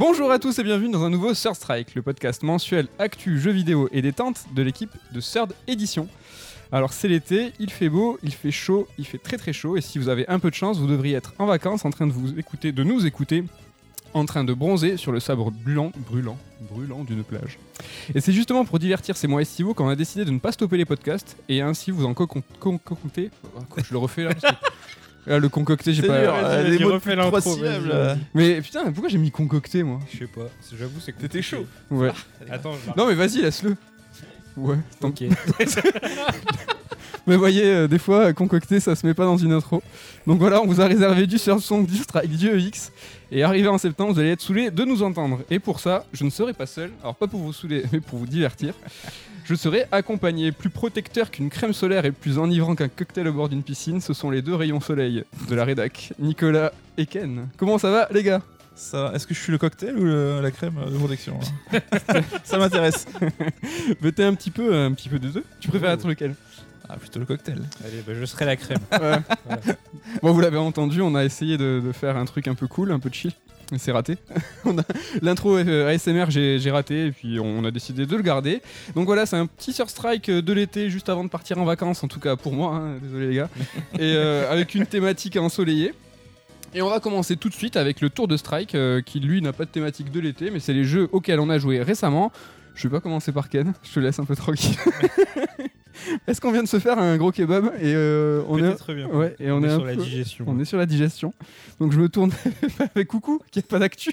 Bonjour à tous et bienvenue dans un nouveau Third Strike, le podcast mensuel actu, jeux vidéo et détente de l'équipe de Third Edition. Alors c'est l'été, il fait beau, il fait chaud, il fait très très chaud et si vous avez un peu de chance, vous devriez être en vacances en train de nous écouter, en train de bronzer sur le sable brûlant d'une plage. Et c'est justement pour divertir ces mois estivaux qu'on a décidé de ne pas stopper les podcasts et ainsi vous en concocter. Je le refais là parce que... Là, le concocter, j'ai pas... Les mots refait l'intro. Mais putain, pourquoi j'ai mis concocter moi ? Je sais pas, j'avoue c'est que t'étais chaud. Ouais. Attends, non mais vas-y, laisse-le. Ouais, ok. Mais voyez, des fois, concocter, ça se met pas dans une intro. Donc voilà, on vous a réservé du Third Song, du Strike, du EX. Et arrivé en septembre, vous allez être saoulés de nous entendre. Et pour ça, je ne serai pas seul. Alors pas pour vous saouler, mais pour vous divertir. Je serai accompagné, plus protecteur qu'une crème solaire et plus enivrant qu'un cocktail au bord d'une piscine. Ce sont les deux rayons soleil de la rédac, Nicolas et Ken. Comment ça va, les gars ? Ça, est-ce que je suis le cocktail ou la crème de protection là Ça m'intéresse. Mettez un petit peu de deux. Tu préfères être lequel ? Ah, plutôt le cocktail. Allez, je serai la crème. Ouais. Voilà. Bon, vous l'avez entendu, on a essayé de faire un truc un peu cool, un peu chill. Et c'est raté. L'intro ASMR, j'ai raté et puis on a décidé de le garder. Donc voilà, c'est un petit Third Strike de l'été juste avant de partir en vacances, en tout cas pour moi, hein, désolé les gars. Et avec une thématique ensoleillée. Et on va commencer tout de suite avec le tour de Strike qui lui n'a pas de thématique de l'été, mais c'est les jeux auxquels on a joué récemment. Je vais pas commencer par Ken, je te laisse un peu tranquille. Est-ce qu'on vient de se faire un gros kebab et on est très bien. Ouais, et on est sur un la peu... digestion. On est sur la digestion. Donc je me tourne avec Coucou qui a pas d'actu.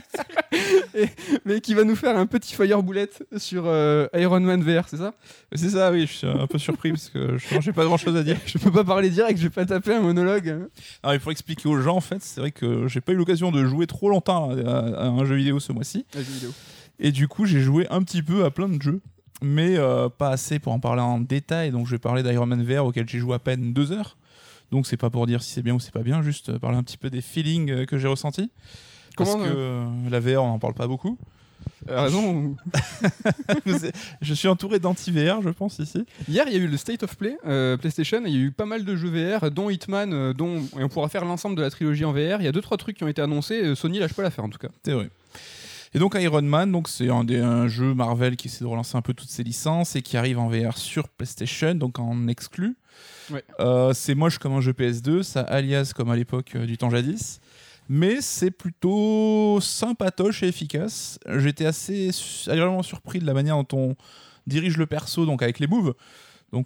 Mais qui va nous faire un petit fire bullet sur Iron Man VR, c'est ça ? C'est ça, oui, je suis un peu surpris parce que j'ai pas grand chose à dire. Je peux pas parler direct, je vais pas taper un monologue. Alors, il faut expliquer aux gens en fait, c'est vrai que j'ai pas eu l'occasion de jouer trop longtemps à un jeu vidéo ce mois-ci. Et du coup, j'ai joué un petit peu à plein de jeux. Mais pas assez pour en parler en détail, donc je vais parler d'Iron Man VR auquel j'ai joué à peine 2 heures. Donc c'est pas pour dire si c'est bien ou c'est pas bien, juste parler un petit peu des feelings que j'ai ressentis. Parce que la VR, on n'en parle pas beaucoup. Raison. Je suis entouré d'anti-VR, je pense, ici. Hier, il y a eu le State of Play PlayStation, et il y a eu pas mal de jeux VR, dont Hitman, et on pourra faire l'ensemble de la trilogie en VR. Il y a 2-3 trucs qui ont été annoncés, Sony lâche pas l'affaire en tout cas. C'est vrai. Et donc Iron Man, donc c'est un jeu Marvel qui essaie de relancer un peu toutes ses licences et qui arrive en VR sur PlayStation, donc en exclu. Ouais. C'est moche comme un jeu PS2, ça alias comme à l'époque du temps jadis, mais c'est plutôt sympatoche et efficace. J'étais assez agréablement surpris de la manière dont on dirige le perso, donc avec les moves. Donc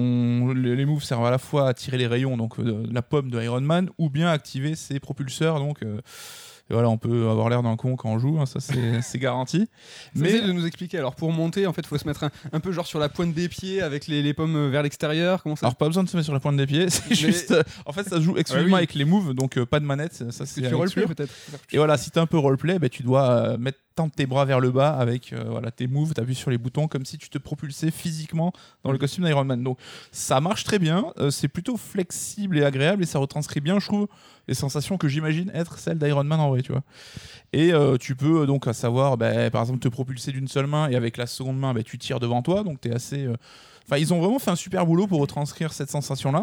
les moves servent à la fois à tirer les rayons, donc la pomme de Iron Man, ou bien à activer ses propulseurs, donc... Et voilà, on peut avoir l'air d'un con quand on joue, hein, ça c'est garanti. Mais de nous expliquer, alors pour monter, en fait, il faut se mettre un peu genre sur la pointe des pieds avec les pommes vers l'extérieur. Comment ça ? Alors pas besoin de se mettre sur la pointe des pieds, c'est juste... en fait, ça se joue exclusivement avec les moves, donc pas de manette, ça c'est... Tu roleplay peut-être. Et voilà, si t'es un peu roleplay, tu dois tendre tes bras vers le bas avec tes moves, t'appuies sur les boutons comme si tu te propulsais physiquement dans le costume d'Iron Man. Donc ça marche très bien, c'est plutôt flexible et agréable et ça retranscrit bien, je trouve, les sensations que j'imagine être celles d'Iron Man en vrai, tu vois. Et tu peux donc à savoir, par exemple, te propulser d'une seule main et avec la seconde main, tu tires devant toi, donc t'es assez... Enfin, ils ont vraiment fait un super boulot pour retranscrire cette sensation-là.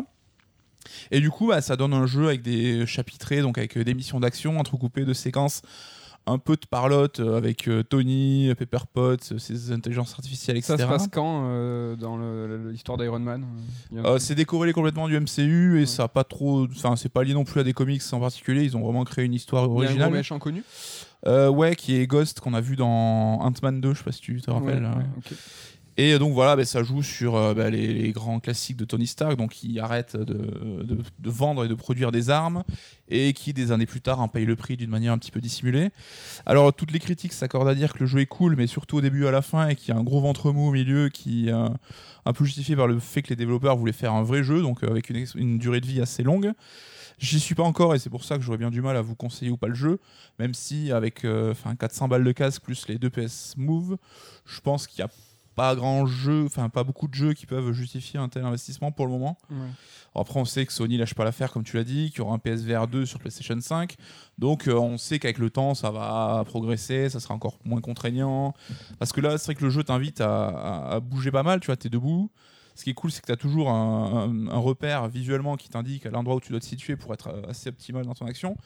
Et du coup, ça donne un jeu avec des chapitrés, donc avec des missions d'action entrecoupées de séquences un peu de parlotte avec Tony, Pepper Potts, ses intelligences artificielles, etc. Ça se passe quand dans l'histoire d'Iron Man C'est décorrélé complètement du MCU et ça a pas trop... Enfin, c'est pas lié non plus à des comics en particulier, ils ont vraiment créé une histoire originale. Il y a un gros méchant connu qui est Ghost, qu'on a vu dans Ant-Man 2, je sais pas si tu te rappelles. Ouais, okay. Et donc voilà, ça joue sur les grands classiques de Tony Stark, donc qui arrête de vendre et de produire des armes et qui des années plus tard en paye le prix d'une manière un petit peu dissimulée. Alors toutes les critiques s'accordent à dire que le jeu est cool, mais surtout au début et à la fin, et qu'il y a un gros ventre mou au milieu qui est un peu justifié par le fait que les développeurs voulaient faire un vrai jeu, donc avec une durée de vie assez longue. J'y suis pas encore et c'est pour ça que j'aurais bien du mal à vous conseiller ou pas le jeu, même si avec 400 balles de casque plus les 2 PS Move, je pense qu'il y a pas beaucoup de jeux qui peuvent justifier un tel investissement pour le moment. Ouais. Après, on sait que Sony lâche pas l'affaire, comme tu l'as dit, qu'il y aura un PSVR 2 sur PlayStation 5. Donc, on sait qu'avec le temps, ça va progresser, ça sera encore moins contraignant. Parce que là, c'est vrai que le jeu t'invite à bouger pas mal, tu vois, t'es debout. Ce qui est cool, c'est que tu as toujours un repère visuellement qui t'indique à l'endroit où tu dois te situer pour être assez optimal dans ton action.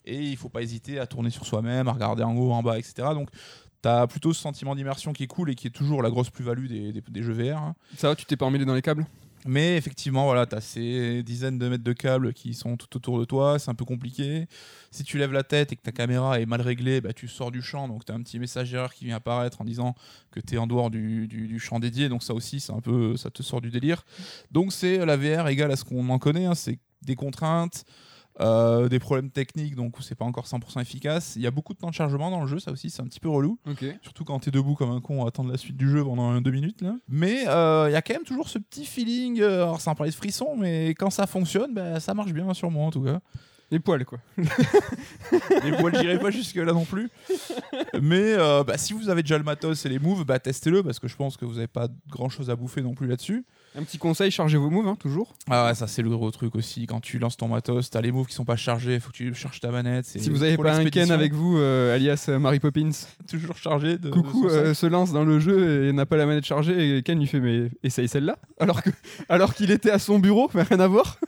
et il faut pas hésiter à tourner sur soi-même, à regarder en haut, en bas, etc. Donc t'as plutôt ce sentiment d'immersion qui est cool et qui est toujours la grosse plus-value des jeux VR, hein. Ça va, tu t'es pas emmêlé dans les câbles? Mais effectivement, voilà, tu as ces dizaines de mètres de câbles qui sont tout autour de toi, c'est un peu compliqué. Si tu lèves la tête et que ta caméra est mal réglée, bah, tu sors du champ, donc tu as un petit message d'erreur qui vient apparaître en disant que tu es en dehors du champ dédié, donc ça aussi, c'est un peu, ça te sort du délire. Donc c'est la VR égale à ce qu'on en connaît, hein, c'est des contraintes, des problèmes techniques, donc c'est pas encore 100% efficace. Il y a beaucoup de temps de chargement dans le jeu, ça aussi c'est un petit peu relou. Ok. Surtout quand t'es debout comme un con à attendre la suite du jeu pendant 2 minutes là. Mais il y a quand même toujours ce petit feeling, alors sans parler de frisson, mais quand ça fonctionne, bah, ça marche bien sur moi en tout cas. Les poils, quoi. Les poils, j'irai pas jusque là non plus. Mais si vous avez déjà le matos et les moves, bah, testez-le parce que je pense que vous n'avez pas grand chose à bouffer non plus là-dessus. Un petit conseil, chargez vos moves, hein, toujours. Ah ouais, ça c'est le gros truc aussi. Quand tu lances ton matos, t'as les moves qui sont pas chargés, faut que tu charges ta manette. Si vous n'avez pas un Ken avec vous, alias Mary Poppins, toujours chargé. Coucou se lance dans le jeu et n'a pas la manette chargée, et Ken lui fait mais essaye celle-là, alors qu'il était à son bureau, mais rien à voir.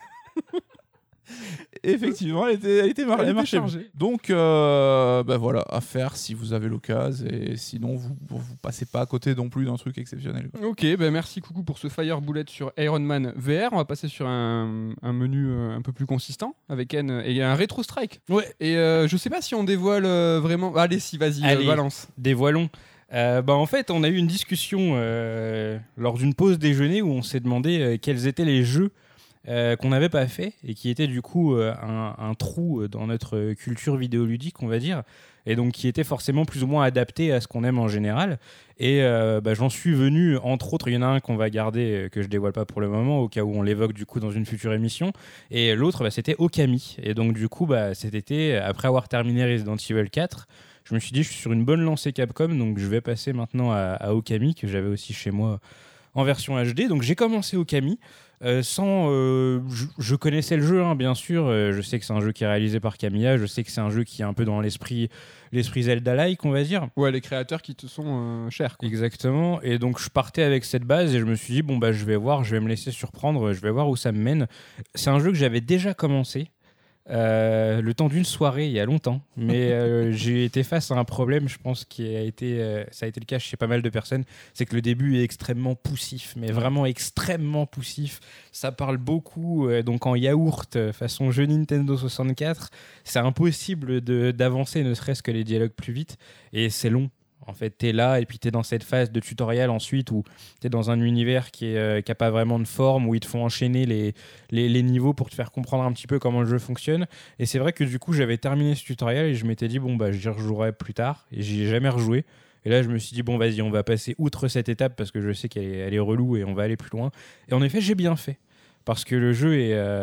Effectivement, elle était marchée. Donc, voilà, à faire si vous avez l'occasion, et sinon, vous passez pas à côté non plus d'un truc exceptionnel, quoi. Ok, merci Coucou pour ce Fire Bullet sur Iron Man VR. On va passer sur un menu un peu plus consistant avec Ken et un Retro Strike. Ouais. Et je sais pas si on dévoile vraiment. Allez, si, vas-y, balance. Dévoilons. En fait, on a eu une discussion lors d'une pause déjeuner où on s'est demandé quels étaient les jeux qu'on n'avait pas fait et qui était du coup un trou dans notre culture vidéoludique, on va dire, et donc qui était forcément plus ou moins adapté à ce qu'on aime en général. Et j'en suis venu, entre autres, il y en a un qu'on va garder, que je dévoile pas pour le moment, au cas où on l'évoque du coup dans une future émission, et l'autre c'était Okami. Et donc du coup cet été, après avoir terminé Resident Evil 4, je me suis dit je suis sur une bonne lancée Capcom, donc je vais passer maintenant à Okami, que j'avais aussi chez moi en version HD. Donc j'ai commencé Okami. Je connaissais le jeu, hein, bien sûr. Je sais que c'est un jeu qui est réalisé par Kamiya. Je sais que c'est un jeu qui est un peu dans l'esprit Zelda-like, on va dire. Ouais, les créateurs qui te sont chers, quoi. Exactement. Et donc je partais avec cette base et je me suis dit je vais voir, je vais me laisser surprendre, je vais voir où ça me mène. C'est un jeu que j'avais déjà commencé. Le temps d'une soirée il y a longtemps, mais j'ai été face à un problème, je pense, ça a été le cas chez pas mal de personnes, c'est que le début est extrêmement poussif, mais vraiment extrêmement poussif. Ça parle beaucoup, donc en yaourt, façon jeu Nintendo 64, c'est impossible d'avancer, ne serait-ce que les dialogues plus vite, et c'est long. En fait, t'es là et puis t'es dans cette phase de tutoriel ensuite où t'es dans un univers qui a pas vraiment de forme, où ils te font enchaîner les niveaux pour te faire comprendre un petit peu comment le jeu fonctionne. Et c'est vrai que du coup, j'avais terminé ce tutoriel et je m'étais dit j'y rejouerai plus tard, et j'y ai jamais rejoué. Et là, je me suis dit vas-y, on va passer outre cette étape parce que je sais qu'elle est relou et on va aller plus loin. Et en effet, j'ai bien fait. Parce que le jeu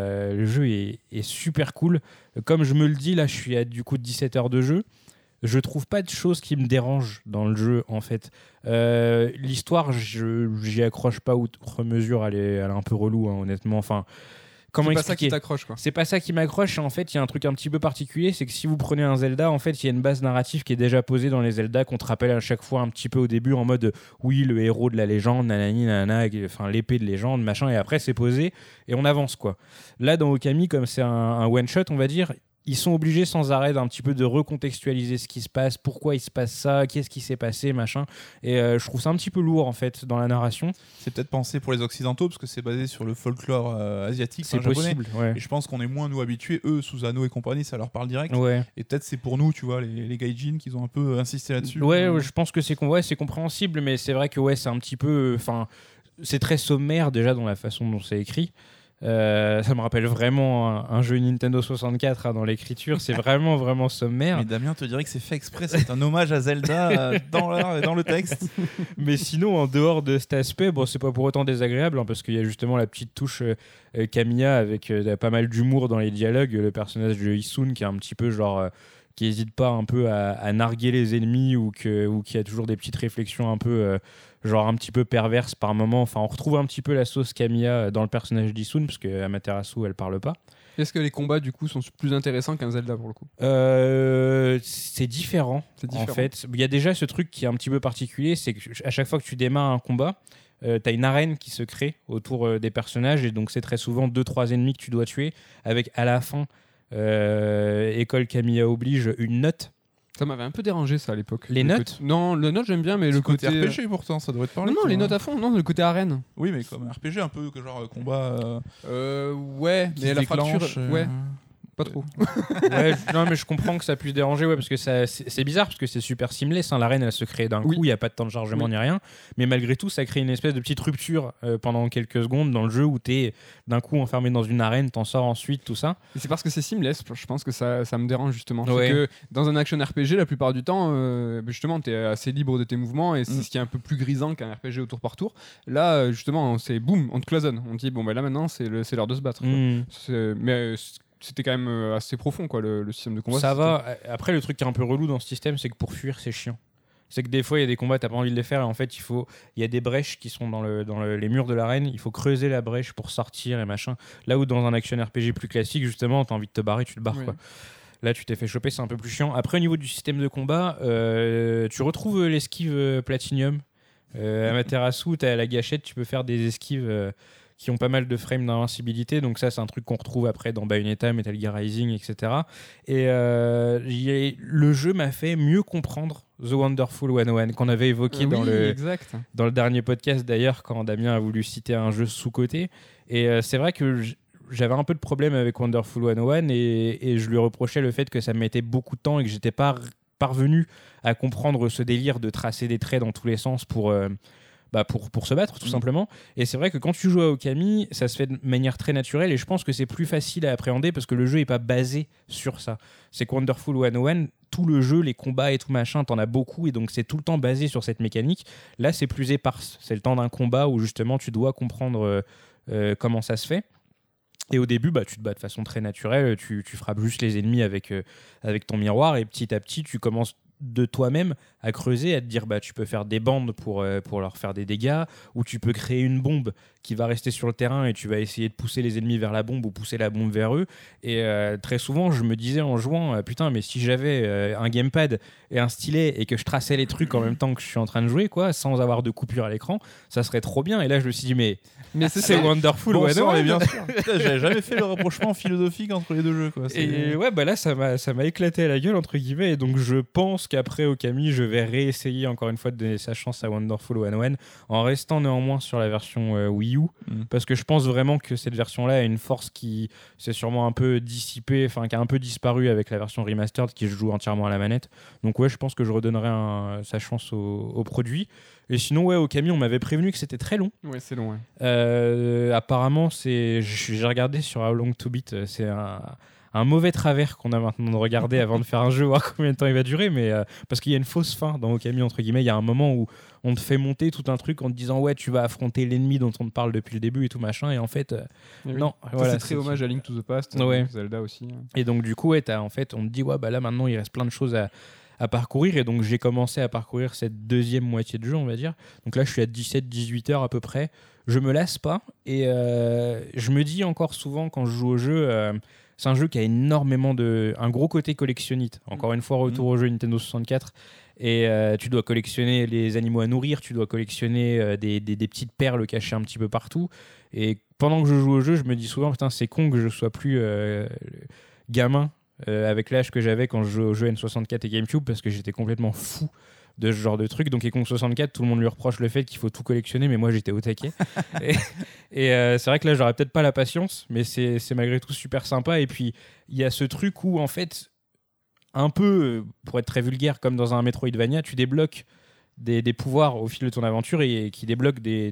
est super cool. Comme je me le dis, là, je suis à du coup 17 heures de jeu. Je trouve pas de choses qui me dérangent dans le jeu, en fait. L'histoire, j'y accroche pas outre mesure. Elle est un peu relou, hein, honnêtement. Enfin, comment c'est pas expliquer ? Ça qui t'accroche, quoi. C'est pas ça qui m'accroche. En fait, il y a un truc un petit peu particulier, c'est que si vous prenez un Zelda, en fait, il y a une base narrative qui est déjà posée dans les Zelda, qu'on te rappelle à chaque fois un petit peu au début, en mode oui, le héros de la légende, nanani, nanana, enfin l'épée de légende, machin, et après c'est posé et on avance, quoi. Là, dans Okami, comme c'est un one shot, on va dire, ils sont obligés sans arrêt d'un petit peu de recontextualiser ce qui se passe, pourquoi il se passe ça, qu'est-ce qui s'est passé, machin. Et je trouve ça un petit peu lourd, en fait, dans la narration. C'est peut-être pensé pour les Occidentaux, parce que c'est basé sur le folklore asiatique, c'est japonais. Possible, ouais. Et je pense qu'on est moins, nous, habitués. Eux, Susanoo et compagnie, ça leur parle direct. Ouais. Et peut-être c'est pour nous, tu vois, les gaijin, qui ont un peu insisté là-dessus. Ouais, je pense que c'est compréhensible, mais c'est vrai que c'est un petit peu... c'est très sommaire, déjà, dans la façon dont c'est écrit. Ça me rappelle vraiment un jeu Nintendo 64, hein, dans l'écriture. C'est vraiment, vraiment sommaire. Mais Damien te dirait que c'est fait exprès. C'est un hommage à Zelda dans le texte. Mais sinon, en dehors de cet aspect, c'est pas pour autant désagréable, hein, parce qu'il y a justement la petite touche Kamiya avec pas mal d'humour dans les dialogues. Le personnage de Issun qui est un petit peu genre... qui n'hésite pas un peu à narguer les ennemis ou qui a toujours des petites réflexions un peu genre un petit peu perverses par moment. Enfin, on retrouve un petit peu la sauce Kamiya dans le personnage d'Issun, parce que Amaterasu, elle parle pas. Est-ce que les combats du coup sont plus intéressants qu'un Zelda pour le coup ? C'est différent, en fait. Il y a déjà ce truc qui est un petit peu particulier, c'est qu'à chaque fois que tu démarres un combat, t'as une arène qui se crée autour des personnages, et donc c'est très souvent 2-3 ennemis que tu dois tuer, avec à la fin École Camilla oblige, une note. Ça m'avait un peu dérangé ça à l'époque. Les notes Non, le note j'aime bien, mais le côté RPG pourtant, ça devrait te parler. Non, les notes à fond, non, le côté arène. Oui, mais comme un RPG un peu que genre combat. Ouais, qui mais se la déclenche, fracture, ouais, pas trop. Ouais, non, mais je comprends que ça puisse déranger, parce que c'est bizarre, parce que c'est super seamless. L'arène, elle se crée d'un coup, il n'y a pas de temps de chargement ni rien. Mais malgré tout, ça crée une espèce de petite rupture pendant quelques secondes dans le jeu où tu es d'un coup enfermé dans une arène, t'en sors ensuite, tout ça. Et c'est parce que c'est seamless, je pense que ça me dérange justement. Ouais. C'est que dans un action RPG, la plupart du temps, justement, tu es assez libre de tes mouvements et c'est ce qui est un peu plus grisant qu'un RPG au tour par tour. Là, justement, c'est boum, on te cloisonne. On te dit, bon, bah là maintenant, c'est l'heure de se battre. Mais c'était quand même assez profond, quoi, le système de combat. Ça va. Après, le truc qui est un peu relou dans ce système, c'est que pour fuir, c'est chiant. C'est que des fois, il y a des combats, t'as pas envie de les faire, et en fait, il y a des brèches qui sont dans les murs de l'arène, il faut creuser la brèche pour sortir et machin. Là où dans un action RPG plus classique, justement, t'as envie de te barrer, tu te barres, quoi. Là, tu t'es fait choper, c'est un peu plus chiant. Après, au niveau du système de combat, tu retrouves l'esquive Platinum. Amaterasu, t'as la gâchette, tu peux faire des esquives qui ont pas mal de frames d'invincibilité, donc ça c'est un truc qu'on retrouve après dans Bayonetta, Metal Gear Rising, etc. Et le jeu m'a fait mieux comprendre The Wonderful 101 qu'on avait évoqué dans le dernier podcast d'ailleurs, quand Damien a voulu citer un jeu sous-coté. Et c'est vrai que j'avais un peu de problème avec Wonderful 101 et je lui reprochais le fait que ça me mettait beaucoup de temps et que j'étais pas parvenu à comprendre ce délire de tracer des traits dans tous les sens pour se battre tout simplement. Et c'est vrai que quand tu joues à Okami, ça se fait de manière très naturelle et je pense que c'est plus facile à appréhender parce que le jeu est pas basé sur ça. C'est que Wonderful 101, tout le jeu, les combats et tout machin, t'en as beaucoup et donc c'est tout le temps basé sur cette mécanique. Là, c'est plus éparse. C'est le temps d'un combat où justement tu dois comprendre comment ça se fait. Et au début, tu te bats de façon très naturelle, tu frappes juste les ennemis avec ton miroir et petit à petit, tu commences de toi-même à creuser, à te dire tu peux faire des bandes pour leur faire des dégâts, ou tu peux créer une bombe qui va rester sur le terrain et tu vas essayer de pousser les ennemis vers la bombe ou pousser la bombe vers eux. Et très souvent, je me disais en jouant, putain, mais si j'avais un gamepad et un stylet et que je traçais les trucs en même temps que je suis en train de jouer, quoi, sans avoir de coupure à l'écran, ça serait trop bien. Et là, je me suis dit, mais c'est Wonderful. Mais bien sûr. J'avais jamais fait le rapprochement philosophique entre les deux jeux, quoi. Et ouais, là, ça m'a éclaté à la gueule, entre guillemets. Et donc, je pense qu'après Okami, je vais réessayer encore une fois de donner sa chance à Wonderful 101 en restant néanmoins sur la version Wii U, parce que je pense vraiment que cette version-là a une force qui s'est sûrement un peu dissipée, enfin qui a un peu disparu avec la version remastered qui joue entièrement à la manette. Donc ouais, je pense que je redonnerai sa chance au produit. Et sinon, ouais, Okami, on m'avait prévenu que c'était très long. Ouais, c'est long, ouais. Apparemment, j'ai regardé sur How Long to Beat, c'est un mauvais travers qu'on a maintenant de regarder avant de faire un jeu, voir combien de temps il va durer, mais parce qu'il y a une fausse fin dans Okami, entre guillemets. Il y a un moment où on te fait monter tout un truc en te disant ouais, tu vas affronter l'ennemi dont on te parle depuis le début et tout machin, et en fait non. Voilà, c'est très hommage à Link to the Past, Zelda aussi. Et donc du coup, en fait, on te dit ouais, là maintenant il reste plein de choses à parcourir, et donc j'ai commencé à parcourir cette deuxième moitié de jeu, on va dire. Donc là je suis à 17-18 heures à peu près, je me lasse pas, et je me dis encore souvent quand je joue au jeu, c'est un jeu qui a énormément un gros côté collectionnite. Encore une fois, retour au jeu Nintendo 64. Et tu dois collectionner les animaux à nourrir, tu dois collectionner des petites perles cachées un petit peu partout. Et pendant que je joue au jeu, je me dis souvent, putain, c'est con que je sois plus gamin avec l'âge que j'avais quand je jouais aux jeux N64 et GameCube, parce que j'étais complètement fou de ce genre de truc. Donc Kong 64, tout le monde lui reproche le fait qu'il faut tout collectionner, mais moi j'étais au taquet. et c'est vrai que là j'aurais peut-être pas la patience, mais c'est malgré tout super sympa. Et puis il y a ce truc où en fait, un peu, pour être très vulgaire, comme dans un Metroidvania, tu débloques des pouvoirs au fil de ton aventure et qui débloquent des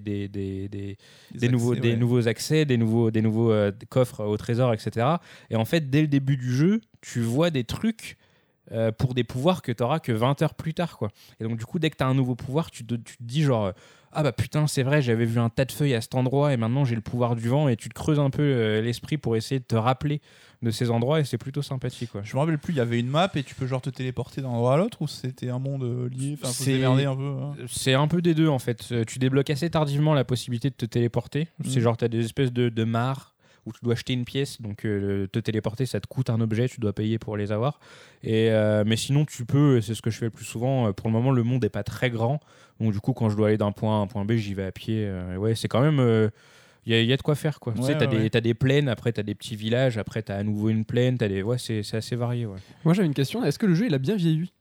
nouveaux accès, des nouveaux coffres au trésor, etc. Et en fait, dès le début du jeu, tu vois des trucs pour des pouvoirs que tu n'auras que 20 heures plus tard, quoi. Et donc du coup, dès que tu as un nouveau pouvoir, tu te dis genre ah bah putain, c'est vrai, j'avais vu un tas de feuilles à cet endroit et maintenant j'ai le pouvoir du vent, et tu te creuses un peu l'esprit pour essayer de te rappeler de ces endroits, et c'est plutôt sympathique, quoi. Je me rappelle plus, il y avait une map et tu peux genre te téléporter d'un endroit à l'autre, ou c'était un monde lié, enfin faut se démerder un peu, hein. C'est un peu des deux en fait. Tu débloques assez tardivement la possibilité de te téléporter. C'est genre t'as des espèces de mares où tu dois acheter une pièce, donc te téléporter, ça te coûte un objet, tu dois payer pour les avoir. Mais sinon, tu peux, c'est ce que je fais le plus souvent. Pour le moment, le monde n'est pas très grand, donc du coup, quand je dois aller d'un point A à un point B, j'y vais à pied. Ouais, c'est quand même il y a de quoi faire, quoi. Tu sais, t'as des plaines, après t'as des petits villages, après t'as à nouveau une plaine, c'est assez varié. Ouais. Moi j'avais une question, est-ce que le jeu il a bien vieilli?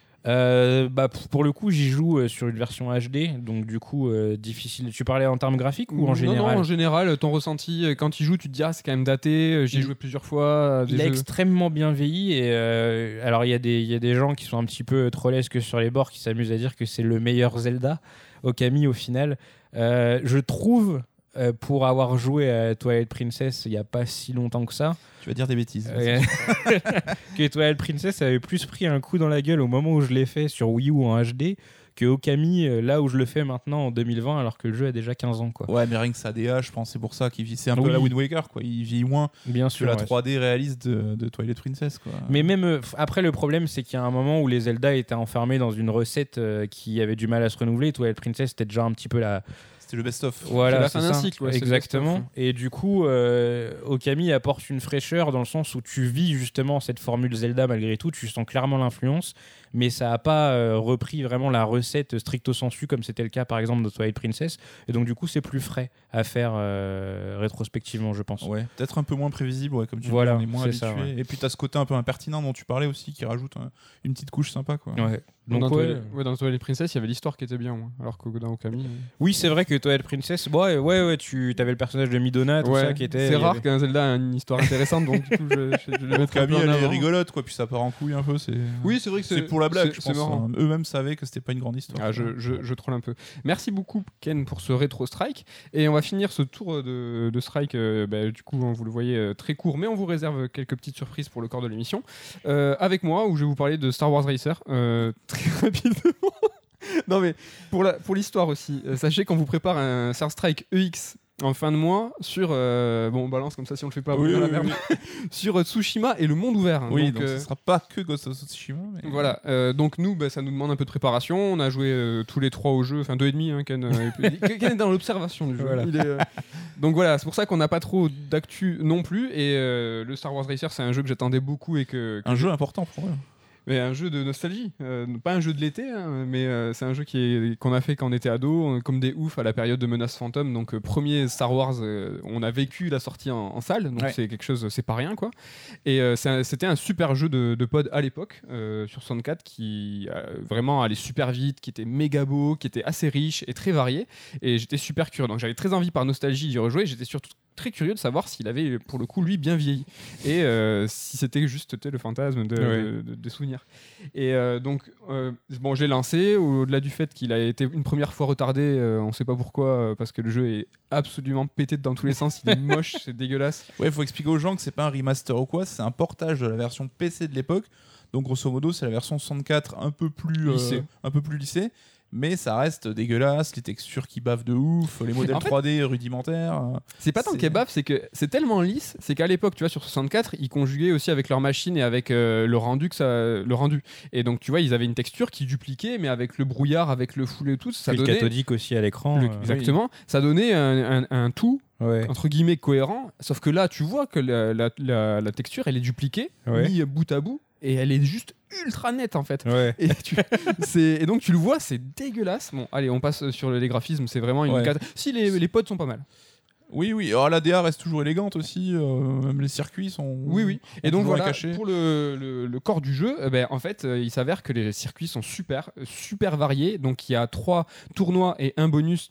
Pour le coup, j'y joue sur une version HD, donc du coup, difficile. Tu parlais en termes graphiques ou en général? Non, en général, ton ressenti quand tu joues, tu te dis c'est quand même daté, j'y ai joué plusieurs fois. Il a extrêmement bien vieilli, et alors il y a des gens qui sont un petit peu trollesques sur les bords qui s'amusent à dire que c'est le meilleur Zelda, Okami au final. Je trouve, pour avoir joué à Twilight Princess il n'y a pas si longtemps que ça, tu vas dire des bêtises. que Twilight Princess avait plus pris un coup dans la gueule au moment où je l'ai fait sur Wii U en HD que Okami là où je le fais maintenant en 2020 alors que le jeu a déjà 15 ans, quoi. Ouais, mais rien que ça DA, je pense c'est pour ça qu'il c'est un peu la Wind Waker, quoi. Il vit moins bien que sûr, la 3D réaliste de Twilight Princess, quoi. Mais même après, le problème c'est qu'il y a un moment où les Zelda étaient enfermés dans une recette qui avait du mal à se renouveler. Twilight Princess c'était déjà un petit peu c'était le best-of. Voilà, la fin d'un cycle, ouais, exactement. Et du coup, Okami apporte une fraîcheur dans le sens où tu vis justement cette formule Zelda malgré tout. Tu sens clairement l'influence, mais ça n'a pas repris vraiment la recette stricto sensu comme c'était le cas par exemple de Twilight Princess. Et donc du coup, c'est plus frais à faire rétrospectivement, je pense. Ouais, peut-être un peu moins prévisible, ouais, comme tu dis, on est moins habitué. Ça, ouais. Et puis tu as ce côté un peu impertinent dont tu parlais aussi qui rajoute une petite couche sympa, quoi. Ouais. Donc dans Twilight Princess, il y avait l'histoire qui était bien, alors que dans Okami. Oui, c'est vrai que Twilight Princess, tu avais le personnage de Midona, tout ça qui était. C'est rare qu'un Zelda ait une histoire intéressante, donc du coup, je le mettrai Okami, elle est rigolote, quoi, puis ça part en couille un peu. Oui, c'est vrai que c'est pour la blague, je pense. Marrant. Eux-mêmes savaient que c'était pas une grande histoire. Je troll un peu. Merci beaucoup, Ken, pour ce rétro strike. Et on va finir ce tour de strike, du coup, vous le voyez, très court, mais on vous réserve quelques petites surprises pour le corps de l'émission. Avec moi, où je vais vous parler de Star Wars Racer, très rapidement. Non mais pour l'histoire aussi, sachez qu'on vous prépare un Star Strike EX en fin de mois sur on balance comme ça si on le fait pas la merde sur Tsushima et le monde ouvert. Oui, donc ce sera pas que Ghost of Tsushima. Mais... Voilà, donc nous ça nous demande un peu de préparation. On a joué tous les 3 au jeu, enfin 2,5 hein, Ken est dans l'observation du jeu. Voilà. Donc voilà, c'est pour ça qu'on n'a pas trop d'actu non plus. Et le Star Wars Racer, c'est un jeu que j'attendais beaucoup et un jeu important pour eux. Mais un jeu de nostalgie, pas un jeu de l'été, hein, mais c'est un jeu qu'on a fait quand on était ado, comme des oufs à la période de Menace Fantôme. Donc premier Star Wars, on a vécu la sortie en salle, donc c'est quelque chose, c'est pas rien quoi. Et c'était un super jeu de pod à l'époque sur 64 qui vraiment allait super vite, qui était méga beau, qui était assez riche et très varié. Et j'étais super curieux, donc j'avais très envie par nostalgie d'y rejouer. J'étais surtout très curieux de savoir s'il avait pour le coup lui bien vieilli et si c'était juste le fantasme des souvenirs. Et donc je l'ai lancé au-delà du fait qu'il a été une première fois retardé, on sait pas pourquoi, parce que le jeu est absolument pété dans tous les sens, il est moche, c'est dégueulasse. Ouais, faut expliquer aux gens que c'est pas un remaster ou quoi, c'est un portage de la version PC de l'époque. Donc grosso modo, c'est la version 64 un peu plus lissée. Mais ça reste dégueulasse, les textures qui bavent de ouf, les modèles 3D rudimentaires. C'est pas tant qu'elles bavent, c'est que c'est tellement lisse, c'est qu'à l'époque, tu vois, sur 64, ils conjuguaient aussi avec leur machine et avec le rendu. Et donc, tu vois, ils avaient une texture qui dupliquait, mais avec le brouillard, avec le full et tout, ça donnait... le cathodique aussi à l'écran. Exactement, ça donnait un tout, entre guillemets, cohérent. Sauf que là, tu vois que la texture, elle est dupliquée, mis bout à bout, et elle est juste ultra nette en fait. Et donc tu le vois, c'est dégueulasse. Bon, allez, on passe sur les graphismes, c'est vraiment une si les pods sont pas mal. Oui. Alors la DA reste toujours élégante aussi, même les circuits sont. Oui. Et donc voilà, pour le corps du jeu, en fait, il s'avère que les circuits sont super variés. Donc il y a 3 tournois et un bonus.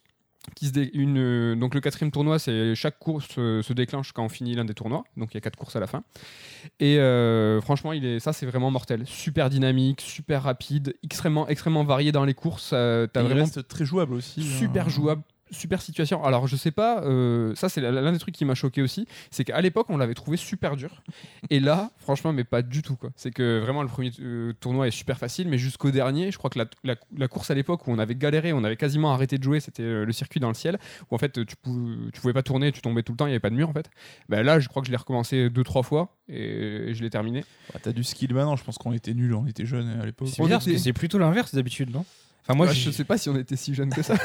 Donc le 4e tournoi, c'est chaque course se déclenche quand on finit l'un des tournois, donc il y a 4 courses à la fin. Et franchement, ça c'est vraiment mortel, super dynamique, super rapide, extrêmement varié dans les courses. Il reste très jouable aussi. Super jouable. Super situation. Alors je sais pas, ça c'est l'un des trucs qui m'a choqué aussi, c'est qu'à l'époque on l'avait trouvé super dur et là franchement mais pas du tout quoi. C'est que vraiment le premier tournoi est super facile, mais jusqu'au dernier, je crois que la course à l'époque où on avait galéré, on avait quasiment arrêté de jouer, c'était le circuit dans le ciel où en fait tu pouvais pas tourner, tu tombais tout le temps, il y avait pas de mur en fait. Là je crois que je l'ai recommencé 2-3 fois et je l'ai terminé. T'as du skill maintenant, je pense qu'on était nuls, on était jeunes à l'époque. C'est bizarre parce que c'est plutôt l'inverse d'habitude, non? Enfin, moi, je sais pas si on était si jeunes que ça.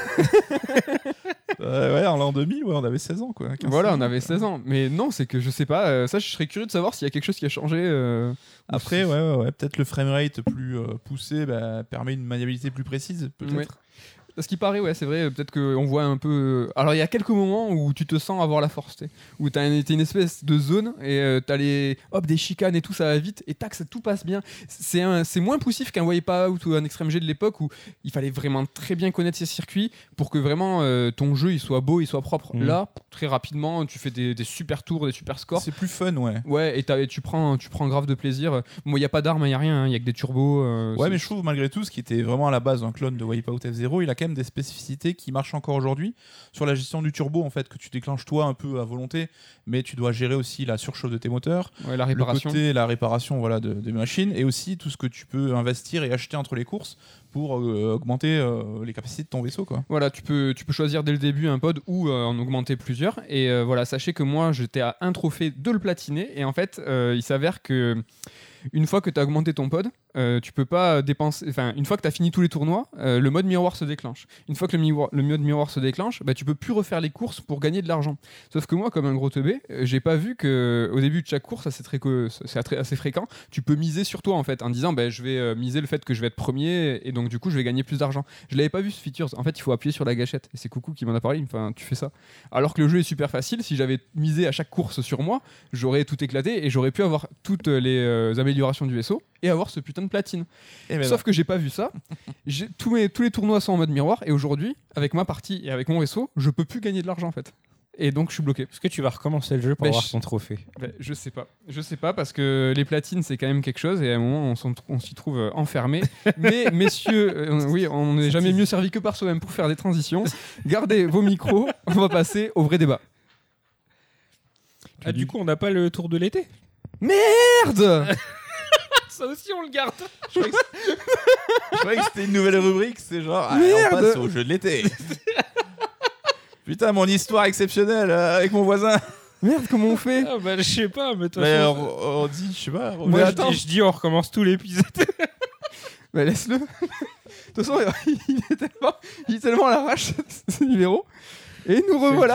En l'an 2000, on avait 16 ans. Quoi, voilà, on avait 16 ans. Mais non, c'est que je sais pas. Ça, je serais curieux de savoir s'il y a quelque chose qui a changé. Après, peut-être le framerate plus poussé permet une maniabilité plus précise, peut-être. Ce qui paraît, ouais, c'est vrai. Peut-être qu'on voit un peu. Alors, il y a quelques moments où tu te sens avoir la force, tu sais, où t'as une espèce de zone et t'as des chicanes et tout, ça va vite et tac, tout passe bien. C'est moins poussif qu'un Wipeout ou un Extreme G de l'époque où il fallait vraiment très bien connaître ses circuits pour que vraiment ton jeu il soit beau, il soit propre. Là, très rapidement, tu fais des super tours, des super scores. C'est plus fun, ouais. Ouais, et tu prends grave de plaisir. Moi, il n'y a pas d'armes, il n'y a rien, il y a que des turbos. Ouais, mais je trouve malgré tout, ce qui était vraiment à la base un clone de Wipeout F0, il a quand même des spécificités qui marchent encore aujourd'hui sur la gestion du turbo, en fait, que tu déclenches toi un peu à volonté, mais tu dois gérer aussi la surchauffe de tes moteurs, la réparation, la réparation voilà, des machines, et aussi tout ce que tu peux investir et acheter entre les courses pour augmenter les capacités de ton vaisseau, quoi. Voilà, tu peux choisir dès le début un pod ou en augmenter plusieurs. Et voilà, sachez que moi, j'étais à un trophée de le platiner. Et en fait, il s'avère que une fois que tu as augmenté ton pod, tu peux pas dépenser. Enfin, une fois que tu as fini tous les tournois, le mode miroir se déclenche. Une fois que le mode miroir se déclenche, tu peux plus refaire les courses pour gagner de l'argent. Sauf que moi, comme un gros teubé, j'ai pas vu que au début de chaque course, c'est assez fréquent, tu peux miser sur toi en fait, en disant je vais miser le fait que je vais être premier et donc du coup je vais gagner plus d'argent. Je l'avais pas vu ce feature. En fait, il faut appuyer sur la gâchette. Et c'est Coucou qui m'en a parlé. Enfin, tu fais ça. Alors que le jeu est super facile. Si j'avais misé à chaque course sur moi, j'aurais tout éclaté et j'aurais pu avoir toutes les améliorations du vaisseau et avoir ce putain de platine. Sauf que j'ai pas vu ça. Tous les tournois sont en mode miroir et aujourd'hui, avec ma partie et avec mon vaisseau, je peux plus gagner de l'argent en fait. Et donc je suis bloqué. Est-ce que tu vas recommencer le jeu pour avoir ton trophée? Je sais pas parce que les platines c'est quand même quelque chose et à un moment on s'y trouve enfermé. Mais messieurs, oui, on n'est jamais mieux servi que par soi-même pour faire des transitions. Gardez vos micros, on va passer au vrai débat. Du coup on n'a pas le tour de l'été? Merde. Ça aussi on le garde. Je croyais que c'était une nouvelle rubrique, c'est genre on passe au jeu de l'été. Putain, mon histoire exceptionnelle avec mon voisin. Merde, comment on fait? Je sais pas, mais toi. On dit, je sais pas. Moi, je dis, on recommence tout l'épisode. Laisse-le. De toute façon, il est tellement à l'arrache, ce numéro. Et nous revoilà.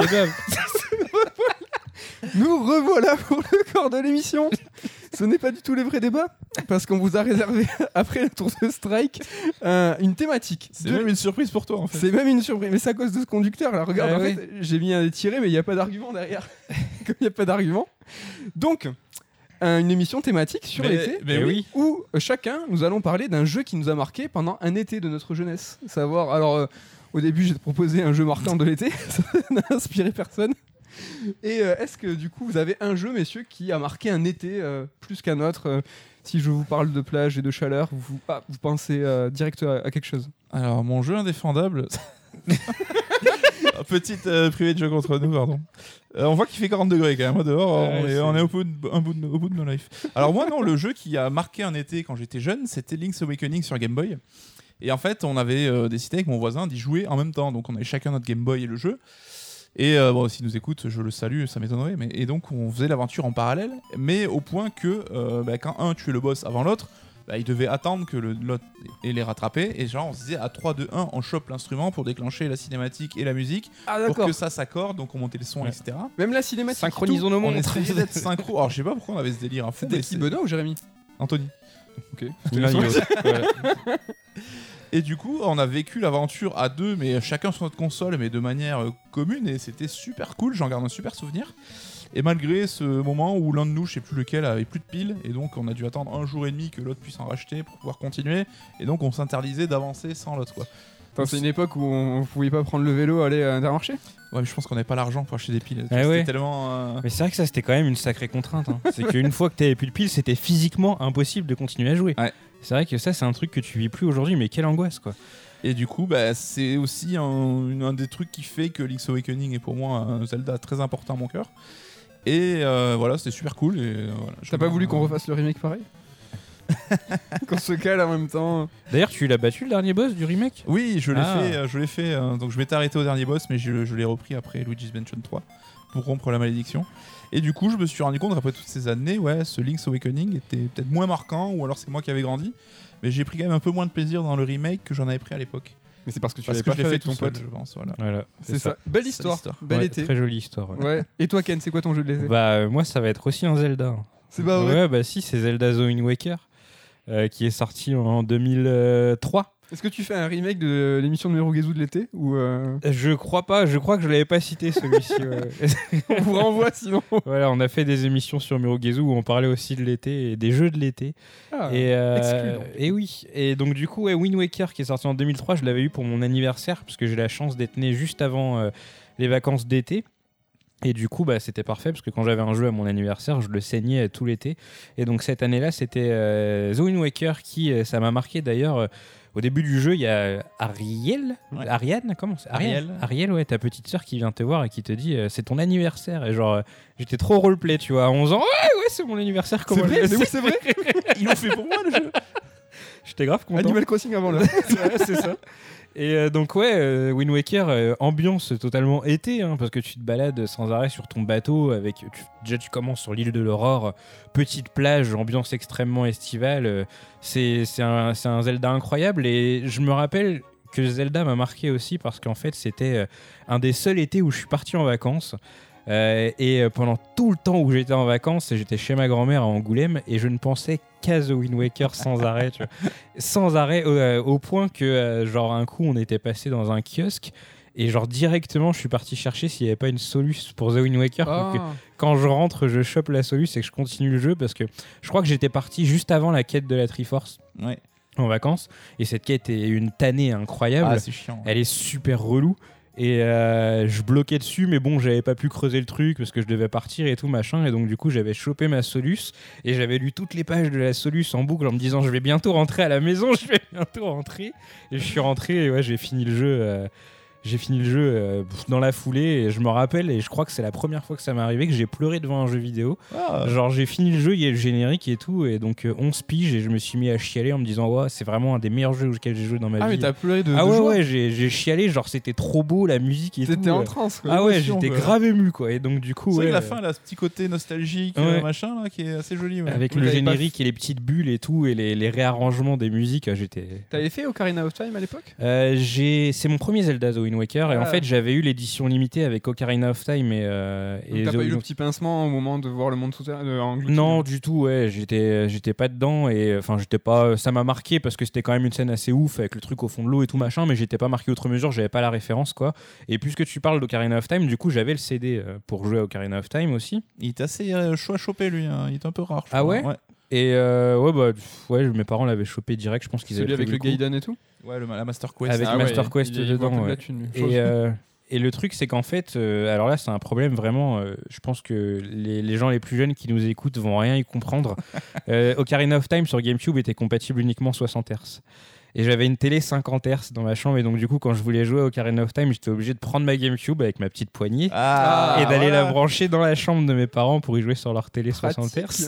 Nous revoilà pour le corps de l'émission. Ce n'est pas du tout les vrais débats, parce qu'on vous a réservé, après le tour de Strike, une thématique. C'est même une surprise pour toi, en fait. C'est même une surprise, mais c'est à cause de ce conducteur. Là, regarde, en fait, j'ai mis un tiré, mais il n'y a pas d'argument derrière. Comme il n'y a pas d'argument. Donc, une émission thématique sur l'été, où chacun, nous allons parler d'un jeu qui nous a marqué pendant un été de notre jeunesse. Savoir, alors, au début, j'ai proposé un jeu marquant de l'été, ça n'a inspiré personne. Et est-ce que du coup vous avez un jeu, messieurs, qui a marqué un été plus qu'un autre si je vous parle de plage et de chaleur, vous pensez direct à quelque chose? Alors mon jeu indéfendable. Petite privée de jeu contre nous, pardon. On voit qu'il fait 40 degrés quand même dehors. On est au bout de nos lives. Alors moi non, le jeu qui a marqué un été quand j'étais jeune, c'était Link's Awakening sur Game Boy. Et en fait, on avait décidé avec mon voisin d'y jouer en même temps. Donc on avait chacun notre Game Boy et le jeu. Et s'il nous écoute, je le salue, ça m'étonnerait. Et donc, on faisait l'aventure en parallèle, mais au point que quand un tuait le boss avant l'autre, il devait attendre que l'autre et les rattraper. Et genre, on se disait à 3, 2, 1, on chope l'instrument pour déclencher la cinématique et la musique pour que ça s'accorde. Donc, on montait le son, etc. Même la cinématique. Synchronisons nos montres. On essayait d'être synchro. Alors, je sais pas pourquoi on avait ce délire à fond. C'était qui, Benoît ou Jérémy? Anthony. Ok. Et du coup, on a vécu l'aventure à deux, mais chacun sur notre console, mais de manière commune, et c'était super cool, j'en garde un super souvenir. Et malgré ce moment où l'un de nous, je sais plus lequel, avait plus de piles, et donc on a dû attendre 1 jour et demi que l'autre puisse en racheter pour pouvoir continuer, et donc on s'interdisait d'avancer sans l'autre, quoi. Enfin, c'est une époque où on pouvait pas prendre le vélo, aller à Intermarché. Ouais, mais je pense qu'on n'avait pas l'argent pour acheter des piles. C'était tellement. Mais c'est vrai que ça, c'était quand même une sacrée contrainte. Hein. C'est qu'une fois que t'avais plus de piles, c'était physiquement impossible de continuer à jouer. Ouais. C'est vrai que ça, c'est un truc que tu vis plus aujourd'hui, mais quelle angoisse, quoi. Et du coup, c'est aussi un des trucs qui fait que Link's Awakening est pour moi un Zelda très important à mon cœur. Et voilà, c'était super cool. T'as pas voulu qu'on refasse le remake pareil? Qu'on se cale en même temps. D'ailleurs, tu l'as battu le dernier boss du remake? Oui, je l'ai fait. Donc je m'étais arrêté au dernier boss, mais je l'ai repris après Luigi's Mansion 3 pour rompre la malédiction. Et du coup, je me suis rendu compte après toutes ces années, ce Link's Awakening était peut-être moins marquant, ou alors c'est moi qui avais grandi, mais j'ai pris quand même un peu moins de plaisir dans le remake que j'en avais pris à l'époque. Mais c'est parce que tu l'avais pas fait avec ton pote, je pense. Voilà. C'est ça. Belle histoire. Bel été. Très jolie histoire. Ouais. Et toi, Ken, c'est quoi ton jeu de l'été? Moi, ça va être aussi un Zelda. C'est pas vrai? Ouais, si, c'est Zelda The Wind Waker. Qui est sorti en 2003, Est-ce que tu fais un remake de l'émission de Merugezu de l'été ou Je crois pas, je crois que je l'avais pas cité celui-ci. on vous renvoie sinon? Voilà, on a fait des émissions sur Merugezu où on parlait aussi de l'été et des jeux de l'été. Exclu, donc. Et oui, et donc du coup, Wind Waker qui est sorti en 2003, je l'avais eu pour mon anniversaire parce que j'ai la chance d'être né juste avant les vacances d'été. Et du coup, c'était parfait parce que quand j'avais un jeu à mon anniversaire, je le saignais tout l'été. Et donc cette année-là, c'était The Wind Waker qui, ça m'a marqué d'ailleurs. Au début du jeu, il y a Ariel, Ouais. Ariane, comment c'est Ariel. Ariel, ouais, ta petite sœur qui vient te voir et qui te dit c'est ton anniversaire. Et genre, j'étais trop roleplay, tu vois, à 11 ans. Ouais, c'est mon anniversaire. Comment C'est vrai, je- oui, c'est vrai. Ils l'ont fait pour moi le jeu. J'étais grave content. Animal Crossing avant là. Ouais, c'est ça. Et donc Wind Waker, ambiance totalement été, hein, parce que tu te balades sans arrêt sur ton bateau avec. Déjà tu commences sur l'île de l'Aurore, petite plage, ambiance extrêmement estivale. C'est un Zelda incroyable et je me rappelle que Zelda m'a marqué aussi parce qu'en fait c'était un des seuls étés où je suis parti en vacances. Pendant tout le temps où j'étais en vacances, j'étais chez ma grand-mère à Angoulême et je ne pensais qu'à The Wind Waker sans arrêt, tu vois. Sans arrêt, au point que genre un coup on était passé dans un kiosque et genre directement je suis parti chercher s'il n'y avait pas une soluce pour The Wind Waker pour que quand je rentre je chope la soluce et que je continue le jeu parce que je crois que j'étais parti juste avant la quête de la Triforce Ouais. en vacances et cette quête est une tannée incroyable. Ah, c'est chiant. Elle est super relou. Et je bloquais dessus, mais bon, j'avais pas pu creuser le truc parce que je devais partir et tout machin. Et donc, du coup, j'avais chopé ma soluce et j'avais lu toutes les pages de la soluce en boucle en me disant je vais bientôt rentrer à la maison, je vais bientôt rentrer. Et je suis rentré et ouais, j'ai fini le jeu. Dans la foulée et je me rappelle et je crois que c'est la première fois que ça m'est arrivé que j'ai pleuré devant un jeu vidéo. Ah. Genre j'ai fini le jeu, il y a le générique et tout et donc 11 piges et je me suis mis à chialer en me disant ouais, c'est vraiment un des meilleurs jeux auxquels j'ai joué dans ma Ah vie. mais t'as pleuré de Ah ouais joie. ouais, j'ai chialé, genre c'était trop beau la musique et tout. T'étais en transe quoi. Ah ouais, émotion, j'étais quoi. grave ému quoi et donc du coup C'est vrai ouais, que la fin, elle a ce petit côté nostalgique, Ouais. machin, là, qui est assez joli. Ouais. avec Vous le l'avez pas générique et les petites bulles et tout et les réarrangements des musiques, j'étais T'avais fait Ocarina of Time à l'époque? c'est mon premier Zelda The Wind Waker et en Ah. fait j'avais eu l'édition limitée avec Ocarina of Time et Donc t'as The pas eu Wind le petit pincement au moment de voir le monde souterrain englouti? Non, du tout, ouais, j'étais pas dedans et enfin j'étais pas, ça m'a marqué parce que c'était quand même une scène assez ouf avec le truc au fond de l'eau et tout machin, mais j'étais pas marqué outre mesure, j'avais pas la référence quoi. Et puisque tu parles d'Ocarina of Time, du coup j'avais le CD pour jouer à Ocarina of Time aussi. Il était assez chaud à choper, lui. Hein. Il était un peu rare. je Ah crois. ouais Et mes parents l'avaient chopé direct, je pense qu'ils avaient Celui avec prévu le coup. Gaiden et tout? Ouais, la Master Quest. Avec Ah Master ouais, Quest il vaut un peu dedans. de la Ouais. thune, lui. Et le truc, c'est qu'en fait, alors là, c'est un problème vraiment. Je pense que les gens les plus jeunes qui nous écoutent vont rien y comprendre. Ocarina of Time sur GameCube était compatible uniquement 60 Hz. Et j'avais une télé 50 Hz dans ma chambre. Et donc, du coup, quand je voulais jouer à Ocarina of Time, j'étais obligé de prendre ma GameCube avec ma petite poignée Ah, et d'aller voilà. la brancher dans la chambre de mes parents pour y jouer sur leur télé 60 Hz.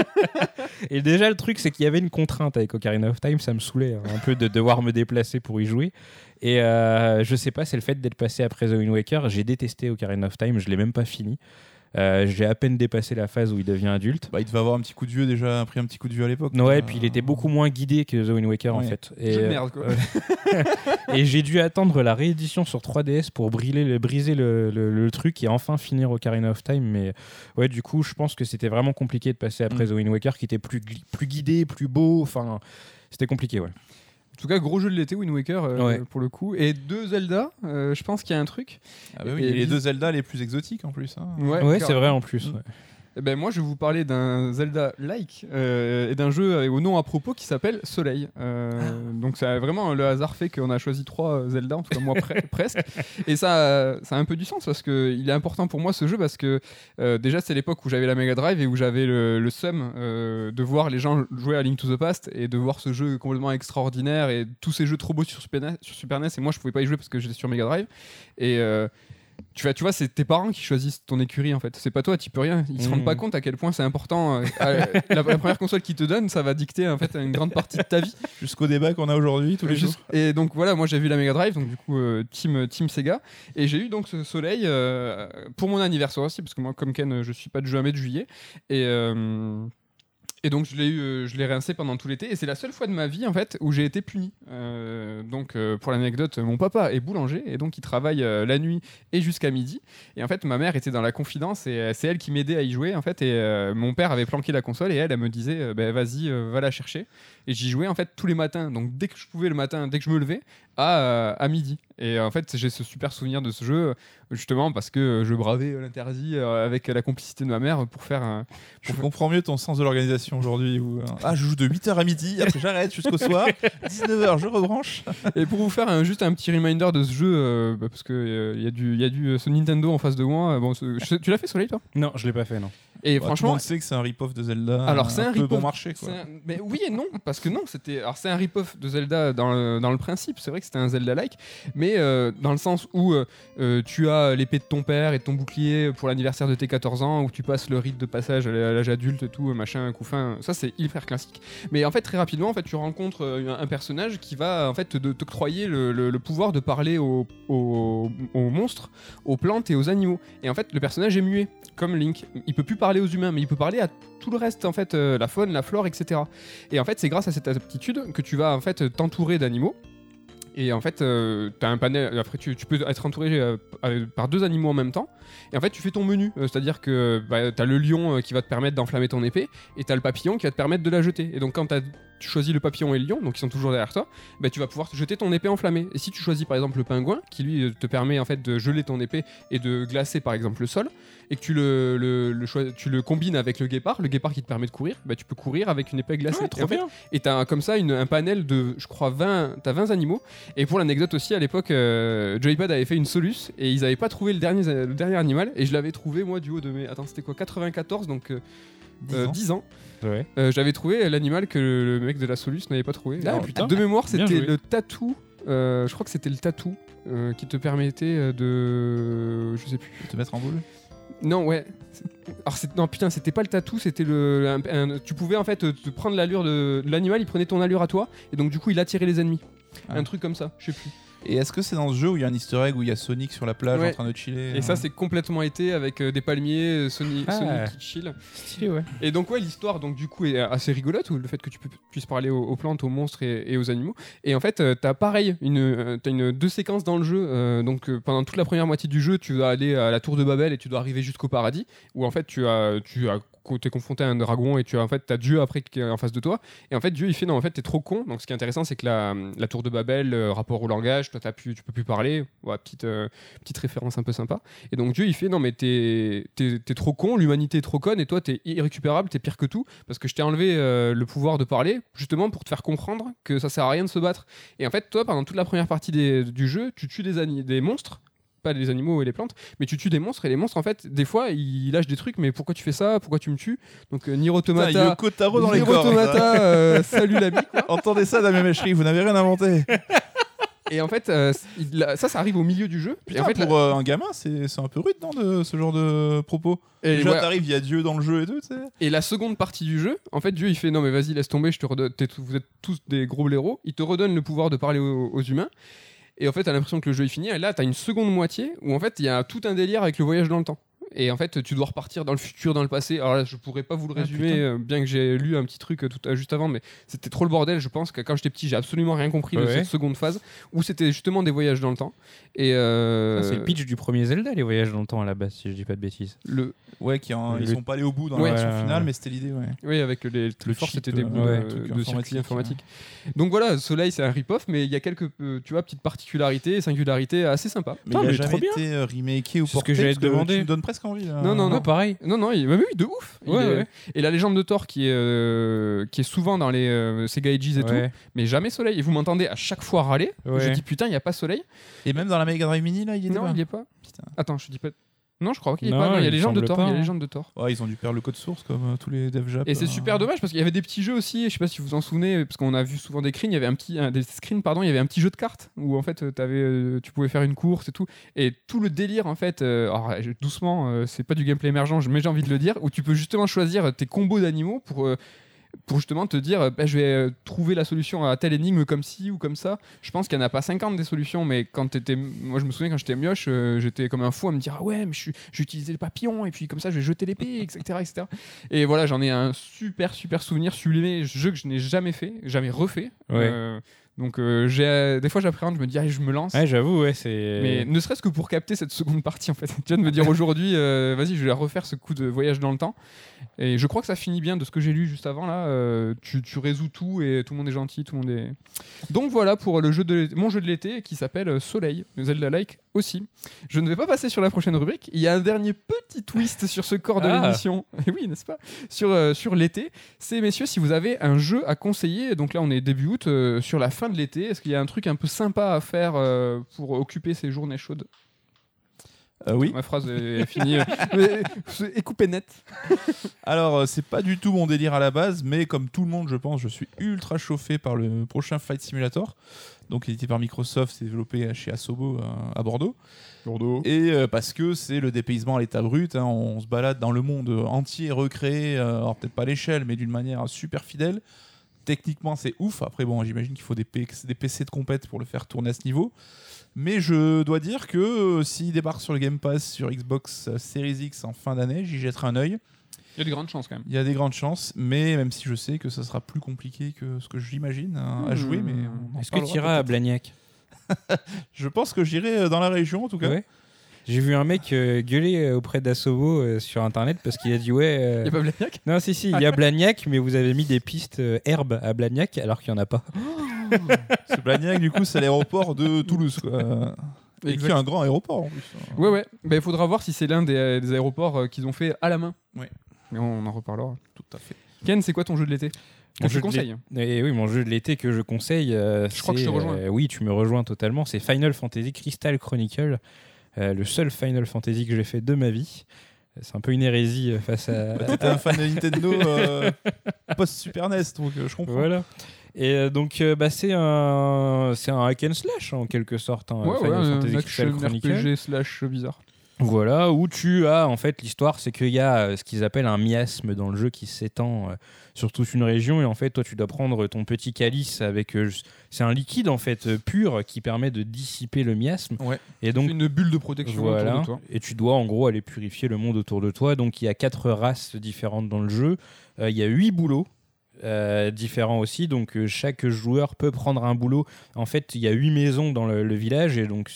Et déjà, le truc, c'est qu'il y avait une contrainte avec Ocarina of Time. Ça me saoulait un peu de devoir me déplacer pour y jouer. Et je sais pas, c'est le fait d'être passé après The Wind Waker. J'ai détesté Ocarina of Time. Je l'ai même pas fini. J'ai à peine dépassé la phase où il devient adulte. Bah, il devait avoir un petit coup de vieux déjà, pris un petit coup de vieux à l'époque. Ouais, puis il était beaucoup moins guidé que The Wind Waker en Ouais. fait. Jeu de merde quoi. Et j'ai dû attendre la réédition sur 3DS pour briser le truc et enfin finir Ocarina of Time. Mais ouais, du coup, je pense que c'était vraiment compliqué de passer après The Wind Waker qui était plus guidé, plus beau. Enfin, c'était compliqué, ouais. En tout cas, gros jeu de l'été, Wind Waker, Ouais. pour le coup. Et 2 Zelda, je pense qu'il y a un truc. Ah bah oui, Et et les deux Zelda les plus exotiques en plus. Hein. Ouais, c'est vrai en plus. Ouais. Eh ben, moi, je vais vous parler d'un Zelda-like et d'un jeu au nom à propos qui s'appelle Soleil. Donc, c'est vraiment le hasard fait qu'on a choisi 3 Zelda, en tout cas moi presque. Et ça a un peu du sens parce qu'il est important pour moi ce jeu parce que déjà, c'est l'époque où j'avais la Mega Drive et où j'avais le seum de voir les gens jouer à Link to the Past et de voir ce jeu complètement extraordinaire et tous ces jeux trop beaux sur Super NES. Et moi, je pouvais pas y jouer parce que j'étais sur Mega Drive. Et. Tu vois, c'est tes parents qui choisissent ton écurie en fait. C'est pas toi, tu peux rien. Ils se rendent pas compte à quel point c'est important. La première console qu'ils te donnent, ça va dicter en fait une grande partie de ta vie. Jusqu'au débat qu'on a aujourd'hui tous les jours. Et donc voilà, moi j'ai vu la Mega Drive, donc du coup team Sega, et j'ai eu donc ce Soleil pour mon anniversaire aussi, parce que moi comme Ken, je suis pas de juin mais de juillet. Et donc je l'ai rincé pendant tout l'été et c'est la seule fois de ma vie en fait où j'ai été puni. Pour l'anecdote, mon papa est boulanger et donc il travaille la nuit et jusqu'à midi. Et en fait ma mère était dans la confidence et c'est elle qui m'aidait à y jouer en fait. Et mon père avait planqué la console et elle me disait vas-y va la chercher. Et j'y jouais en fait tous les matins. Donc dès que je pouvais le matin, dès que je me levais à midi. Et en fait j'ai ce super souvenir de ce jeu justement parce que je bravais l'interdit avec la complicité de ma mère pour faire un... Je comprends mieux ton sens de l'organisation aujourd'hui. Je joue de 8h à midi, après j'arrête jusqu'au soir, 19h je rebranche. Et pour vous faire juste un petit reminder de ce jeu, parce qu'il y a du ce Nintendo en face de moi. Tu l'as fait Soleil toi ? Non, je l'ai pas fait, non. Et Tout le franchement, monde sait que c'est un rip-off de Zelda. alors c'est un peu rip-off, bon marché quoi. Mais oui et non, parce que non, c'est un rip-off de Zelda dans le principe. C'est vrai que c'était un Zelda-like, mais dans le sens où tu as l'épée de ton père et ton bouclier pour l'anniversaire de tes 14 ans, où tu passes le rite de passage à l'âge adulte et tout, machin, couffin. Ça c'est hyper classique. Mais en fait très rapidement, en fait, tu rencontres un personnage qui va en fait t'octroyer le pouvoir de parler aux monstres, aux plantes et aux animaux. Et en fait, le personnage est muet, comme Link. Il peut plus parler aux humains, mais il peut parler à tout le reste, en fait, la faune, la flore, etc. Et en fait, c'est grâce à cette aptitude que tu vas en fait t'entourer d'animaux. Et en fait, t'as un panel. Après, tu peux être entouré par 2 animaux en même temps. Et en fait, tu fais ton menu. C'est-à-dire que t'as le lion qui va te permettre d'enflammer ton épée, et t'as le papillon qui va te permettre de la jeter. Et donc, quand tu choisis le papillon et le lion, donc ils sont toujours derrière toi, tu vas pouvoir jeter ton épée enflammée. Et si tu choisis par exemple le pingouin, qui lui te permet en fait de geler ton épée et de glacer par exemple le sol, et que tu le combines avec le guépard qui te permet de courir, tu peux courir avec une épée glacée. Trop bien. Et t'as comme ça un panel de, je crois, 20 animaux. Et pour l'anecdote aussi, à l'époque, Joypad avait fait une Solus et ils avaient pas trouvé le dernier animal. Et je l'avais trouvé, moi, du haut de mes. Attends, c'était quoi 94, donc 10 ans. Ouais. J'avais trouvé l'animal que le mec de la Solus n'avait pas trouvé. Ah, Alors, putain. de mémoire, Bien c'était joué. le tatou. Je crois que c'était le tatou qui te permettait de. Je sais plus. Te mettre en boule. Non, ouais. Alors, non, putain, c'était pas le tatou, c'était tu pouvais en fait te prendre l'allure de l'animal, il prenait ton allure à toi, et donc du coup, il attirait les ennemis. Ah. Un truc comme ça, je sais plus. Et est-ce que c'est dans ce jeu où il y a un easter egg où il y a Sonic sur la plage Ouais. en train de chiller Et ça, c'est complètement été avec des palmiers, Sonic qui chill. Stylé, ouais. Et donc, ouais, l'histoire, donc du coup, est assez rigolote, le fait que tu puisses parler aux plantes, aux monstres et aux animaux. Et en fait, t'as pareil, t'as 2 séquences dans le jeu. Pendant toute la première moitié du jeu, tu vas aller à la tour de Babel et tu dois arriver jusqu'au paradis, où en fait, t'es confronté à un dragon et t'as Dieu après qui est en face de toi. Et en fait, Dieu, il fait non, en fait, t'es trop con. Donc, ce qui est intéressant, c'est que la tour de Babel, rapport au langage, toi, tu peux plus parler. Ouais, petite référence un peu sympa. Et donc, Dieu, il fait non, mais t'es trop con, l'humanité est trop conne et toi, t'es irrécupérable, t'es pire que tout parce que je t'ai enlevé le pouvoir de parler justement pour te faire comprendre que ça sert à rien de se battre. Et en fait, toi, pendant toute la première partie du jeu, tu tues des monstres. Pas les animaux et les plantes, mais tu tues des monstres et les monstres en fait des fois ils lâchent des trucs, mais pourquoi tu fais ça, pourquoi tu me tues, donc Nier Automata, Putain, Yoko Taro dans les Nier cordes. Automata, salut l'ami quoi. Entendez ça, Damien Méchery, vous n'avez rien inventé. Et en fait ça arrive au milieu du jeu. Putain, Et en fait, pour un gamin, c'est un peu rude, non, de ce genre de propos. Et Déjà, ouais. t'arrives, il y a Dieu dans le jeu et tout, tu sais. Et la seconde partie du jeu, en fait Dieu il fait non mais vas-y laisse tomber, je te redonne, vous êtes tous des gros blaireaux, il te redonne le pouvoir de parler aux humains. Et en fait, t'as l'impression que le jeu est fini. Et là, t'as une seconde moitié où en fait, il y a tout un délire avec le voyage dans le temps. Et en fait, tu dois repartir dans le futur, dans le passé. Alors là, je pourrais pas vous le résumer, bien que j'ai lu un petit truc juste avant, mais c'était trop le bordel. Je pense que quand j'étais petit, j'ai absolument rien compris de cette seconde phase où c'était justement des voyages dans le temps. Et c'est le pitch du premier Zelda, les voyages dans le temps à la base, si je dis pas de bêtises. Ouais, ils sont pas allés au bout dans la version finale, mais c'était l'idée, ouais. Oui, avec le force, c'était des bouts de circuits informatiques. Donc voilà, Soleil, c'est un rip-off, mais il y a quelques petites particularités et singularités assez sympas. Mais il a jamais été remaké ou porté. Ce que j'allais te demander. Tu me donnes presque envie. Là. Non, pareil. Non, oui, de ouf. Et la légende de Thor qui est souvent dans les Sega Ages et tout, mais jamais Soleil. Et vous m'entendez à chaque fois râler. Je dis putain, il y a pas Soleil. Et même dans la Mega Drive Mini là, il est non, il y est pas. Putain. Attends, je dis pas. Non, je crois qu'il y est pas. Non, il y a légende de Thor. Il y a légende de Thor. Ouais, ils ont dû perdre le code source comme tous les dev Jap. Et c'est super dommage parce qu'il y avait des petits jeux aussi. Je sais pas si vous vous en souvenez, parce qu'on a vu souvent des screens. Il y avait il y avait un petit jeu de cartes où en fait tu pouvais faire une course et tout. Et tout le délire en fait, alors, doucement, c'est pas du gameplay émergent, mais j'ai envie de le dire, où tu peux justement choisir tes combos d'animaux pour pour justement te dire je vais trouver la solution à telle énigme comme ci ou comme ça. Je pense qu'il n'y en a pas 50 des solutions, mais moi je me souviens quand j'étais mioche, j'étais comme un fou à me dire ah ouais, mais j'ai utilisé le papillon et puis comme ça je vais jeter l'épée, etc. Et voilà, j'en ai un super souvenir sublimé, jeu que je n'ai jamais fait, jamais refait. Ouais. Donc des fois j'appréhende, je me dis allez, je me lance. Ouais, j'avoue, ouais, c'est. Mais ne serait-ce que pour capter cette seconde partie en fait. Tu viens de me dire aujourd'hui, vas-y, je vais la refaire ce coup de voyage dans le temps. Et je crois que ça finit bien de ce que j'ai lu juste avant là. Tu résous tout et tout le monde est gentil, tout le monde est. Donc voilà pour mon jeu de l'été qui s'appelle Soleil, Zelda-like aussi. Je ne vais pas passer sur la prochaine rubrique. Il y a un dernier petit twist sur ce corps de l'émission. Et oui, n'est-ce pas, sur l'été. C'est messieurs, si vous avez un jeu à conseiller. Donc là, on est début août, sur la fin de l'été. Est-ce qu'il y a un truc un peu sympa à faire pour occuper ces journées chaudes? Oui. Ma phrase est finie. Et coupé net. Alors, c'est pas du tout mon délire à la base, mais comme tout le monde, je pense, je suis ultra chauffé par le prochain Flight Simulator. Donc, édité par Microsoft, c'est développé chez Asobo à Bordeaux. Et parce que c'est le dépaysement à l'état brut. Hein, on se balade dans le monde entier recréé, alors peut-être pas à l'échelle, mais d'une manière super fidèle. Techniquement, c'est ouf. Après, bon, j'imagine qu'il faut des PC de compète pour le faire tourner à ce niveau. Mais je dois dire que s'il débarque sur le Game Pass sur Xbox Series X en fin d'année, j'y jetterai un œil. Il y a des grandes chances quand même. Il y a des grandes chances, mais même si je sais que ça sera plus compliqué que ce que j'imagine à jouer. Mais est-ce que tu iras à Blagnac? Je pense que j'irai dans la région en tout cas. Ouais. J'ai vu un mec gueuler auprès d'Asobo sur internet parce qu'il a dit il n'y a pas Blagnac? Non, si, il y a Blagnac, mais vous avez mis des pistes herbes à Blagnac alors qu'il n'y en a pas. Ce Blagnac, du coup, c'est l'aéroport de Toulouse, quoi. Et qui est un grand aéroport en plus. Ouais. Il faudra voir si c'est l'un des aéroports qu'ils ont fait à la main. Ouais. Mais on en reparlera. Tout à fait. Ken, c'est quoi ton jeu de l'été que tu conseilles? Oui, mon jeu de l'été que je conseille. Je crois que je te rejoins. Oui, tu me rejoins totalement. C'est Final Fantasy Crystal Chronicle. Le seul Final Fantasy que j'ai fait de ma vie. C'est un peu une hérésie face à. T'étais un fan de Nintendo post-Super NES, donc je comprends. Voilà. Et donc, c'est un hack and slash en quelque sorte. Final Fantasy Crystal Chronicle. RPG slash bizarre. Voilà, où tu as, en fait, l'histoire, c'est qu'il y a ce qu'ils appellent un miasme dans le jeu qui s'étend sur toute une région. Et en fait, toi, tu dois prendre ton petit calice avec. C'est un liquide, en fait, pur qui permet de dissiper le miasme. Ouais. Et donc, c'est une bulle de protection autour de toi. Et tu dois, en gros, aller purifier le monde autour de toi. Donc, il y a 4 races différentes dans le jeu. Il y a 8 boulots. Différents aussi, donc chaque joueur peut prendre un boulot. En fait, il y a 8 maisons dans le village, et donc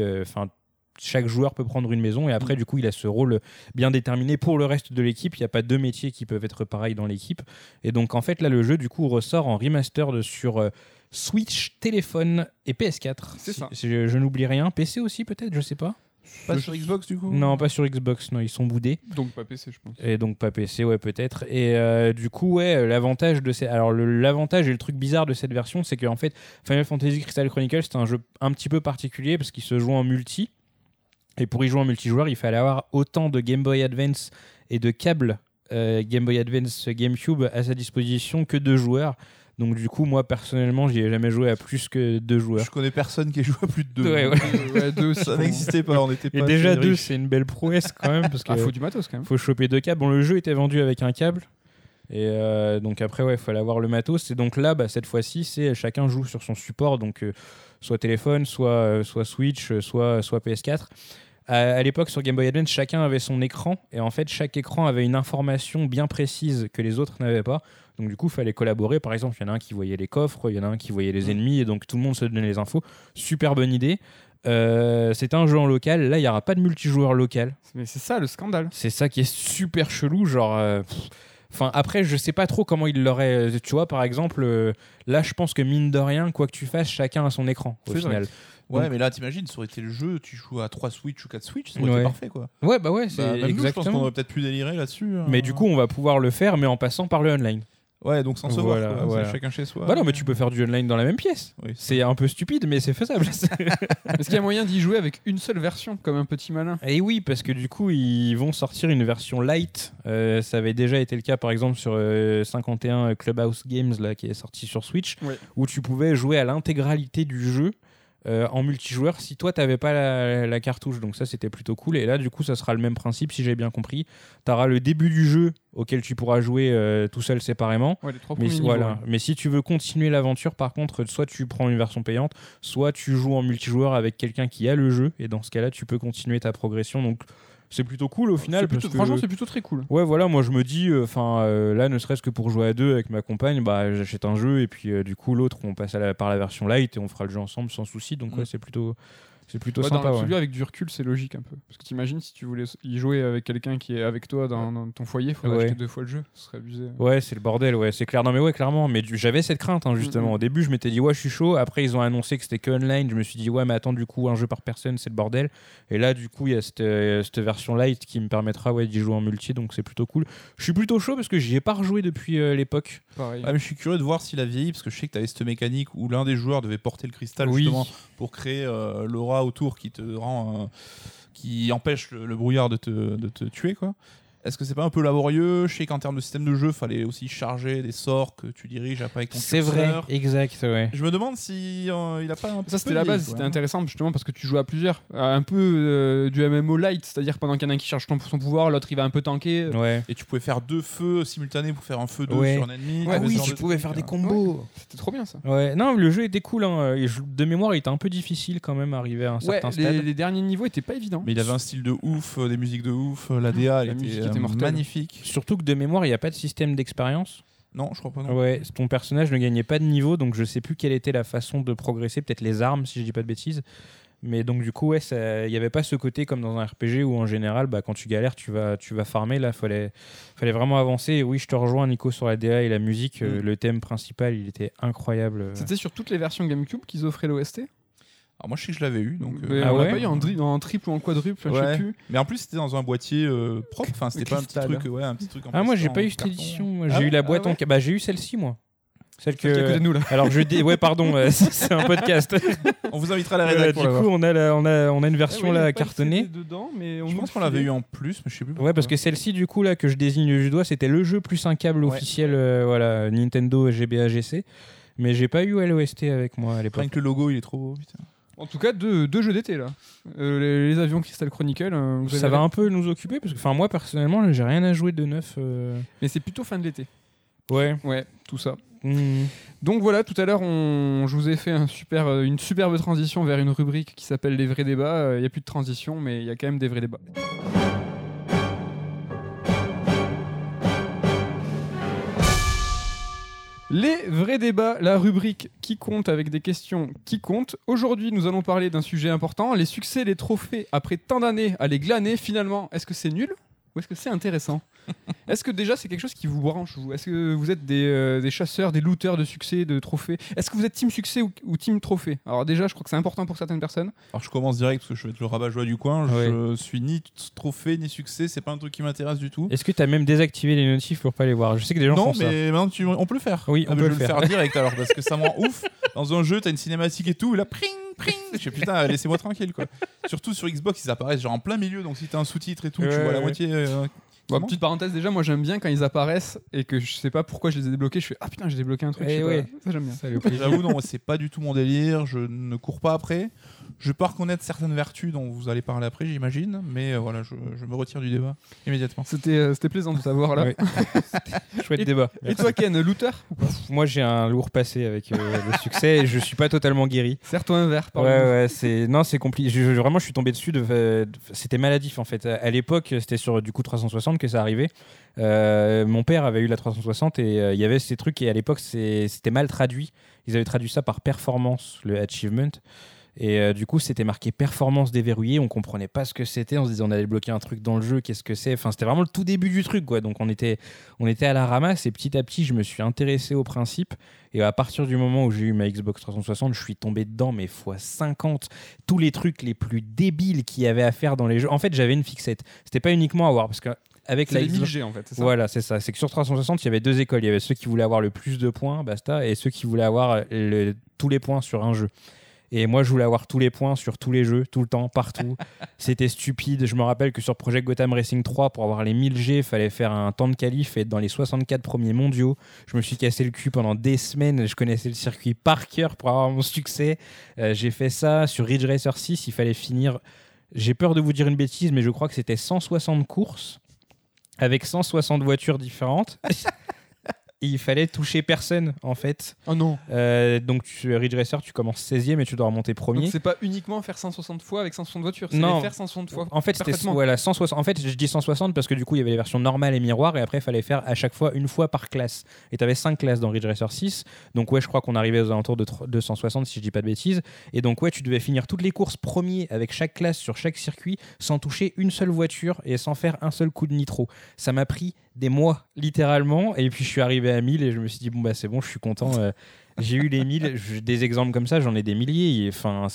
chaque joueur peut prendre une maison, et après du coup il a ce rôle bien déterminé pour le reste de l'équipe. Il n'y a pas 2 métiers qui peuvent être pareils dans l'équipe, et donc en fait là le jeu du coup ressort en remaster sur Switch, téléphone et PS4. C'est ça. Je n'oublie rien. PC aussi peut-être, je sais pas. Pas sur Xbox du coup? Non, pas sur Xbox, non, ils sont boudés. Donc pas PC, je pense. Et donc pas PC, ouais, peut-être. Et du coup, ouais, l'avantage de l'avantage et le truc bizarre de cette version, c'est qu'en fait, Final Fantasy Crystal Chronicles, c'est un jeu un petit peu particulier parce qu'il se joue en multi. Et pour y jouer en multijoueur, il fallait avoir autant de Game Boy Advance et de câbles Game Boy Advance GameCube à sa disposition que 2 joueurs. Donc du coup, moi personnellement, j'y ai jamais joué à plus que 2 joueurs. Je connais personne qui ait joué à plus de 2. Ouais. 2, ça n'existait pas, on était pas. Et déjà 2, c'est une belle prouesse quand même parce que faut du matos quand même. Faut choper 2 câbles. Bon, le jeu était vendu avec un câble. Et donc après, ouais, il fallait avoir le matos. Et donc là, cette fois-ci, c'est chacun joue sur son support, donc soit téléphone, soit Switch, soit PS4. À l'époque, sur Game Boy Advance, chacun avait son écran, et en fait, chaque écran avait une information bien précise que les autres n'avaient pas. Donc du coup, il fallait collaborer. Par exemple, il y en a un qui voyait les coffres, il y en a un qui voyait les ennemis, et donc tout le monde se donnait les infos. Super bonne idée. C'est un jeu en local. Là, il n'y aura pas de multijoueur local. Mais c'est ça le scandale. C'est ça qui est super chelou. Genre, après, je sais pas trop comment il l'aurait. Tu vois, par exemple, là, je pense que mine de rien, quoi que tu fasses, chacun a son écran au final. Ouais, mais là, t'imagines, ça aurait été le jeu, tu joues à 3 Switch ou 4 Switch, ça aurait été parfait, quoi. Ouais, c'est même exactement. nous, je pense qu'on aurait peut-être pu délirer là-dessus. Mais du coup, on va pouvoir le faire, mais en passant par le online. Ouais, donc sans se voir, quoi. Voilà. Chacun chez soi. Bah non, mais tu peux faire du online dans la même pièce. Oui, c'est un peu stupide, mais c'est faisable. Est-ce qu'il y a moyen d'y jouer avec une seule version, comme un petit malin? Et oui, parce que du coup, ils vont sortir une version light. Ça avait déjà été le cas, par exemple, sur 51 Clubhouse Games, là, qui est sorti sur Switch, où tu pouvais jouer à l'intégralité du jeu. en multijoueur si toi t'avais pas la cartouche. Donc ça c'était plutôt cool. Et là du coup ça sera le même principe si j'ai bien compris. T'auras le début du jeu auquel tu pourras jouer tout seul séparément. Ouais, les 3 Mais premiers niveaux, voilà. ouais. Mais si tu veux continuer l'aventure, par contre, soit tu prends une version payante, soit tu joues en multijoueur avec quelqu'un qui a le jeu. Et dans ce cas-là, tu peux continuer ta progression. Donc c'est plutôt cool au final. Franchement, c'est plutôt très cool. Ouais, voilà, moi je me dis, là, ne serait-ce que pour jouer à 2 avec ma compagne, bah, j'achète un jeu et puis du coup, l'autre, on passe par la version light et on fera le jeu ensemble sans souci. Donc, ouais, c'est plutôt Ouais, sympa. dans l'absolu, avec du recul, c'est logique un peu. Parce que t'imagines, si tu voulais y jouer avec quelqu'un qui est avec toi dans ton foyer, il faudrait acheter 2 fois le jeu. Ce serait abusé. Ouais, c'est le bordel, ouais, c'est clair. Non, mais ouais, clairement. Mais j'avais cette crainte, hein, justement. Au début, je m'étais dit, ouais, je suis chaud. Après, ils ont annoncé que c'était que online. Je me suis dit, ouais, mais attends, du coup, un jeu par personne, c'est le bordel. Et là, du coup, il y a cette version light qui me permettra d'y jouer en multi. Donc, c'est plutôt cool. Je suis plutôt chaud parce que j'y ai pas rejoué depuis l'époque. Pareil. Mais je suis curieux de voir s'il a vieilli, parce que je sais que tu avais cette mécanique où l'un des joueurs devait porter le cristal justement pour créer l'aura autour qui te rend, qui empêche le brouillard de te tuer, quoi. Est-ce que c'est pas un peu laborieux? Je sais qu'en termes de système de jeu, fallait aussi charger des sorts que tu diriges après avec ton curseur. C'est vrai, exact, ouais. Je me demande si il a pas un peu. Ça, c'était la base, c'était intéressant justement parce que tu joues à plusieurs. Un peu du MMO light, c'est-à-dire pendant qu'il y en a un qui charge son pouvoir, l'autre il va un peu tanker. Ouais. Et tu pouvais faire 2 feux simultanés pour faire un feu 2 sur un ennemi. Ah oui, ce genre tu de pouvais trucs, faire des combos. Ouais, c'était trop bien ça. Ouais, non, le jeu était cool. Hein. De mémoire, il était un peu difficile quand même, arrivé à un certain stade. Les derniers niveaux étaient pas évidents. Mais il avait un style de ouf, des musiques de ouf, l'ADA, la musique était mortelle. magnifique. Surtout que de mémoire, il n'y a pas de système d'expérience. Non, je crois pas. Non. Ouais, ton personnage ne gagnait pas de niveau, donc je sais plus quelle était la façon de progresser. Peut-être les armes, si je dis pas de bêtises. Mais donc du coup, ouais, il n'y avait pas ce côté comme dans un RPG où en général, bah, quand tu galères, tu vas farmer. Là, fallait vraiment avancer. Et oui, je te rejoins, Nico, sur la DA et la musique. Le thème principal, il était incroyable. C'était sur toutes les versions GameCube qu'ils offraient l'OST. Alors moi je sais que je l'avais eu, donc on l'a pas eu en triple ou en quadruple, je sais plus. Mais en plus c'était dans un boîtier propre, enfin c'était pas un petit truc, un petit truc en moi j'ai plastique, pas eu en cette carton. édition. Moi, j'ai eu la boîte en j'ai eu celle-ci moi. Celle Qui est à côté de nous là. Alors ouais pardon, c'est un podcast. On vous invitera à la rédaction. Du coup on a une version là cartonnée. Dedans, mais je pense qu'on l'avait eu en plus, mais je sais plus. Ouais, parce que celle-ci du coup là que je désigne du doigt, c'était le jeu plus un câble officiel, voilà, Nintendo GBA GC. Mais j'ai pas eu l'OST avec moi à l'époque. Rien que le logo il est trop beau, putain. En tout cas, deux jeux d'été là. Les avions Crystal Chronicle. Ça va un peu nous occuper parce que, moi personnellement, j'ai rien à jouer de neuf. Mais c'est plutôt fin de l'été. Ouais, tout ça. Donc voilà, tout à l'heure, je vous ai fait une superbe transition vers une rubrique qui s'appelle les vrais débats. Il n'y a plus de transition, mais il y a quand même des vrais débats. Les vrais débats, la rubrique qui compte avec des questions qui comptent. Aujourd'hui, nous allons parler d'un sujet important, les succès, les trophées. Après tant d'années à les glaner, finalement, est-ce que c'est nul ou est-ce que c'est intéressant? Est-ce que déjà c'est quelque chose qui vous branche, vous? Est-ce que vous êtes des chasseurs, des looters de succès, de trophées? Est-ce que vous êtes team succès ou team trophée? Alors déjà, je crois que c'est important pour certaines personnes. Alors je commence direct parce que je vais être le rabat-joie du coin. Je suis ni trophée ni succès, c'est pas un truc qui m'intéresse du tout. Est-ce que tu as même désactivé les notifs pour pas les voir? Je sais que des gens font ça. Non, mais maintenant on peut le faire. Oui, on peut le faire direct alors parce que ça me rend ouf. Dans un jeu, t'as une cinématique et tout, et là, pring. Je fais putain, laissez-moi tranquille quoi. Surtout sur Xbox, ils apparaissent genre en plein milieu, donc si t'as un sous-titre et tout, tu vois la moitié. Petite parenthèse, déjà, moi j'aime bien quand ils apparaissent et que je sais pas pourquoi je les ai débloqués. Je fais ah putain, j'ai débloqué un truc. Ça j'aime bien. J'avoue, non, c'est pas du tout mon délire. Je ne cours pas après. Je peux pas reconnaître certaines vertus dont vous allez parler après, j'imagine, mais voilà, je me retire du débat immédiatement. C'était plaisant de savoir là. Chouette débat. Et toi, Ken, looter ou pas? Moi, j'ai un lourd passé avec le succès et je suis pas totalement guéri. Serre-toi un verre. C'est compliqué. Vraiment, je suis tombé dessus. C'était maladif en fait. À l'époque, c'était sur du coup 360 que ça arrivait. Mon père avait eu la 360 et il y avait ces trucs et à l'époque c'était mal traduit. Ils avaient traduit ça par performance, le achievement. Et du coup, c'était marqué performance déverrouillée. On comprenait pas ce que c'était. On se disait, on allait bloquer un truc dans le jeu. Qu'est-ce que c'est? Enfin, c'était vraiment le tout début du truc, quoi. Donc, on était à la ramasse. Et petit à petit, je me suis intéressé au principe. Et à partir du moment où j'ai eu ma Xbox 360, je suis tombé dedans, mais x50. Tous les trucs les plus débiles qu'il y avait à faire dans les jeux. En fait, j'avais une fixette. C'était pas uniquement à voir parce que avec c'est la les Xbox 1000G en fait, c'est ça? Voilà, c'est ça. C'est que sur 360, il y avait deux écoles. Il y avait ceux qui voulaient avoir le plus de points, basta, et ceux qui voulaient avoir tous les points sur un jeu. Et moi, je voulais avoir tous les points sur tous les jeux, tout le temps, partout. C'était stupide. Je me rappelle que sur Project Gotham Racing 3, pour avoir les 1000 G, il fallait faire un temps de qualif et être dans les 64 premiers mondiaux. Je me suis cassé le cul pendant des semaines. Je connaissais le circuit par cœur pour avoir mon succès. J'ai fait ça sur Ridge Racer 6. Il fallait finir, j'ai peur de vous dire une bêtise, mais je crois que c'était 160 courses avec 160 voitures différentes. Il fallait toucher personne en fait. Oh non. Donc Ridge Racer, tu commences 16e et tu dois remonter premier. Donc c'est pas uniquement faire 160 fois avec 160 voitures, c'est Non. les faire 160 fois. En fait, c'était 160. En fait, je dis 160 parce que du coup, il y avait les versions normales et miroir et après, il fallait faire à chaque fois une fois par classe. Et tu avais 5 classes dans Ridge Racer 6. Donc ouais, je crois qu'on arrivait aux alentours de 260 si je dis pas de bêtises. Et donc ouais, tu devais finir toutes les courses premier avec chaque classe sur chaque circuit sans toucher une seule voiture et sans faire un seul coup de nitro. Ça m'a pris des mois littéralement et puis je suis arrivé à 1000 et je me suis dit bon bah c'est bon, je suis content. J'ai eu les 1000, des exemples comme ça, j'en ai des milliers. Enfin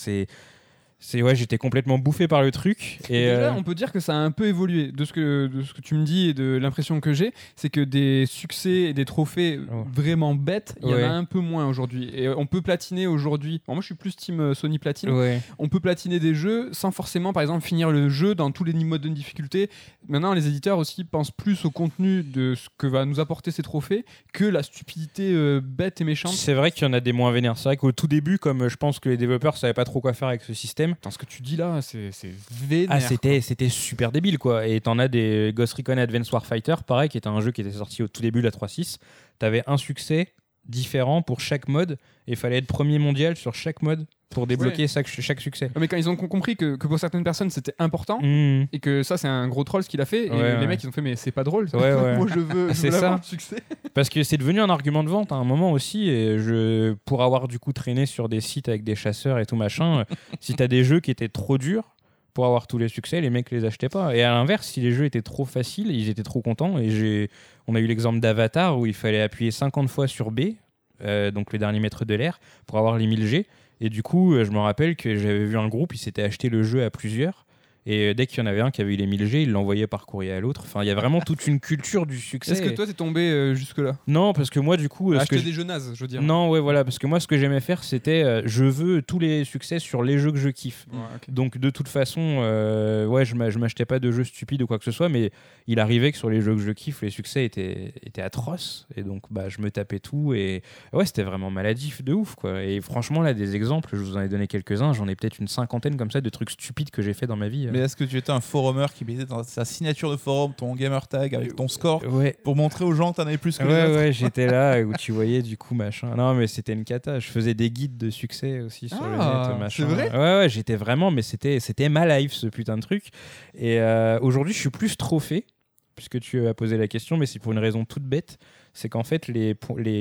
ouais, j'étais complètement bouffé par le truc. Et déjà, on peut dire que ça a un peu évolué. De ce que tu me dis et de l'impression que j'ai, c'est que des succès et des trophées vraiment bêtes, il y en a un peu moins aujourd'hui. Et on peut platiner aujourd'hui. Bon, moi, je suis plus team Sony Platine. Ouais. On peut platiner des jeux sans forcément, par exemple, finir le jeu dans tous les modes de difficulté. Maintenant, les éditeurs aussi pensent plus au contenu de ce que va nous apporter ces trophées que la stupidité bête et méchante. C'est vrai qu'il y en a des moins vénères. C'est vrai qu'au tout début, comme je pense que les développeurs savaient pas trop quoi faire avec ce système. Attends, ce que tu dis là, c'est vénère. Ah, c'était super débile quoi. Et t'en as des Ghost Recon Advance Warfighter, pareil, qui était un jeu qui était sorti au tout début de la 3.6. T'avais un succès différent pour chaque mode et il fallait être premier mondial sur chaque mode pour débloquer chaque succès. Mais quand ils ont compris que pour certaines personnes c'était important et que ça c'est un gros troll ce qu'il a fait et les mecs ils ont fait mais c'est pas drôle ça. Moi je veux avoir le succès. Parce que c'est devenu un argument de vente à un moment aussi et pour avoir du coup traîné sur des sites avec des chasseurs et tout machin, si t'as des jeux qui étaient trop durs pour avoir tous les succès, les mecs les achetaient pas. Et à l'inverse, si les jeux étaient trop faciles, ils étaient trop contents. Et on a eu l'exemple d'Avatar où il fallait appuyer 50 fois sur B, donc le dernier mètre de l'air, pour avoir les 1000 G. Et du coup, je me rappelle que j'avais vu un groupe, ils s'étaient acheté le jeu à plusieurs. Et dès qu'il y en avait un qui avait eu les 1000 G, il l'envoyait par courrier à l'autre. Enfin, il y a vraiment toute une culture du succès. Est-ce que toi, t'es tombé jusque-là ? Non, parce que moi, du coup... acheter des jeux nazes, je veux dire. Non, ouais, voilà. Parce que moi, ce que j'aimais faire, c'était... je veux tous les succès sur les jeux que je kiffe. Ouais, okay. Donc, de toute façon, je m'achetais pas de jeux stupides ou quoi que ce soit, mais il arrivait que sur les jeux que je kiffe, les succès étaient atroces. Et donc, je me tapais tout. Et ouais, c'était vraiment maladif de ouf, quoi. Et franchement, là, des exemples, je vous en ai donné quelques-uns. J'en ai peut-être une cinquantaine comme ça de trucs stupides que j'ai fait dans ma vie. Mais est-ce que tu étais un forumeur qui mettait dans sa signature de forum ton gamer tag avec ton score pour montrer aux gens que t'en avais plus que les autres? Ouais, j'étais là où tu voyais du coup machin. Non, mais c'était une cata. Je faisais des guides de succès aussi sur le net, machin. C'est vrai? Ouais, j'étais vraiment, mais c'était ma life ce putain de truc. Et aujourd'hui, je suis plus trophée, puisque tu as posé la question, mais c'est pour une raison toute bête. C'est qu'en fait, les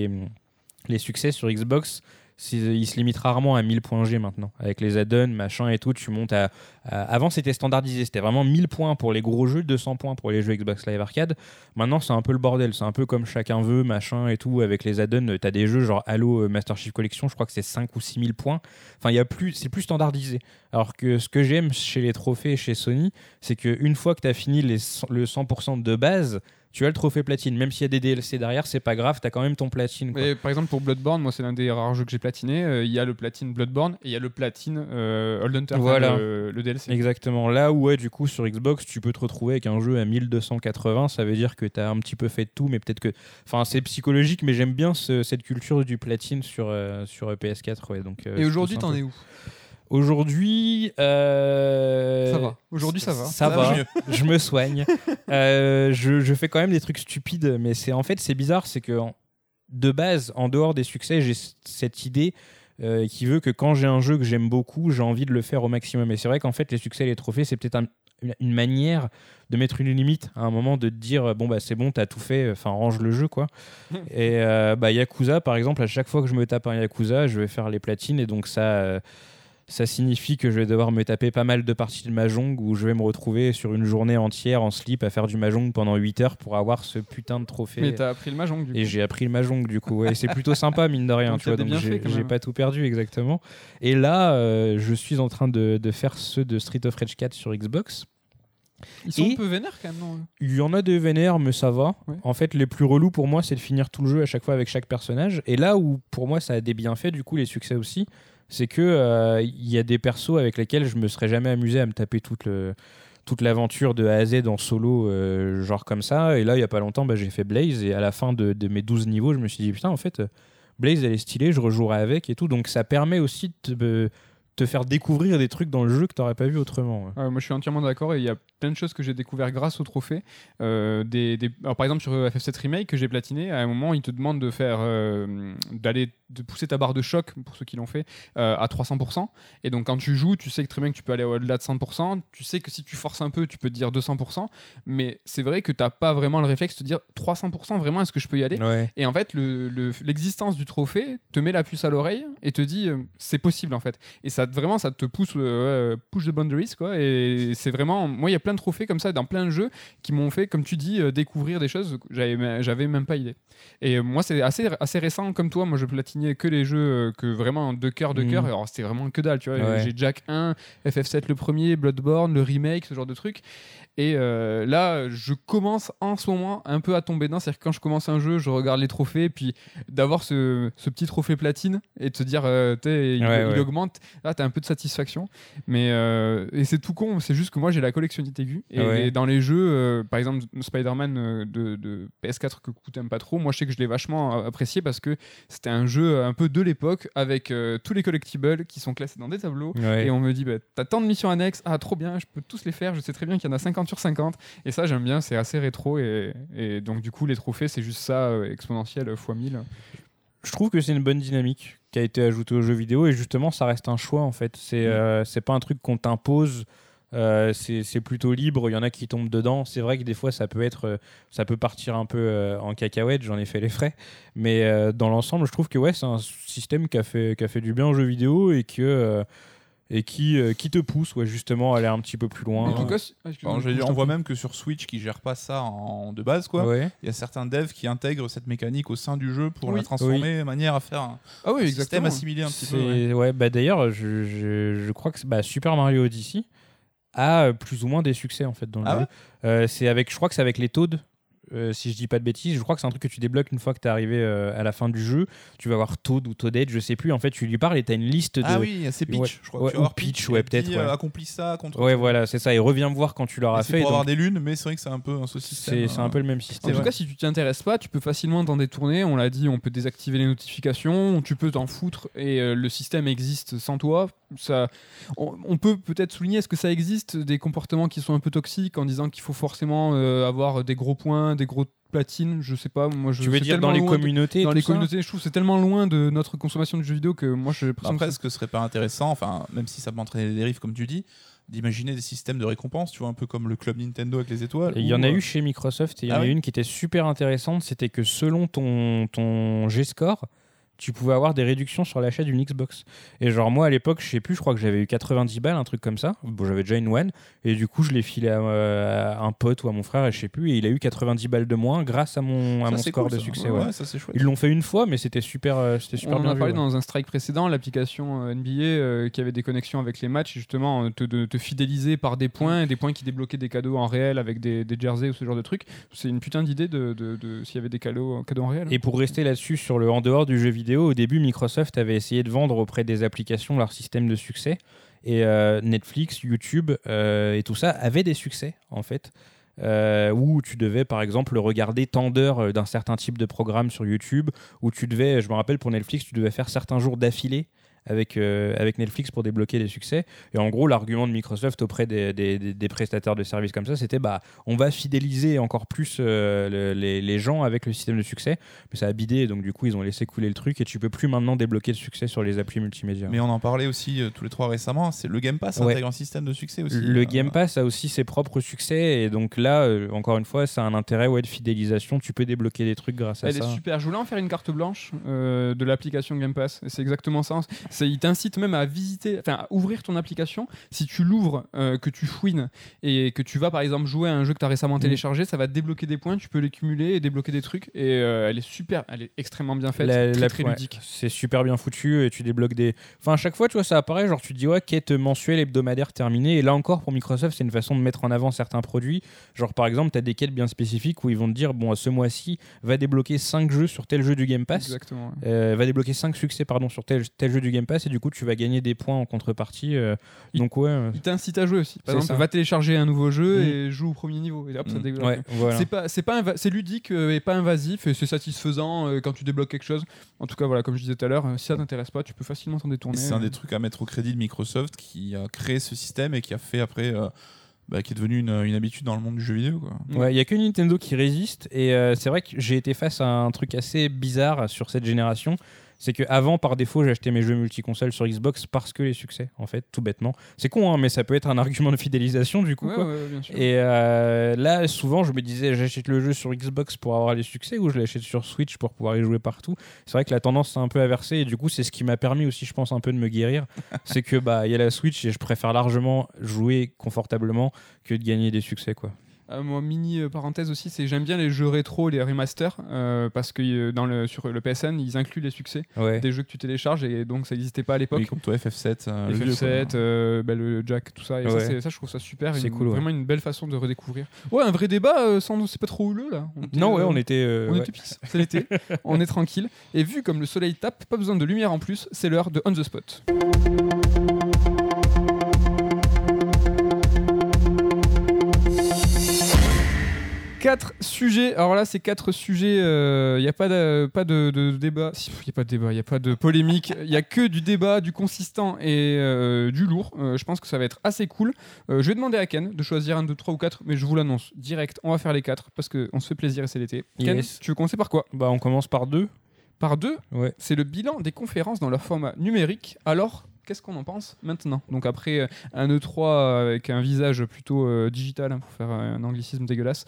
succès sur Xbox, il se limite rarement à 1000 points G maintenant. Avec les add-ons, machin et tout, tu montes à... Avant, c'était standardisé. C'était vraiment 1000 points pour les gros jeux, 200 points pour les jeux Xbox Live Arcade. Maintenant, c'est un peu le bordel. C'est un peu comme chacun veut, machin et tout. Avec les add-ons, t'as des jeux genre Halo Master Chief Collection, je crois que c'est 5 ou 6000 points. Enfin, c'est plus standardisé. Alors que ce que j'aime chez les trophées chez Sony, c'est qu'une fois que t'as fini le 100% de base, tu as le trophée platine. Même s'il y a des DLC derrière, c'est pas grave, t'as quand même ton platine. Quoi. Et par exemple, pour Bloodborne, moi, c'est l'un des rares jeux que j'ai platiné. Il y a le platine Bloodborne et il y a le platine Old Hunter, voilà. Le DLC. Exactement. Là où, ouais, du coup, sur Xbox, tu peux te retrouver avec un jeu à 1280. Ça veut dire que t'as un petit peu fait de tout, mais peut-être que. Enfin, c'est psychologique, mais j'aime bien cette culture du platine sur PS4. Ouais, donc, et aujourd'hui, t'en es où ? Aujourd'hui, ça va. Aujourd'hui, ça va. Ça va. Je me soigne. Je fais quand même des trucs stupides, mais c'est bizarre, c'est que de base, en dehors des succès, j'ai cette idée qui veut que quand j'ai un jeu que j'aime beaucoup, j'ai envie de le faire au maximum. Et c'est vrai qu'en fait, les succès et les trophées, c'est peut-être une manière de mettre une limite à un moment, de te dire bon bah c'est bon, t'as tout fait, enfin range le jeu quoi. Et Yakuza par exemple, à chaque fois que je me tape un Yakuza, je vais faire les platines et donc ça signifie que je vais devoir me taper pas mal de parties de Mahjong où je vais me retrouver sur une journée entière en slip à faire du Mahjong pendant 8 heures pour avoir ce putain de trophée. Mais t'as appris le Mahjong du coup. Et j'ai appris le Mahjong du coup. Et c'est plutôt sympa mine de rien. Donc tu vois, donc j'ai pas tout perdu exactement. Et là, je suis en train de faire ceux de Street of Rage 4 sur Xbox. Ils sont un peu vénères quand même, non ? Il y en a des vénères, mais ça va. Ouais. En fait, les plus relous pour moi, c'est de finir tout le jeu à chaque fois avec chaque personnage. Et là où pour moi ça a des bienfaits, du coup les succès aussi, c'est que il y a des persos avec lesquels je me serais jamais amusé à me taper toute l'aventure de A à Z en solo, genre comme ça. Et là, il y a pas longtemps, j'ai fait Blaze, et à la fin de mes 12 niveaux, je me suis dit, putain, en fait, Blaze, elle est stylée, je rejouerai avec et tout. Donc ça permet aussi de te faire découvrir des trucs dans le jeu que t'aurais pas vu autrement. Moi, je suis entièrement d'accord, et il y a plein de choses que j'ai découvert grâce au trophée. Alors, par exemple, sur FF7 Remake que j'ai platiné, à un moment, il te demande de faire, de pousser ta barre de choc, pour ceux qui l'ont fait, à 300%. Et donc, quand tu joues, tu sais que très bien que tu peux aller au-delà de 100%. Tu sais que si tu forces un peu, tu peux te dire 200%. Mais c'est vrai que t'as pas vraiment le réflexe de te dire 300%, vraiment, est-ce que je peux y aller ? Ouais. Et en fait, l'existence du trophée te met la puce à l'oreille et te dit c'est possible, en fait. Et ça te pousse push the boundaries, quoi. Et c'est vraiment, moi, il y a plein de trophées comme ça dans plein de jeux qui m'ont fait, comme tu dis, découvrir des choses que j'avais même pas idée. Et moi, c'est assez récent comme toi. Moi, je platinais que les jeux que vraiment de cœur. Alors, c'était vraiment que dalle, tu vois. Ouais. J'ai Jack 1, FF7 le premier, Bloodborne, le remake, ce genre de trucs. Et là, je commence en ce moment un peu à tomber dedans. C'est-à-dire que quand je commence un jeu, je regarde les trophées, puis d'avoir ce petit trophée platine et de te dire, il augmente, là, t'as un peu de satisfaction. Mais et c'est tout con, c'est juste que moi, j'ai la collectionnite aiguë. Et dans les jeux, par exemple, Spider-Man de PS4 que t'aimes pas trop, moi, je sais que je l'ai vachement apprécié parce que c'était un jeu un peu de l'époque avec tous les collectibles qui sont classés dans des tableaux. Ouais. Et on me dit, t'as tant de missions annexes, trop bien, je peux tous les faire, je sais très bien qu'il y en a 50 sur 50. Et ça, j'aime bien, c'est assez rétro. Et donc, du coup, les trophées, c'est juste ça, exponentiel x 1000. Je trouve que c'est une bonne dynamique qui a été ajoutée aux jeux vidéo, et justement, ça reste un choix, en fait. C'est pas un truc qu'on t'impose. C'est plutôt libre, il y en a qui tombent dedans. C'est vrai que des fois ça peut partir un peu en cacahuète, j'en ai fait les frais, mais dans l'ensemble je trouve que c'est un système qui a fait du bien aux jeux vidéo et qui te pousse justement à aller un petit peu plus loin. En tout cas, on voit même que sur Switch, qui gère pas ça de base, quoi. Ouais. Il y a certains devs qui intègrent cette mécanique au sein du jeu pour la transformer de manière à faire un système assimilé un petit peu. D'ailleurs, je crois que Super Mario Odyssey a plus ou moins des succès en fait dans le jeu. Je crois que c'est avec les Toads. Si je dis pas de bêtises, je crois que c'est un truc que tu débloques une fois que t'es arrivé à la fin du jeu. Tu vas avoir Toad ou Toadette, je sais plus. En fait, tu lui parles et t'as une liste de. Ah oui, c'est Peach, je crois. Ou Peach, peut-être. Accomplis ça contre. Ouais, voilà, c'est ça. Et reviens me voir quand tu l'auras fait. Pour avoir des lunes, mais c'est vrai que c'est un peu un système. C'est un peu le même système. En tout cas, si tu t'y intéresses pas, tu peux facilement t'en détourner. On l'a dit, on peut désactiver les notifications, tu peux t'en foutre et le système existe sans toi. On peut peut-être souligner, est-ce que ça existe des comportements qui sont un peu toxiques en disant qu'il faut forcément avoir des gros points, des gros platines, je sais pas. Moi, tu veux dire dans les communautés? Dans les communautés, je trouve que c'est tellement loin de notre consommation de jeux vidéo que moi je. Après, ce que serait pas intéressant, même si ça peut entraîner des dérives comme tu dis, d'imaginer des systèmes de récompense, tu vois, un peu comme le club Nintendo avec les étoiles. Il y en a eu chez Microsoft, et il y en a une qui était super intéressante, c'était que selon ton G-score, tu pouvais avoir des réductions sur l'achat d'une Xbox. Et genre moi à l'époque, je sais plus, je crois que j'avais eu 90 balles, un truc comme ça. Bon, j'avais déjà une One, et du coup je l'ai filé à un pote ou à mon frère, et je sais plus, et il a eu 90 balles de moins grâce à mon score de succès. Ouais, ça c'est chouette. Ils l'ont fait une fois, mais c'était super bien. On en a parlé dans un strike précédent, l'application NBA qui avait des connexions avec les matchs, justement te fidéliser par des points, et des points qui débloquaient des cadeaux en réel avec des jerseys ou ce genre de trucs. C'est une putain d'idée de s'il y avait des cadeaux en réel. Et pour rester là-dessus, sur le en dehors du jeu vidéo, au début Microsoft avait essayé de vendre auprès des applications leur système de succès, et Netflix, YouTube et tout ça avaient des succès en fait, où tu devais par exemple regarder tant d'heures d'un certain type de programme sur YouTube, où tu devais, je me rappelle pour Netflix, tu devais faire certains jours d'affilée avec Netflix pour débloquer des succès. Et en gros, l'argument de Microsoft auprès des prestataires de services comme ça, c'était on va fidéliser encore plus les gens avec le système de succès. Mais ça a bidé, donc du coup, ils ont laissé couler le truc, et tu peux plus maintenant débloquer le succès sur les applis multimédia. Mais on en parlait aussi tous les trois récemment, c'est le Game Pass intègre un système de succès aussi. Le Game Pass a aussi ses propres succès, et donc là, encore une fois, ça a un intérêt de fidélisation. Tu peux débloquer des trucs grâce à ça. Elle est super. Je voulais en faire une carte blanche de l'application Game Pass. Et c'est exactement ça. Il t'incite même à à ouvrir ton application. Si tu l'ouvres, que tu fouines et que tu vas par exemple jouer à un jeu que tu as récemment téléchargé, ça va te débloquer des points, tu peux les cumuler et débloquer des trucs. Et elle est super, elle est extrêmement bien faite, très ludique. C'est super bien foutu, et tu débloques des. Enfin, à chaque fois, tu vois, ça apparaît, genre tu te dis quête mensuelle, hebdomadaire terminée. Et là encore, pour Microsoft, c'est une façon de mettre en avant certains produits. Genre par exemple, tu as des quêtes bien spécifiques où ils vont te dire ce mois-ci, va débloquer 5 jeux sur tel jeu du Game Pass. Exactement. Va débloquer 5 succès sur tel jeu du Game Pass. Pass et du coup tu vas gagner des points en contrepartie. Donc ouais. Il t'incite à jouer aussi. Par C'est exemple, ça. va télécharger un nouveau jeu et joue au premier niveau. Et hop, ça débloque. Ouais, voilà. C'est ludique et pas invasif et c'est satisfaisant quand tu débloques quelque chose. En tout cas, voilà, comme je disais tout à l'heure, si ça t'intéresse pas, tu peux facilement t'en détourner. C'est un des trucs à mettre au crédit de Microsoft qui a créé ce système et qui a fait après, qui est devenu une habitude dans le monde du jeu vidéo, quoi. Ouais, il y a que Nintendo qui résiste et c'est vrai que j'ai été face à un truc assez bizarre sur cette génération. C'est que avant, par défaut, j'achetais mes jeux multi-consoles sur Xbox parce que les succès, en fait, tout bêtement. C'est con, hein, mais ça peut être un argument de fidélisation, du coup. Ouais, quoi. ouais, bien sûr. Et là, souvent, je me disais, j'achète le jeu sur Xbox pour avoir les succès ou je l'achète sur Switch pour pouvoir y jouer partout. C'est vrai que la tendance s'est un peu inversée et du coup, c'est ce qui m'a permis aussi, je pense, un peu de me guérir. C'est que il y a la Switch et je préfère largement jouer confortablement que de gagner des succès, quoi. Moi, mini parenthèse aussi, c'est j'aime bien les jeux rétro, les remasters, parce que sur le PSN, ils incluent les succès Ouais. des jeux que tu télécharges et donc ça n'existait pas à l'époque. Oui, comme toi, FF7. le vieux, FF7, quoi. le Jack, tout ça. Et Ouais. ça, je trouve ça super. C'est cool, ouais. Vraiment une belle façon de redécouvrir. Ouais, un vrai débat, c'est pas trop houleux là. On était. On était pisse. C'est l'été, on est tranquille. Et vu comme le soleil tape, pas besoin de lumière en plus, c'est l'heure de On the Spot. Quatre sujets. Alors là, c'est 4 sujets. Il n'y a pas de débat. Il n'y a pas de débat, il n'y a pas de polémique. Il n'y a que du débat, du consistant et du lourd. Je pense que ça va être assez cool. Je vais demander à Ken de choisir 1, 2, 3 ou 4, mais je vous l'annonce direct. On va faire les 4 parce qu'on se fait plaisir et c'est l'été. Ken, Yes. tu veux commencer par quoi? On commence par 2. Par 2, Ouais. c'est le bilan des conférences dans leur format numérique. Alors, qu'est-ce qu'on en pense maintenant? Donc après un E3 avec un visage plutôt digital, pour faire un anglicisme dégueulasse,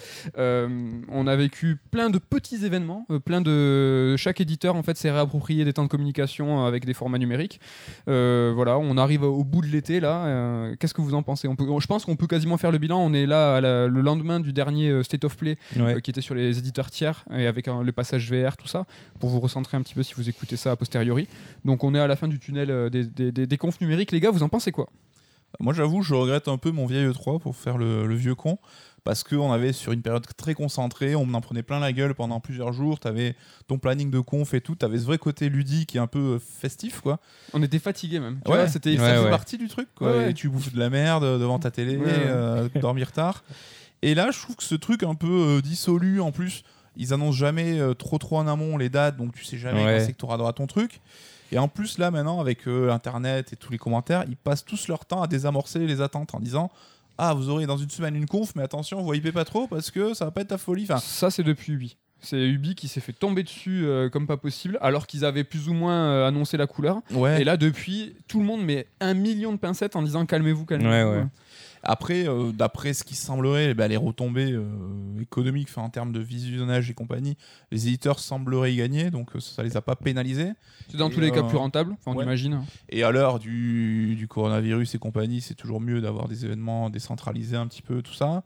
on a vécu plein de petits événements, chaque éditeur en fait s'est réapproprié des temps de communication avec des formats numériques. Voilà, on arrive au bout de l'été là. Qu'est-ce que vous en pensez? Je pense qu'on peut quasiment faire le bilan. On est là le lendemain du dernier State of Play qui était sur les éditeurs tiers et avec le passage VR, tout ça, pour vous recentrer un petit peu si vous écoutez ça a posteriori. Donc on est à la fin du tunnel des confs numériques. Les gars, vous en pensez quoi? Moi, j'avoue, je regrette un peu mon vieil E3 pour faire le vieux con. Parce qu'on avait sur une période très concentrée, on en prenait plein la gueule pendant plusieurs jours, t'avais ton planning de conf et tout, t'avais ce vrai côté ludique et un peu festif, quoi. On était fatigués même. Tu Ouais, vois, ça fait partie du truc, quoi. Ouais. Et tu bouffes de la merde devant ta télé, dormir tard. Et là, je trouve que ce truc un peu dissolu, en plus, ils annoncent jamais trop en amont les dates, donc tu sais jamais quand c'est que t'auras droit à ton truc. Et en plus, là, maintenant, avec Internet et tous les commentaires, ils passent tous leur temps à désamorcer les attentes en disant « Ah, vous aurez dans une semaine une conf, mais attention, vous hypez pas trop parce que ça va pas être ta folie. » Ça, c'est depuis Ubi. C'est Ubi qui s'est fait tomber dessus comme pas possible, alors qu'ils avaient plus ou moins annoncé la couleur. Ouais. Et là, depuis, tout le monde met 1 million de pincettes en disant « Calmez-vous, calmez-vous. » Ouais. Après, d'après ce qui semblerait, les retombées économiques, en termes de visionnage et compagnie, les éditeurs sembleraient y gagner, donc ça les a pas pénalisés. C'est dans tous les cas plus rentable, on imagine. Et à l'heure du coronavirus et compagnie, c'est toujours mieux d'avoir des événements décentralisés un petit peu, tout ça.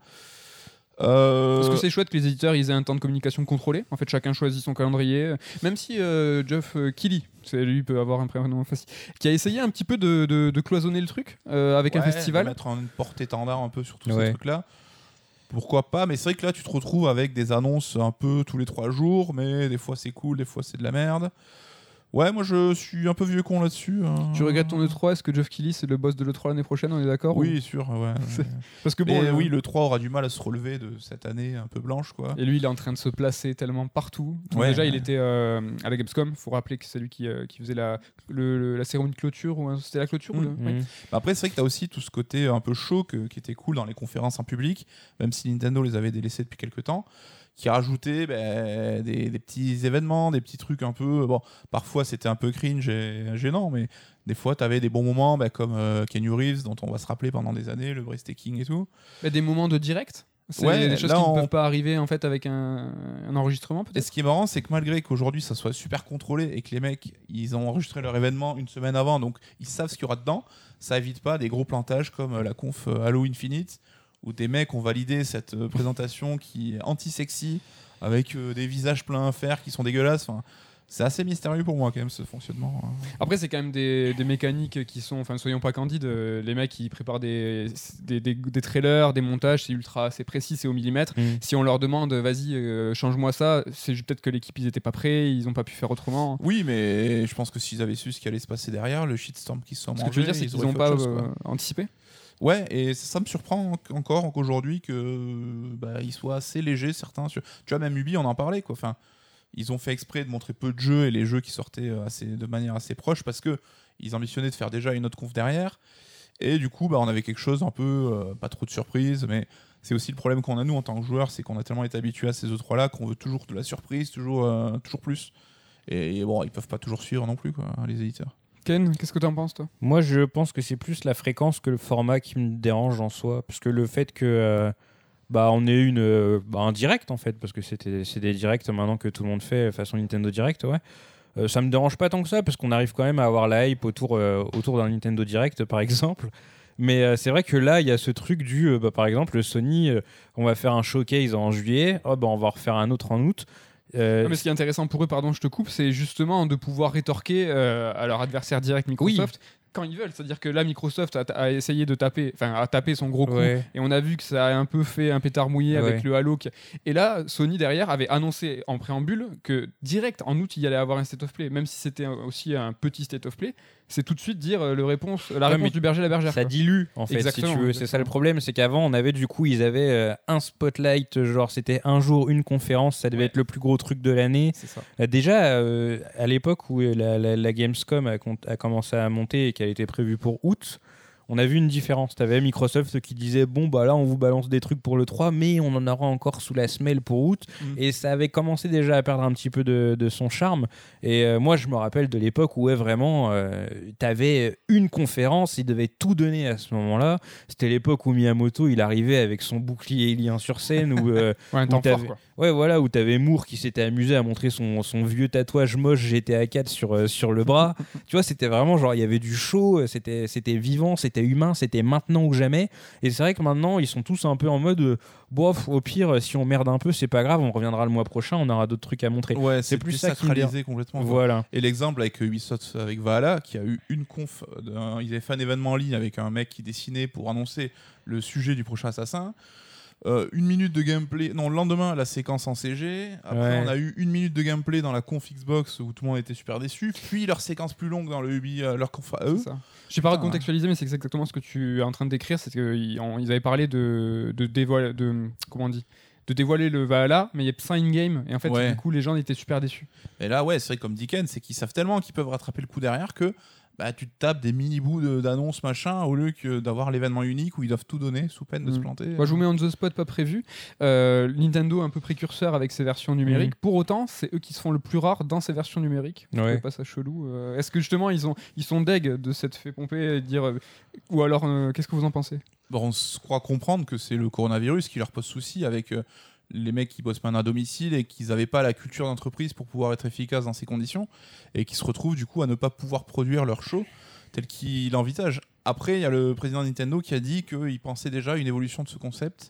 Parce que c'est chouette que les éditeurs ils aient un temps de communication contrôlé. En fait, chacun choisit son calendrier. Même si Geoff Keighley, lui peut avoir un prénom facile, qui a essayé un petit peu de cloisonner le truc avec un festival. De mettre une porte-étendard un peu sur tous ces trucs-là. Pourquoi pas, mais c'est vrai que là tu te retrouves avec des annonces un peu tous les 3 jours, mais des fois c'est cool, des fois c'est de la merde. Ouais, moi je suis un peu vieux con là-dessus. Tu regrettes ton E3? Est-ce que Geoff Keighley c'est le boss de l'E3 l'année prochaine? On est d'accord? Oui, sûr. Ouais. Parce que oui, l'E3 aura du mal à se relever de cette année un peu blanche, quoi. Et lui, il est en train de se placer tellement partout. Déjà, il était à la Gamescom. Faut rappeler que c'est lui qui faisait la cérémonie de clôture. C'était la clôture Oui. Après, c'est vrai que tu as aussi tout ce côté un peu chaud qui était cool dans les conférences en public, même si Nintendo les avait délaissés depuis quelques temps, qui rajoutait des petits événements, des petits trucs un peu... Bon, parfois c'était un peu cringe et gênant, mais des fois tu avais des bons moments comme Keanu Reeves, dont on va se rappeler pendant des années, le breathtaking et tout. Des moments de direct. C'est des choses qui ne peuvent pas arriver en fait avec un enregistrement peut-être. Et ce qui est marrant, c'est que malgré qu'aujourd'hui ça soit super contrôlé et que les mecs ils ont enregistré leur événement une semaine avant, donc ils savent ce qu'il y aura dedans, ça évite pas des gros plantages comme la conf Halo Infinite, où des mecs ont validé cette présentation qui est anti-sexy avec des visages pleins à faire qui sont dégueulasses. c'est assez mystérieux pour moi quand même ce fonctionnement. Après, c'est quand même des mécaniques qui sont, enfin, soyons pas candides, les mecs ils préparent des trailers, des montages, c'est précis, c'est au millimètre. Si on leur demande, vas-y, change-moi ça, c'est peut-être que l'équipe ils étaient pas prêts, ils ont pas pu faire autrement. Oui, mais je pense que s'ils avaient su ce qui allait se passer derrière, le shitstorm qui se sont mangés, ce que tu veux dire, c'est qu'ils ont pas anticipé. Ouais, et ça me surprend encore qu'aujourd'hui ils soient assez légers certains. Tu vois, même Ubi, on en parlait quoi. Enfin, ils ont fait exprès de montrer peu de jeux et les jeux qui sortaient de manière assez proche parce que ils ambitionnaient de faire déjà une autre conf derrière. Et du coup, on avait quelque chose un peu pas trop de surprise, mais c'est aussi le problème qu'on a nous en tant que joueurs, c'est qu'on a tellement été habitués à ces E3 là qu'on veut toujours de la surprise, toujours plus. Et bon, ils peuvent pas toujours suivre non plus quoi, les éditeurs. Ken, qu'est-ce que t'en penses toi ? Moi, je pense que c'est plus la fréquence que le format qui me dérange en soi, parce que le fait que on ait un direct en fait, parce que c'est des directs maintenant que tout le monde fait façon Nintendo Direct, ouais. Ça me dérange pas tant que ça, parce qu'on arrive quand même à avoir la hype autour d'un Nintendo Direct par exemple. Mais c'est vrai que là, il y a ce truc par exemple, Sony, on va faire un showcase en juillet, on va en refaire un autre en août. Non, mais ce qui est intéressant pour eux, pardon, je te coupe, c'est justement de pouvoir rétorquer à leur adversaire direct Microsoft. Oui. Quand ils veulent, c'est-à-dire que là Microsoft a essayé de taper son gros coup, et on a vu que ça a un peu fait un pétard mouillé avec le Halo et là Sony derrière avait annoncé en préambule que direct en août il y allait avoir un State of Play, même si c'était aussi un petit State of Play, c'est tout de suite dire la réponse du berger à la bergère. Ça dilue en fait. Exactement, si tu veux. C'est ça le problème, c'est qu'avant on avait ils avaient un spotlight, genre c'était un jour une conférence, ça devait être le plus gros truc de l'année. C'est ça. Déjà à l'époque où la Gamescom a commencé à monter et qu'elle était prévue pour août, on a vu une différence. T'avais Microsoft qui disait là on vous balance des trucs pour le 3, mais on en aura encore sous la semelle pour août. Et ça avait commencé déjà à perdre un petit peu de son charme. Et moi je me rappelle de l'époque où vraiment t'avais une conférence, il devait tout donner à ce moment-là. C'était l'époque où Miyamoto il arrivait avec son bouclier alien sur scène où où t'avais Moore qui s'était amusé à montrer son vieux tatouage moche GTA 4 sur le bras. Tu vois, c'était vraiment genre il y avait du show, c'était vivant, c'était humain, c'était maintenant ou jamais. Et c'est vrai que maintenant ils sont tous un peu en mode au pire si on merde un peu c'est pas grave, on reviendra le mois prochain, on aura d'autres trucs à montrer. Ouais, c'est plus sacralisé complètement. Voilà. Et l'exemple avec Ubisoft avec Valhalla qui a eu une conf, ils avaient fait un événement en ligne avec un mec qui dessinait pour annoncer le sujet du prochain Assassin. 1 minute de gameplay. Non, le lendemain, la séquence en CG. Après, on a eu 1 minute de gameplay dans la conf Xbox où tout le monde était super déçu. Puis leur séquence plus longue dans le Ubi, leur conf à eux. Je sais pas recontextualiser, mais c'est exactement ce que tu es en train de décrire. C'est qu'ils avaient parlé de dévoiler le Valhalla, mais il y a ça in-game. Et en fait, du coup, les gens étaient super déçus. Et là, c'est vrai que comme Dickens, c'est qu'ils savent tellement qu'ils peuvent rattraper le coup derrière que tu te tapes des mini-bouts d'annonces machin au lieu que d'avoir l'événement unique où ils doivent tout donner sous peine de se planter. Moi je vous mets on the spot pas prévu. Nintendo un peu précurseur avec ses versions numériques. Pour autant c'est eux qui se font le plus rare dans ces versions numériques. Je trouve pas ça chelou. Est-ce que justement ils sont deg de cette fait pomper et dire ou alors qu'est-ce que vous en pensez? On se croit comprendre que c'est le coronavirus qui leur pose souci avec les mecs qui bossent maintenant à domicile et qu'ils n'avaient pas la culture d'entreprise pour pouvoir être efficaces dans ces conditions et qui se retrouvent du coup à ne pas pouvoir produire leur show tel qu'il l'envisage. Après, il y a le président de Nintendo qui a dit qu'il pensait déjà à une évolution de ce concept.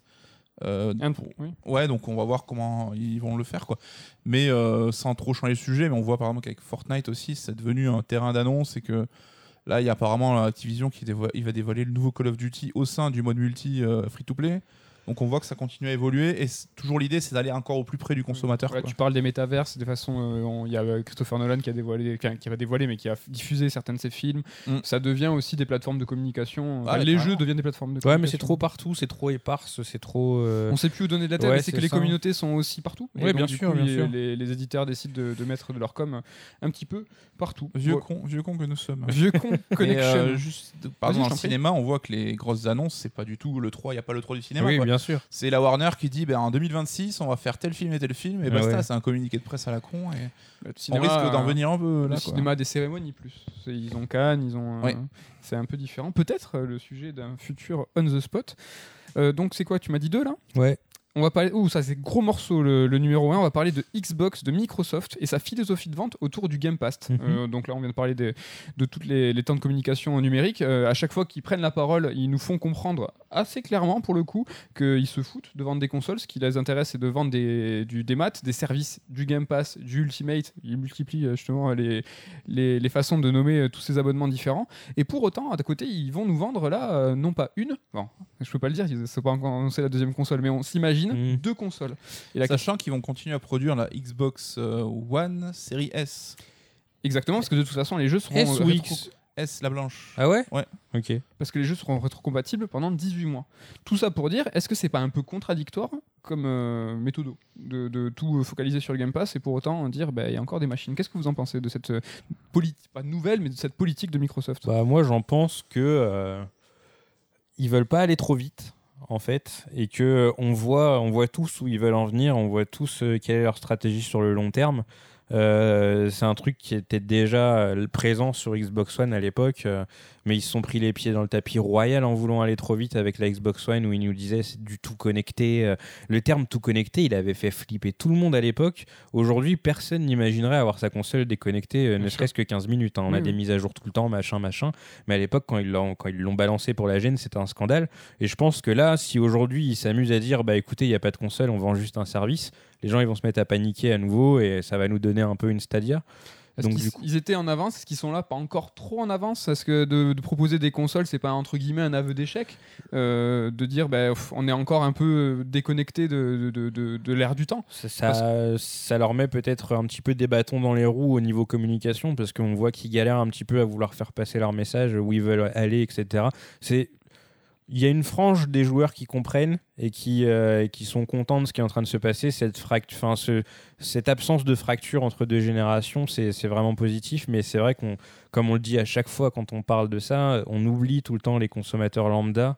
Ouais, donc on va voir comment ils vont le faire, quoi. Mais sans trop changer le sujet, mais on voit par exemple qu'avec Fortnite aussi, c'est devenu un terrain d'annonce et que là, il y a apparemment Activision il va dévoiler le nouveau Call of Duty au sein du mode multi free-to-play. Donc on voit que ça continue à évoluer et toujours l'idée c'est d'aller encore au plus près du consommateur. Tu parles des métaverses, de façon il y a Christopher Nolan qui va dévoiler mais qui a diffusé certains de ses films. Ça devient aussi des plateformes de communication. Les jeux deviennent des plateformes de communication. Ouais, mais c'est trop partout, c'est trop éparse, c'est trop. On sait plus où donner de la tête, mais c'est que les communautés sont aussi partout. Oui, bien sûr. Les éditeurs décident de mettre de leur com un petit peu partout. Vieux con que nous sommes. Vieux con connection. Par exemple, dans le cinéma, on voit que les grosses annonces, c'est pas du tout le 3, il n'y a pas le 3 du cinéma. Oui, bien sûr. C'est la Warner qui dit en 2026 on va faire tel film et basta, c'est un communiqué de presse à la con et on risque d'en venir un peu là. Le cinéma a des cérémonies plus. Ils ont Cannes, c'est un peu différent. Peut-être le sujet d'un futur on the spot. Donc c'est quoi, tu m'as dit 2 là ? Ouais. On va parler, ça c'est gros morceau le numéro 1, on va parler de Xbox, de Microsoft et sa philosophie de vente autour du Game Pass. Donc là on vient de parler de toutes les temps de communication numérique. À chaque fois qu'ils prennent la parole, ils nous font comprendre assez clairement pour le coup qu'ils se foutent de vendre des consoles. Ce qui les intéresse c'est de vendre des maths, des services, du Game Pass, du Ultimate. Ils multiplient justement les façons de nommer tous ces abonnements différents. Et pour autant, à côté, ils vont nous vendre là, non pas une, bon, je peux pas le dire, c'est pas encore annoncé la deuxième console, mais on s'imagine 2 consoles. Et sachant qu'ils vont continuer à produire la Xbox One série S. Exactement, parce que de toute façon, les jeux seront S ou X S, la blanche. Ah ouais. Ok. Parce que les jeux seront rétrocompatibles pendant 18 mois. Tout ça pour dire, est-ce que c'est pas un peu contradictoire comme méthode de tout focaliser sur le Game Pass et pour autant dire il y a encore des machines. Qu'est-ce que vous en pensez de cette politique, pas nouvelle, mais de cette politique de Microsoft ? Moi j'en pense que ils veulent pas aller trop vite en fait, et que on voit tous où ils veulent en venir, on voit tous quelle est leur stratégie sur le long terme. C'est un truc qui était déjà présent sur Xbox One à l'époque, mais ils se sont pris les pieds dans le tapis royal en voulant aller trop vite avec la Xbox One où ils nous disaient c'est du tout connecté. Le terme tout connecté, il avait fait flipper tout le monde à l'époque. Aujourd'hui, personne n'imaginerait avoir sa console déconnectée ne serait-ce que 15 minutes. On a des mises à jour tout le temps, machin. Mais à l'époque, quand ils l'ont balancé pour la gêne, c'était un scandale. Et je pense que là, si aujourd'hui ils s'amusent à dire écoutez, il n'y a pas de console, on vend juste un service, les gens ils vont se mettre à paniquer à nouveau et ça va nous donner un peu une Stadia. Donc, ils étaient en avance, est-ce qu'ils sont là pas encore trop en avance ? Est-ce que de proposer des consoles, c'est pas entre guillemets un aveu d'échec de dire on est encore un peu déconnecté de l'ère du temps ? Ça leur met peut-être un petit peu des bâtons dans les roues au niveau communication parce qu'on voit qu'ils galèrent un petit peu à vouloir faire passer leur message, où ils veulent aller, etc. Il y a une frange des joueurs qui comprennent et qui sont contents de ce qui est en train de se passer. Cette absence de fracture entre deux générations, c'est vraiment positif. Mais c'est vrai comme on le dit à chaque fois quand on parle de ça, on oublie tout le temps les consommateurs lambda.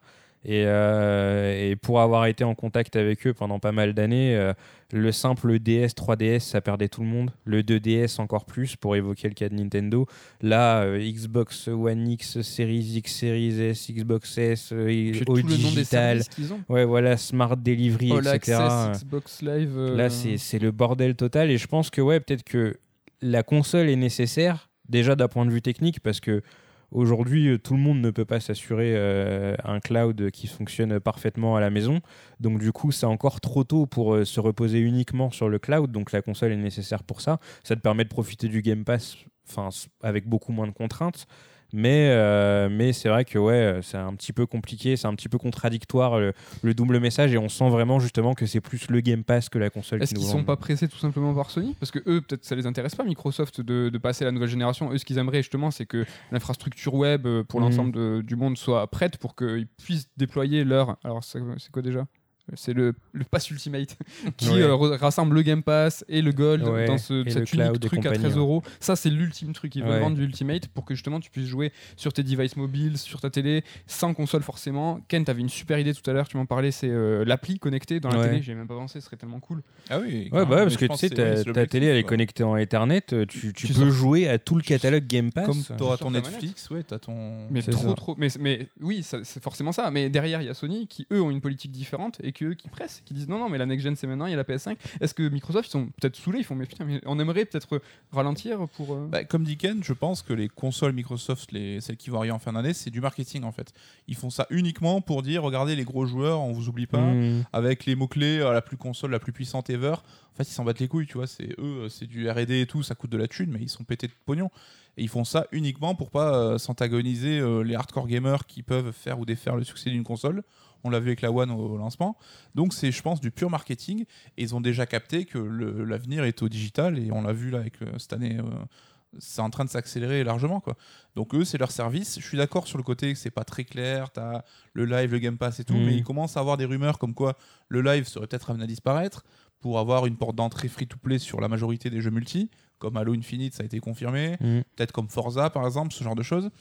Et pour avoir été en contact avec eux pendant pas mal d'années, le simple DS, 3DS, ça perdait tout le monde. Le 2DS encore plus, pour évoquer le cas de Nintendo. Là, Xbox One X, Series X, Series S, Xbox S, All Digital, le nom des services qu'ils ont. Ouais, voilà, Smart Delivery, All etc. Access, Xbox Live. Là, c'est le bordel total. Et je pense que peut-être que la console est nécessaire, déjà d'un point de vue technique, parce que aujourd'hui, tout le monde ne peut pas s'assurer un cloud qui fonctionne parfaitement à la maison. Donc du coup, c'est encore trop tôt pour se reposer uniquement sur le cloud. Donc la console est nécessaire pour ça. Ça te permet de profiter du Game Pass avec beaucoup moins de contraintes. Mais c'est vrai que c'est un petit peu compliqué, c'est un petit peu contradictoire le double message, et on sent vraiment justement que c'est plus le Game Pass que la console. Est-ce qu'ils sont pas pressés tout simplement par Sony ? Parce que eux, peut-être ça les intéresse pas, Microsoft, de passer à la nouvelle génération. Eux, ce qu'ils aimeraient justement, c'est que l'infrastructure web pour l'ensemble du monde soit prête pour qu'ils puissent déployer leur... Alors c'est quoi déjà ? C'est le Pass Ultimate qui rassemble le Game Pass et le Gold dans cet unique truc à 13 €. Ça, c'est l'ultime truc. Ils veulent vendre du Ultimate pour que justement tu puisses jouer sur tes devices mobiles, sur ta télé, sans console forcément. Ken, tu avais une super idée tout à l'heure, tu m'en parlais, c'est l'appli connectée dans la télé. J'ai même pas pensé, ce serait tellement cool. Ah oui, parce que tu sais, ta télé elle est connectée en Ethernet, tu peux jouer à tout le catalogue Game Pass. Comme tu auras ton Netflix, t'as ton. Mais trop. Mais oui, c'est forcément ça. Mais derrière, il y a Sony qui, eux, ont une politique différente et qui pressent, qui disent non, mais la next-gen c'est maintenant, il y a la PS5. Est-ce que Microsoft, ils sont peut-être saoulés, ils font mais putain, mais on aimerait peut-être ralentir pour. Comme dit Ken, je pense que les consoles Microsoft, celles qui vont arriver en fin d'année, c'est du marketing en fait. Ils font ça uniquement pour dire regardez les gros joueurs, on vous oublie pas, avec les mots-clés, la console la plus puissante ever. En fait, ils s'en battent les couilles, tu vois. C'est eux, c'est du R&D et tout, ça coûte de la thune, mais ils sont pétés de pognon. Et ils font ça uniquement pour pas s'antagoniser les hardcore gamers qui peuvent faire ou défaire le succès d'une console. On l'a vu avec la One au lancement. Donc c'est, je pense, du pur marketing. Et ils ont déjà capté que l'avenir est au digital. Et on l'a vu là avec cette année, c'est en train de s'accélérer largement, quoi. Donc eux, c'est leur service. Je suis d'accord sur le côté que c'est pas très clair. T'as le live, le Game Pass et tout. Mais ils commencent à avoir des rumeurs comme quoi le live serait peut-être amené à disparaître pour avoir une porte d'entrée free-to-play sur la majorité des jeux multi. Comme Halo Infinite, ça a été confirmé. Peut-être comme Forza, par exemple, ce genre de choses.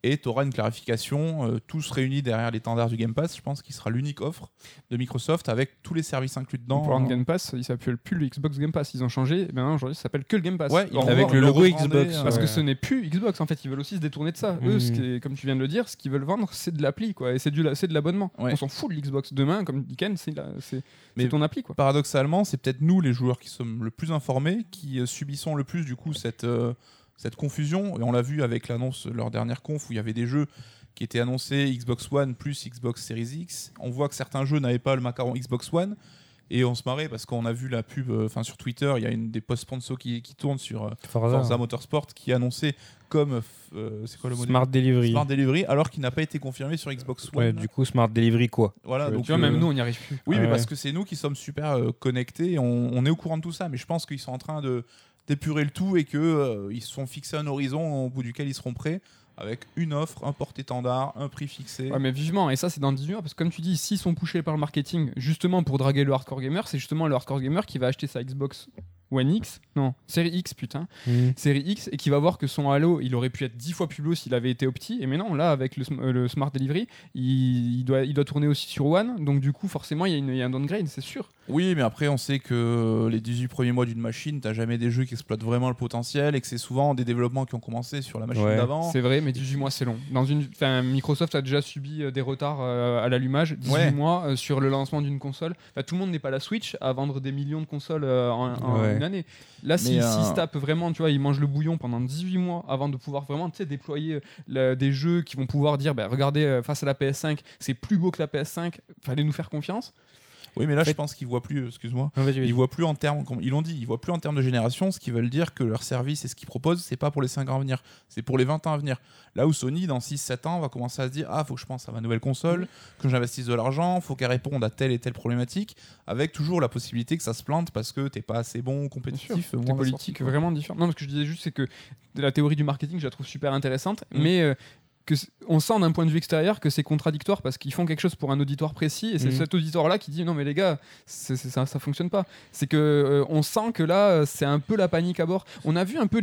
et tu auras une clarification, tous réunis derrière l'étendard du Game Pass. Je pense qu'il sera l'unique offre de Microsoft avec tous les services inclus dedans. Pour le Game Pass, il s'appelle plus le Xbox Game Pass. Ils ont changé. Et maintenant, aujourd'hui, ça s'appelle que le Game Pass. Ouais, avec le logo Xbox. Parce que ce n'est plus Xbox. En fait, ils veulent aussi se détourner de ça. Eux, comme tu viens de le dire, ce qu'ils veulent vendre, c'est de l'appli, quoi. Et c'est de l'abonnement. Ouais. On s'en fout de l'Xbox. Demain, comme dit Ken, c'est ton appli, quoi. Paradoxalement, c'est peut-être nous, les joueurs qui sommes le plus informés, qui subissons le plus, du coup, cette confusion. Et on l'a vu avec l'annonce de leur dernière conf où il y avait des jeux qui étaient annoncés Xbox One plus Xbox Series X. On voit que certains jeux n'avaient pas le macaron Xbox One. Et on se marrait parce qu'on a vu la pub sur Twitter, il y a une des posts sponsors qui tourne sur Forza Motorsport qui est annoncé comme c'est quoi le mot Smart Delivery. Smart Delivery, alors qu'il n'a pas été confirmé sur Xbox One. Ouais, du coup, Smart Delivery quoi. Voilà, donc tu vois, même nous, on n'y arrive plus. Oui, mais parce que c'est nous qui sommes super connectés, on est au courant de tout ça, mais je pense qu'ils sont en train d'épurer le tout et qu'ils se sont fixés un horizon au bout duquel ils seront prêts. Avec une offre, un porte-étendard, un prix fixé. Ouais, mais vivement, et ça c'est dans 18 mois, parce que comme tu dis, s'ils sont poussés par le marketing, justement pour draguer le hardcore gamer, c'est justement le hardcore gamer qui va acheter sa Xbox One X, non, Série X, Série X, et qui va voir que son Halo, il aurait pu être 10 fois plus beau s'il avait été opti, et maintenant, là, avec le Smart Delivery, il doit tourner aussi sur One, donc du coup, forcément, il y a un downgrade, c'est sûr. Oui, mais après, on sait que les 18 premiers mois d'une machine, t'as jamais des jeux qui exploitent vraiment le potentiel, et que c'est souvent des développements qui ont commencé sur la machine d'avant. C'est vrai, mais 18 mois, c'est long. Microsoft a déjà subi des retards à l'allumage, 18 mois sur le lancement d'une console. Tout le monde n'est pas la Switch à vendre des millions de consoles en une année. Là, s'ils se tapent vraiment, tu vois, ils mangent le bouillon pendant 18 mois avant de pouvoir vraiment déployer des jeux qui vont pouvoir dire regardez, face à la PS5, c'est plus beau que la PS5, fallait nous faire confiance. Oui, mais là, je pense qu'ils voient plus, excuse-moi, ils voient plus en termes, ils l'ont dit, ils voient plus en termes de génération, ce qui veut dire que leur service et ce qu'ils proposent, c'est pas pour les 5 ans à venir, c'est pour les 20 ans à venir. Là où Sony, dans 6-7 ans, va commencer à se dire, faut que je pense à ma nouvelle console, que j'investisse de l'argent, faut qu'elle réponde à telle et telle problématique, avec toujours la possibilité que ça se plante parce que t'es pas assez bon, compétitif. Des politiques vraiment différentes. Non, ce que je disais juste, c'est que la théorie du marketing, je la trouve super intéressante, mais on sent d'un point de vue extérieur que c'est contradictoire parce qu'ils font quelque chose pour un auditoire précis et c'est cet auditoire-là qui dit non mais les gars, ça fonctionne pas. C'est que on sent que là c'est un peu la panique à bord. On a vu un peu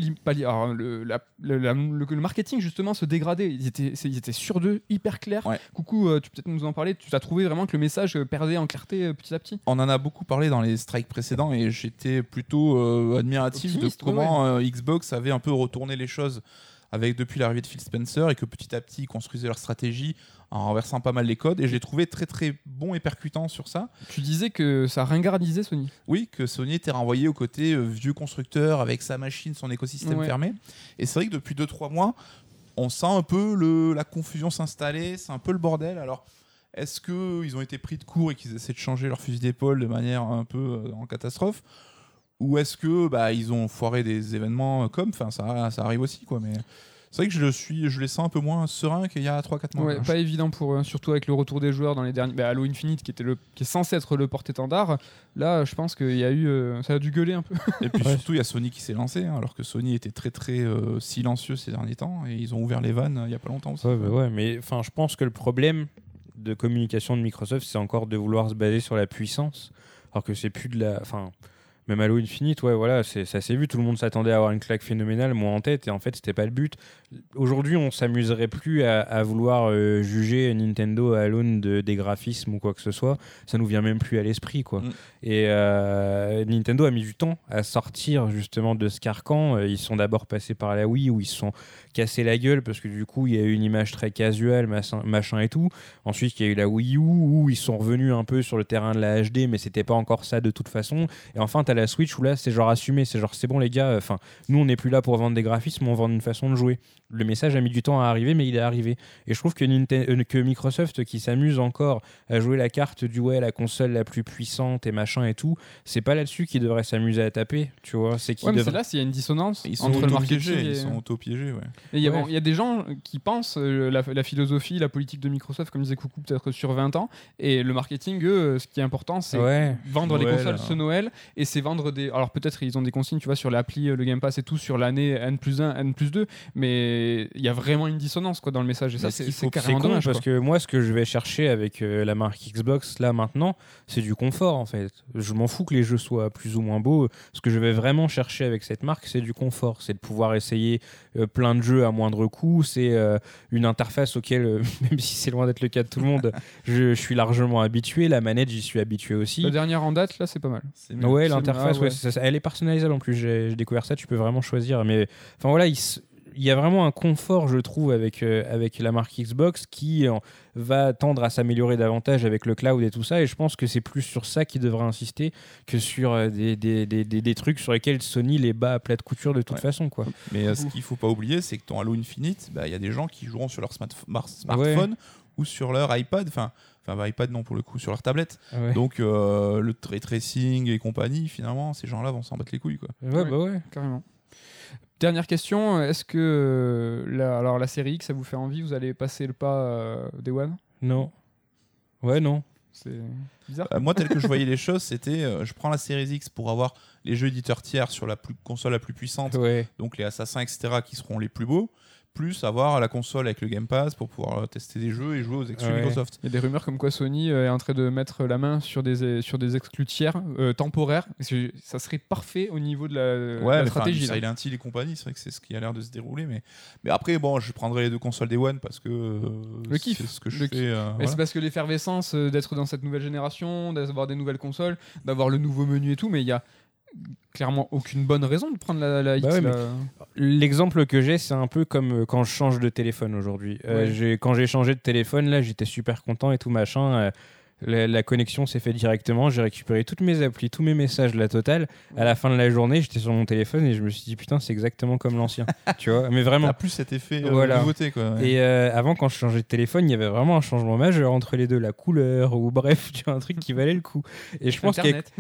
le marketing justement se dégrader. Ils étaient sûrs d'eux, hyper clairs. Ouais. Coucou, tu peux peut-être nous en parler. Tu as trouvé vraiment que le message perdait en clarté petit à petit. On en a beaucoup parlé dans les strikes précédents et j'étais plutôt admiratif optimiste, de comment Xbox avait un peu retourné les choses depuis l'arrivée de Phil Spencer et que petit à petit ils construisaient leur stratégie en renversant pas mal les codes et je l'ai trouvé très très bon et percutant sur ça. Tu disais que ça ringardisait Sony. Oui, que Sony était renvoyé au côté vieux constructeur avec sa machine, son écosystème fermé. Et c'est vrai que depuis 2-3 mois, on sent un peu la confusion s'installer, c'est un peu le bordel. Alors, est-ce qu'ils ont été pris de court et qu'ils essaient de changer leur fusil d'épaule de manière un peu en catastrophe ? Ou est-ce que ils ont foiré des événements ça arrive aussi quoi, mais c'est vrai que je les sens un peu moins sereins qu'il y a 3-4 mois. Ouais, pas évident pour eux, surtout avec le retour des joueurs dans les derniers Halo Infinite qui est censé être le porte-étendard. Là, je pense qu'il y a eu ça a dû gueuler un peu. Et puis surtout il y a Sony qui s'est lancé alors que Sony était très très silencieux ces derniers temps et ils ont ouvert les vannes il y a pas longtemps aussi. Mais enfin je pense que le problème de communication de Microsoft c'est encore de vouloir se baser sur la puissance alors que c'est plus de la même Halo Infinite, ça s'est vu, tout le monde s'attendait à avoir une claque phénoménale, moi en tête, et en fait c'était pas le but. Aujourd'hui on s'amuserait plus à vouloir juger Nintendo à l'aune des graphismes ou quoi que ce soit, ça nous vient même plus à l'esprit quoi. Et Nintendo a mis du temps à sortir justement de ce carcan, ils sont d'abord passés par la Wii où ils se sont cassés la gueule parce que du coup il y a eu une image très casual, machin et tout. Ensuite il y a eu la Wii U où ils sont revenus un peu sur le terrain de la HD mais c'était pas encore ça de toute façon. Et enfin t'as la Switch où là c'est genre assumé, c'est genre c'est bon les gars, nous on n'est plus là pour vendre des graphismes, on vend une façon de jouer. Le message a mis du temps à arriver mais il est arrivé. Et je trouve que Microsoft qui s'amuse encore à jouer la carte du la console la plus puissante et machin et tout, c'est pas là-dessus qu'ils devraient s'amuser à taper, tu vois. C'est mais c'est là s'il y a une dissonance entre le marketing ils sont auto-piégés. Il y a des gens qui pensent la philosophie, la politique de Microsoft comme disait Coucou peut-être sur 20 ans et le marketing eux, ce qui est important c'est vendre les consoles ce Noël et c'est vendre des. Alors peut-être ils ont des consignes, tu vois, sur l'appli, le Game Pass et tout, sur l'année N+1, N+2, mais il y a vraiment une dissonance quoi, dans le message. Et ça, c'est carrément con, dommage. Parce Quoi. que moi, ce que je vais chercher avec la marque Xbox là maintenant, c'est du confort en fait. Je m'en fous que les jeux soient plus ou moins beaux. Ce que je vais vraiment chercher avec cette marque, c'est du confort. C'est de pouvoir essayer plein de jeux à moindre coût. C'est une interface auquel, même si c'est loin d'être le cas de tout le monde, je suis largement habitué. La manette, j'y suis habitué aussi. La dernière en date, là, c'est pas mal. Ouais, l'interface, ouais. elle est personnalisable en plus. J'ai découvert ça, tu peux vraiment choisir. Mais enfin voilà, il y a vraiment un confort, je trouve, avec la marque Xbox qui va tendre à s'améliorer davantage avec le cloud et tout ça. Et je pense que c'est plus sur ça qu'il devrait insister que sur des trucs sur lesquels Sony les bat à plat de couture de toute façon. Quoi. Mais ce qu'il faut pas oublier, c'est que dans Halo Infinite, il y a des gens qui joueront sur leur smartphone ou sur leur iPad. Enfin, iPad non pour le coup, sur leur tablette. Ouais. Donc le ray tracing et compagnie, finalement, ces gens-là vont s'en battre les couilles. Quoi. Ouais, carrément. Dernière question, est-ce que la série X, ça vous fait envie? Vous allez passer le pas Day One? Non. Ouais, non. C'est bizarre. Moi, tel que je voyais les choses, c'était je prends la série X pour avoir les jeux éditeurs tiers sur la console la plus puissante, donc les Assassins, etc., qui seront les plus beaux, plus avoir la console avec le Game Pass pour pouvoir tester des jeux et jouer aux exclus Microsoft. Il y a des rumeurs comme quoi Sony est en train de mettre la main sur des exclus tiers temporaires. Ça serait parfait au niveau de la stratégie. Silent Hill et compagnie, c'est vrai que c'est ce qui a l'air de se dérouler. Mais après, bon, je prendrai les deux consoles Day One parce que le kiff, c'est ce que je fais. Mais c'est parce que l'effervescence d'être dans cette nouvelle génération, d'avoir des nouvelles consoles, d'avoir le nouveau menu et tout, mais il y a clairement aucune bonne raison de prendre la X. L'exemple que j'ai, c'est un peu comme quand je change de téléphone aujourd'hui. Quand j'ai changé de téléphone, là, j'étais super content et tout machin. La connexion s'est faite directement. J'ai récupéré toutes mes applis, tous mes messages, la totale. À la fin de la journée, j'étais sur mon téléphone et je me suis dit putain, c'est exactement comme l'ancien. Tu vois, mais vraiment. T'as plus cet effet nouveauté quoi. Ouais. Et avant, quand je changeais de téléphone, il y avait vraiment un changement majeur entre les deux, la couleur ou bref, tu vois, un truc qui valait le coup. Et je pense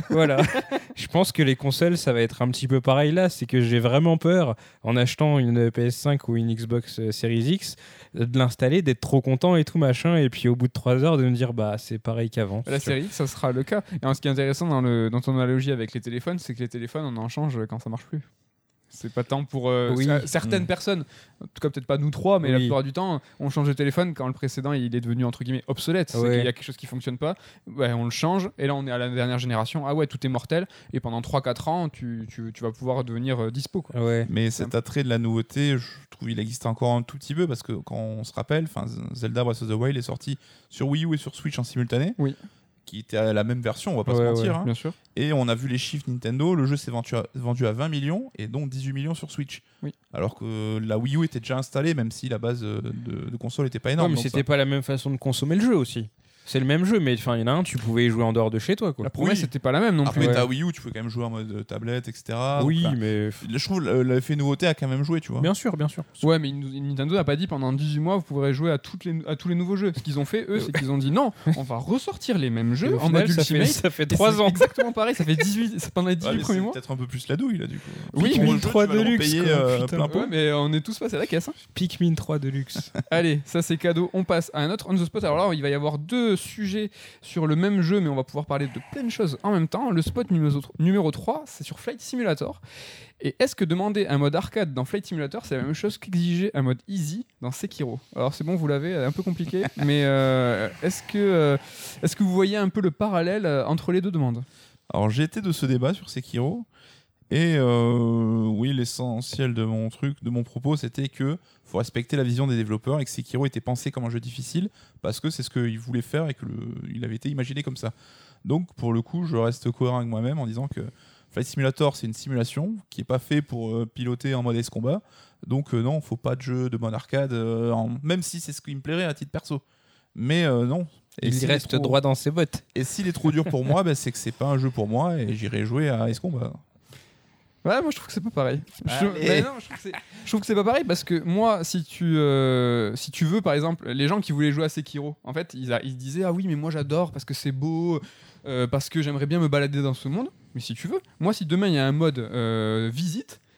je pense que les consoles, ça va être un petit peu pareil là. C'est que j'ai vraiment peur en achetant une PS5 ou une Xbox Series X de l'installer, d'être trop content et tout machin, et puis au bout de 3 heures de me dire bah c'est pareil qu'avant. La série, ça sera le cas. Et ce qui est intéressant dans ton analogie avec les téléphones, c'est que les téléphones, on en change quand ça marche plus. C'est pas tant pour certaines personnes, en tout cas peut-être pas nous trois, mais la plupart du temps, on change de téléphone quand le précédent il est devenu entre guillemets obsolète. C'est qu'il y a quelque chose qui fonctionne pas, on le change, et là on est à la dernière génération, tout est mortel, et pendant 3-4 ans, tu vas pouvoir devenir dispo. Quoi. Mais cet attrait de la nouveauté, je trouve il existe encore un tout petit peu, parce que quand on se rappelle, Zelda Breath of the Wild est sorti sur Wii U et sur Switch en simultané. Qui était à la même version, on va pas se mentir. Bien sûr. Et on a vu les chiffres Nintendo, le jeu s'est vendu à 20 millions et donc 18 millions sur Switch. Alors que la Wii U était déjà installée, même si la base de console n'était pas énorme. Mais c'était pas la même façon de consommer le jeu aussi. C'est le même jeu, mais il y en a un, tu pouvais y jouer en dehors de chez toi. Quoi. La promesse, c'était pas la même non plus. Après, ta Wii U, tu peux quand même jouer en mode tablette, etc. Oui, mais. Je trouve l'effet nouveauté a quand même joué, tu vois. Bien sûr. Ouais, mais Nintendo n'a pas dit pendant 18 mois, vous pourrez jouer à tous les nouveaux jeux. Ce qu'ils ont fait, eux, c'est qu'ils ont dit non, on va ressortir les mêmes jeux en mode Ultimate. Ça fait 3 ans. Exactement pareil, ça fait 18 pendant les 18 premiers mois. Peut-être un peu plus la douille, là, du coup. Oui, Pikmin 3 Deluxe. Plein pot. Ouais, mais on est tous passés à la caisse. Pikmin 3 Deluxe. Allez, ça c'est cadeau. On passe à un autre On the Spot. Alors là, il va y avoir 2 sujets sur le même jeu, mais on va pouvoir parler de plein de choses en même temps. Le spot numéro 3, c'est sur Flight Simulator. Et est-ce que demander un mode arcade dans Flight Simulator, c'est la même chose qu'exiger un mode easy dans Sekiro? Alors c'est bon, vous l'avez, un peu compliqué, mais est-ce que vous voyez un peu le parallèle entre les deux demandes? Alors j'ai été de ce débat sur Sekiro. Et oui, l'essentiel de mon propos, c'était que faut respecter la vision des développeurs et que Sekiro était pensé comme un jeu difficile parce que c'est ce qu'ils voulaient faire et qu'il avait été imaginé comme ça. Donc pour le coup, je reste cohérent avec moi-même en disant que Flight Simulator, c'est une simulation qui n'est pas fait pour piloter en mode S-Combat. Donc non, faut pas de jeu de mode arcade, même si c'est ce qui me plairait à titre perso. Mais non. Et il reste droit dans ses bottes. Et s'il est trop dur pour moi, c'est que c'est pas un jeu pour moi et j'irai jouer à S-Combat. Ouais, moi je trouve que c'est pas pareil. Je trouve que c'est pas pareil parce que moi, si tu veux, par exemple, les gens qui voulaient jouer à Sekiro, en fait, ils disaient ah oui, mais moi j'adore parce que c'est beau, parce que j'aimerais bien me balader dans ce monde. Mais si tu veux, moi si demain il y a un mode visite,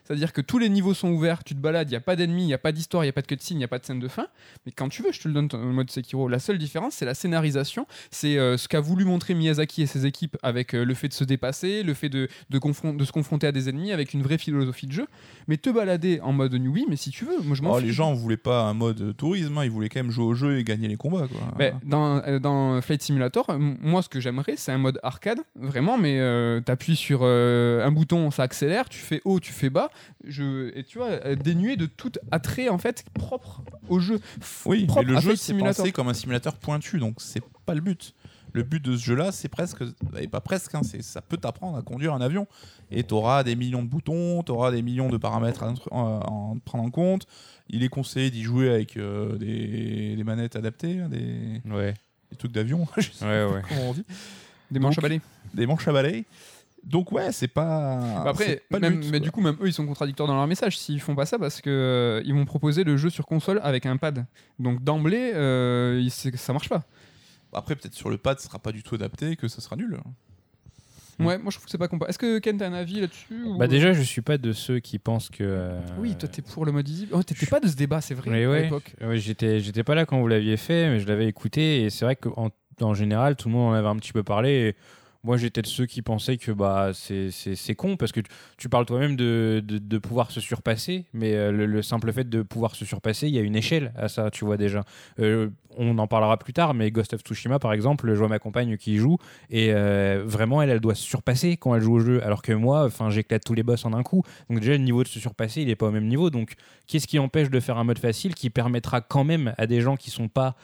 C'est-à-dire que tous les niveaux sont ouverts, tu te balades, il n'y a pas d'ennemis, il n'y a pas d'histoire, il n'y a pas de cutscene, il n'y a pas de scène de fin. Mais quand tu veux, je te le donne en mode Sekiro. La seule différence, c'est la scénarisation. C'est ce qu'a voulu montrer Miyazaki et ses équipes avec le fait de se dépasser, le fait de se confronter à des ennemis avec une vraie philosophie de jeu. Mais te balader en mode newbie, mais si tu veux, moi je m'en fous. Les gens voulaient pas un mode tourisme, ils voulaient quand même jouer au jeu et gagner les combats, quoi. Dans Flight Simulator, moi ce que j'aimerais, c'est un mode arcade, vraiment, mais t'appuies sur un bouton, ça accélère, tu fais haut, tu fais bas, et tu vois, dénué de tout attrait en fait propre au jeu. Oui, mais le jeu c'est Simulator. pensé comme un simulateur pointu, donc c'est pas le but. Le but de ce jeu-là, c'est presque, et pas presque, ça peut t'apprendre à conduire un avion. Et t'auras des millions de boutons, t'auras des millions de paramètres à prendre en compte. Il est conseillé d'y jouer avec des manettes adaptées, des trucs d'avion, je sais pas comment on dit. Des manches à balai. Des manches à balai. Donc ouais, c'est pas. Après, c'est pas même, le but, mais quoi. du coup, même eux, ils sont contradictoires dans leur message s'ils font pas ça parce que ils vont proposer le jeu sur console avec un pad. Donc d'emblée, ça marche pas. Après, peut-être sur le pad, ce sera pas du tout adapté, que ça sera nul. Ouais, moi je trouve que c'est pas comparable. Est-ce que Ken, t'as un avis là-dessus ou... Bah déjà, je suis pas de ceux qui pensent que. Oui, toi t'es pour le mode easy. Oh, t'étais pas de ce débat, c'est vrai. Mais à l'époque. ouais, j'étais pas là quand vous l'aviez fait, mais je l'avais écouté et c'est vrai qu'en général, tout le monde en avait un petit peu parlé. Et moi, j'étais de ceux qui pensaient que c'est con parce que tu parles toi-même de pouvoir se surpasser, mais le simple fait de pouvoir se surpasser, il y a une échelle à ça, tu vois déjà. On en parlera plus tard, mais Ghost of Tsushima, par exemple, je vois ma compagne qui y joue et vraiment, elle doit se surpasser quand elle joue au jeu, alors que moi, j'éclate tous les boss en un coup. Donc déjà, le niveau de se surpasser, il est pas au même niveau. Donc, qu'est-ce qui empêche de faire un mode facile qui permettra quand même à des gens qui sont pas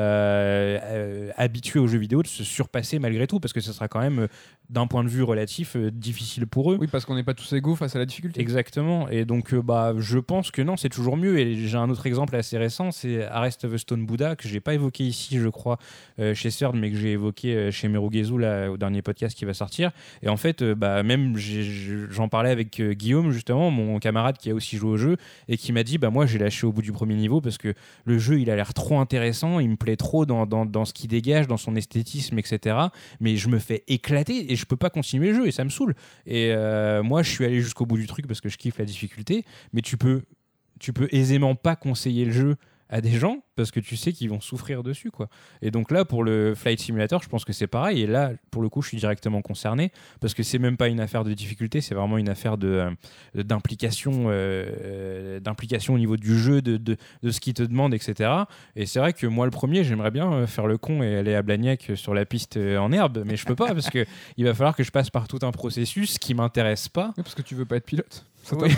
habitués aux jeux vidéo de se surpasser malgré tout, parce que ce sera quand même d'un point de vue relatif difficile pour eux. Oui, parce qu'on n'est pas tous égaux face à la difficulté. Exactement, et donc je pense que non, c'est toujours mieux. Et j'ai un autre exemple assez récent, c'est Arrest of the Stone Buddha, que j'ai pas évoqué ici, je crois, chez CERD, mais que j'ai évoqué chez Merugezu là, au dernier podcast qui va sortir. Et en fait, même j'en parlais avec Guillaume, justement, mon camarade qui a aussi joué au jeu, et qui m'a dit moi j'ai lâché au bout du premier niveau parce que le jeu il a l'air trop intéressant, il me plaît trop dans ce qu'il dégage, dans son esthétisme, etc. Mais je me fais éclater et je peux pas continuer le jeu et ça me saoule. Et moi je suis allé jusqu'au bout du truc parce que je kiffe la difficulté, mais tu peux aisément pas conseiller le jeu à des gens parce que tu sais qu'ils vont souffrir dessus, quoi. Et donc là, pour le Flight Simulator, je pense que c'est pareil. Et là, pour le coup, je suis directement concerné parce que c'est même pas une affaire de difficulté, c'est vraiment une affaire d'implication au niveau du jeu, de ce qu'il te demande, etc. Et c'est vrai que moi, le premier, j'aimerais bien faire le con et aller à Blagnac sur la piste en herbe, mais je peux pas parce que il va falloir que je passe par tout un processus qui m'intéresse pas. Oui, parce que tu veux pas être pilote. Oui.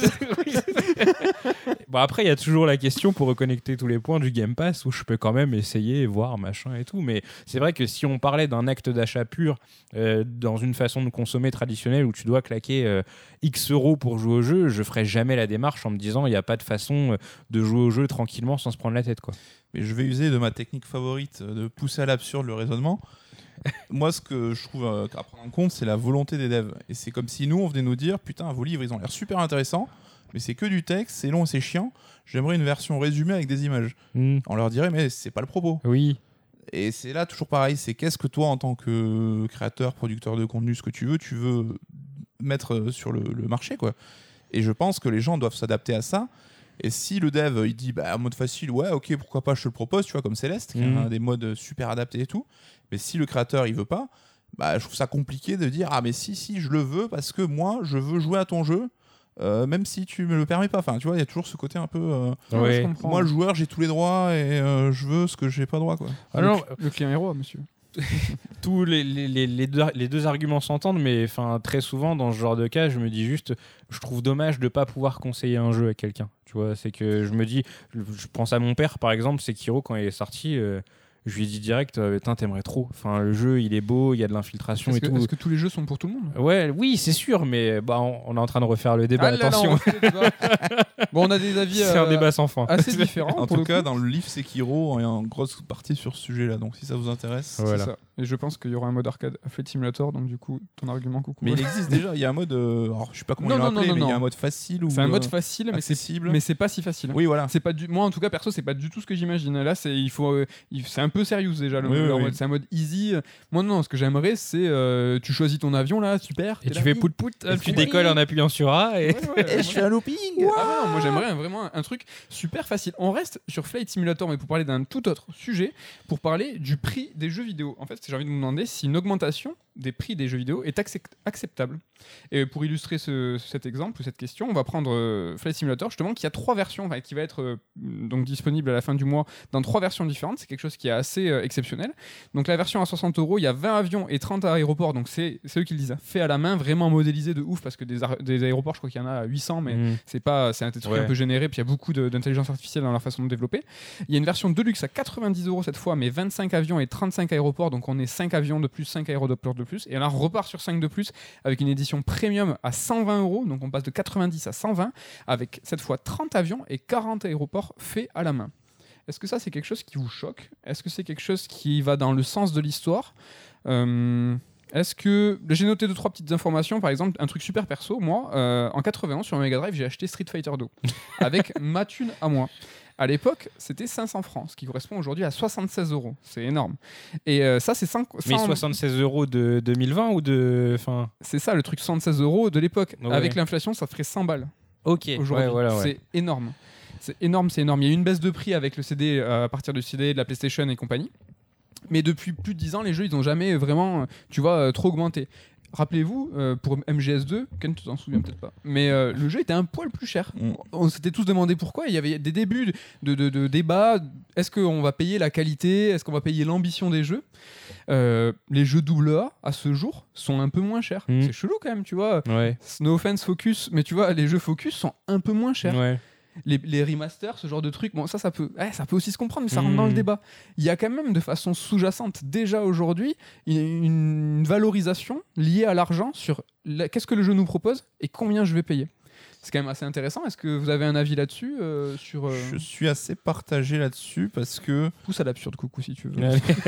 Bon, après, il y a toujours la question pour reconnecter tous les points du Game Pass où je peux quand même essayer, voir, machin et tout. Mais c'est vrai que si on parlait d'un acte d'achat pur dans une façon de consommer traditionnelle où tu dois claquer X euros pour jouer au jeu, je ferais jamais la démarche en me disant il n'y a pas de façon de jouer au jeu tranquillement sans se prendre la tête, quoi. Mais je vais user de ma technique favorite de pousser à l'absurde le raisonnement. Moi, ce que je trouve à prendre en compte, c'est la volonté des devs. Et c'est comme si nous, on venait nous dire putain, vos livres, ils ont l'air super intéressants, mais c'est que du texte, c'est long et c'est chiant. J'aimerais une version résumée avec des images. On leur dirait, mais c'est pas le propos. Oui. Et c'est là toujours pareil. C'est qu'est-ce que toi, en tant que créateur, producteur de contenu, ce que tu veux mettre sur le marché, quoi. Et je pense que les gens doivent s'adapter à ça. Et si le dev il dit en mode facile, ouais, ok, pourquoi pas, je te le propose, tu vois, comme Céleste, qui a des modes super adaptés et tout. Mais si le créateur il veut pas, je trouve ça compliqué de dire mais si je le veux parce que moi je veux jouer à ton jeu, même si tu me le permets pas. Enfin, tu vois, il y a toujours ce côté un peu. Ouais. Moi, le joueur, j'ai tous les droits et je veux ce que j'ai pas droit, quoi. Alors, le client est roi, monsieur. Tous les deux arguments s'entendent, mais très souvent dans ce genre de cas, je me dis juste, je trouve dommage de pas pouvoir conseiller un jeu à quelqu'un. Tu vois, c'est que je me dis, je pense à mon père par exemple, Sekiro quand il est sorti. Je lui ai dit direct, t'aimerais trop. Le jeu, il est beau, il y a de l'infiltration et tout. Est-ce que tous les jeux sont pour tout le monde ? Ouais, oui, c'est sûr, mais on est en train de refaire le débat. Attention. Bon, on a des avis. C'est un débat sans fin. Assez différents. En tout cas, dans le livre Sekiro, il y a une grosse partie sur ce sujet-là. Donc, si ça vous intéresse, voilà. C'est ça. Et je pense qu'il y aura un mode arcade à Flight Simulator, donc du coup, ton argument, coucou. Mais il existe déjà, il y a un mode, alors je sais pas comment Non, ils l'ont non, appelé, non, mais il y non. a un mode facile ou C'est un mode facile, accessible. mais c'est pas si facile. Oui, voilà. C'est pas moi en tout cas perso, c'est pas du tout ce que j'imagine. Là, c'est un peu sérieux déjà le Oui, leur oui, mode. oui. C'est un mode easy. Moi non, ce que j'aimerais c'est tu choisis ton avion là, super. Et t'es tu là, fais oui. pout-pout, Et tu oui. décolles en appuyant sur A. Et... Ouais, ouais, Et je fais un looping. Ah ouais, non, moi j'aimerais vraiment un truc super facile. On reste sur Flight Simulator, mais pour parler d'un tout autre sujet, pour parler du prix des jeux vidéo. En fait, j'ai envie de vous demander si une augmentation des prix des jeux vidéo est acceptable. Et pour illustrer cet exemple ou cette question, on va prendre Flight Simulator, justement, qui a 3 versions, qui va être donc disponible à la fin du mois dans 3 versions différentes. C'est quelque chose qui est assez exceptionnel. Donc la version à 60 €, il y a 20 avions et 30 aéroports. Donc c'est eux qui le disent, fait à la main, vraiment modélisé de ouf, parce que des aéroports, je crois qu'il y en a 800, mais c'est un truc un peu généré, puis il y a beaucoup d'intelligence artificielle dans leur façon de développer. Il y a une version Deluxe à 90 € cette fois, mais 25 avions et 35 aéroports, donc on est 5 avions de plus, 5 aéroports de plus, et là on repart sur 5 de plus avec une édition premium à 120 €, donc on passe de 90 à 120, avec cette fois 30 avions et 40 aéroports faits à la main. Est-ce que ça c'est quelque chose qui vous choque ? Est-ce que c'est quelque chose qui va dans le sens de l'histoire ? Est-ce que... J'ai noté 2-3 petites informations, par exemple, un truc super perso, moi, en 91 sur Mega Drive, j'ai acheté Street Fighter 2, avec ma thune à moi. À l'époque, c'était 500 francs, ce qui correspond aujourd'hui à 76 €. C'est énorme. Et ça, c'est 5... Mais 76 € de 2020 ou de... Enfin... C'est ça, le truc 76 € de l'époque. Ouais. Avec l'inflation, ça ferait 100 balles. Ok, Aujourd'hui. ouais. C'est énorme. C'est énorme. Il y a eu une baisse de prix avec le CD, à partir du CD, de la PlayStation et compagnie. Mais depuis plus de 10 ans, les jeux, ils n'ont jamais vraiment, trop augmenté. Rappelez-vous, pour MGS2, Ken, tu t'en souviens peut-être pas, mais le jeu était un poil plus cher. On s'était tous demandé pourquoi. Il y avait des débuts de débats. Est-ce qu'on va payer la qualité ? Est-ce qu'on va payer l'ambition des jeux ? Les jeux AA, à ce jour, sont un peu moins chers. C'est chelou quand même, tu vois. Ouais. No offense Focus, mais tu vois, les jeux Focus sont un peu moins chers. Ouais. Les remasters, ce genre de trucs, bon, ça peut aussi se comprendre, mais ça rentre dans le débat. Il y a quand même de façon sous-jacente, déjà aujourd'hui, une valorisation liée à l'argent sur qu'est-ce que le jeu nous propose et combien je vais payer. C'est quand même assez intéressant. Est-ce que vous avez un avis là-dessus Je suis assez partagé là-dessus parce que... Pousse à l'absurde, coucou, si tu veux.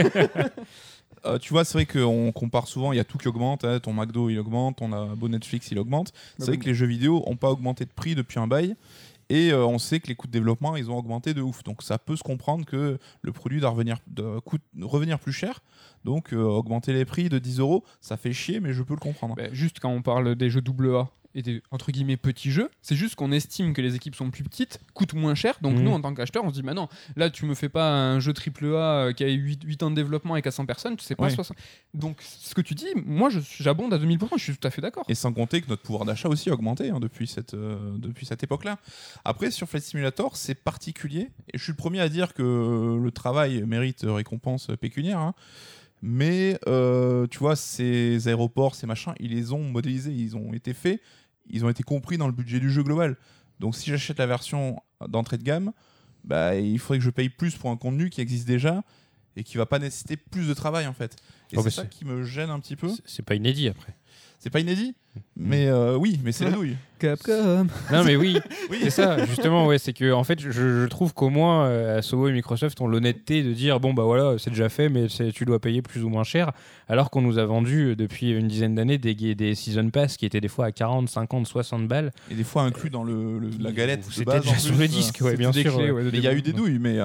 Tu vois, c'est vrai qu'on compare souvent, il y a tout qui augmente, hein, ton McDo il augmente, ton abo Netflix il augmente. C'est vrai que les jeux vidéo n'ont pas augmenté de prix depuis un bail. Et on sait que les coûts de développement, ils ont augmenté de ouf. Donc ça peut se comprendre que le produit doit revenir plus cher. Donc augmenter les prix de 10 €, ça fait chier, mais je peux le comprendre. Juste quand on parle des jeux AA et des entre guillemets petits jeux, c'est juste qu'on estime que les équipes sont plus petites, coûtent moins cher. Donc nous, en tant qu'acheteurs, on se dit non, là tu me fais pas un jeu AAA qui a 8 ans de développement et 400 personnes, tu sais pas 60. Donc ce que tu dis, moi j'abonde à 2000%, je suis tout à fait d'accord. Et sans compter que notre pouvoir d'achat aussi a augmenté depuis cette époque-là. Après, sur Flight Simulator, c'est particulier. Et je suis le premier à dire que le travail mérite récompense pécuniaire. Hein. Mais tu vois, ces aéroports, ces machins, ils les ont modélisés, ils ont été faits, ils ont été compris dans le budget du jeu global. Donc si j'achète la version d'entrée de gamme, il faudrait que je paye plus pour un contenu qui existe déjà et qui va pas nécessiter plus de travail en fait. Et c'est ça qui me gêne un petit peu. C'est pas inédit après. C'est pas inédit, mais oui, mais c'est la douille. Capcom. Non mais oui, c'est ça justement, ouais, c'est que en fait je trouve qu'au moins Asobo et Microsoft ont l'honnêteté de dire bon bah voilà, c'est déjà fait, mais tu dois payer plus ou moins cher, alors qu'on nous a vendu depuis une dizaine d'années des season pass qui étaient des fois à 40, 50, 60 balles et des fois inclus dans la galette de c'était base déjà sur le disque, ouais, bien sûr. Clés, mais il y a eu des douilles, mais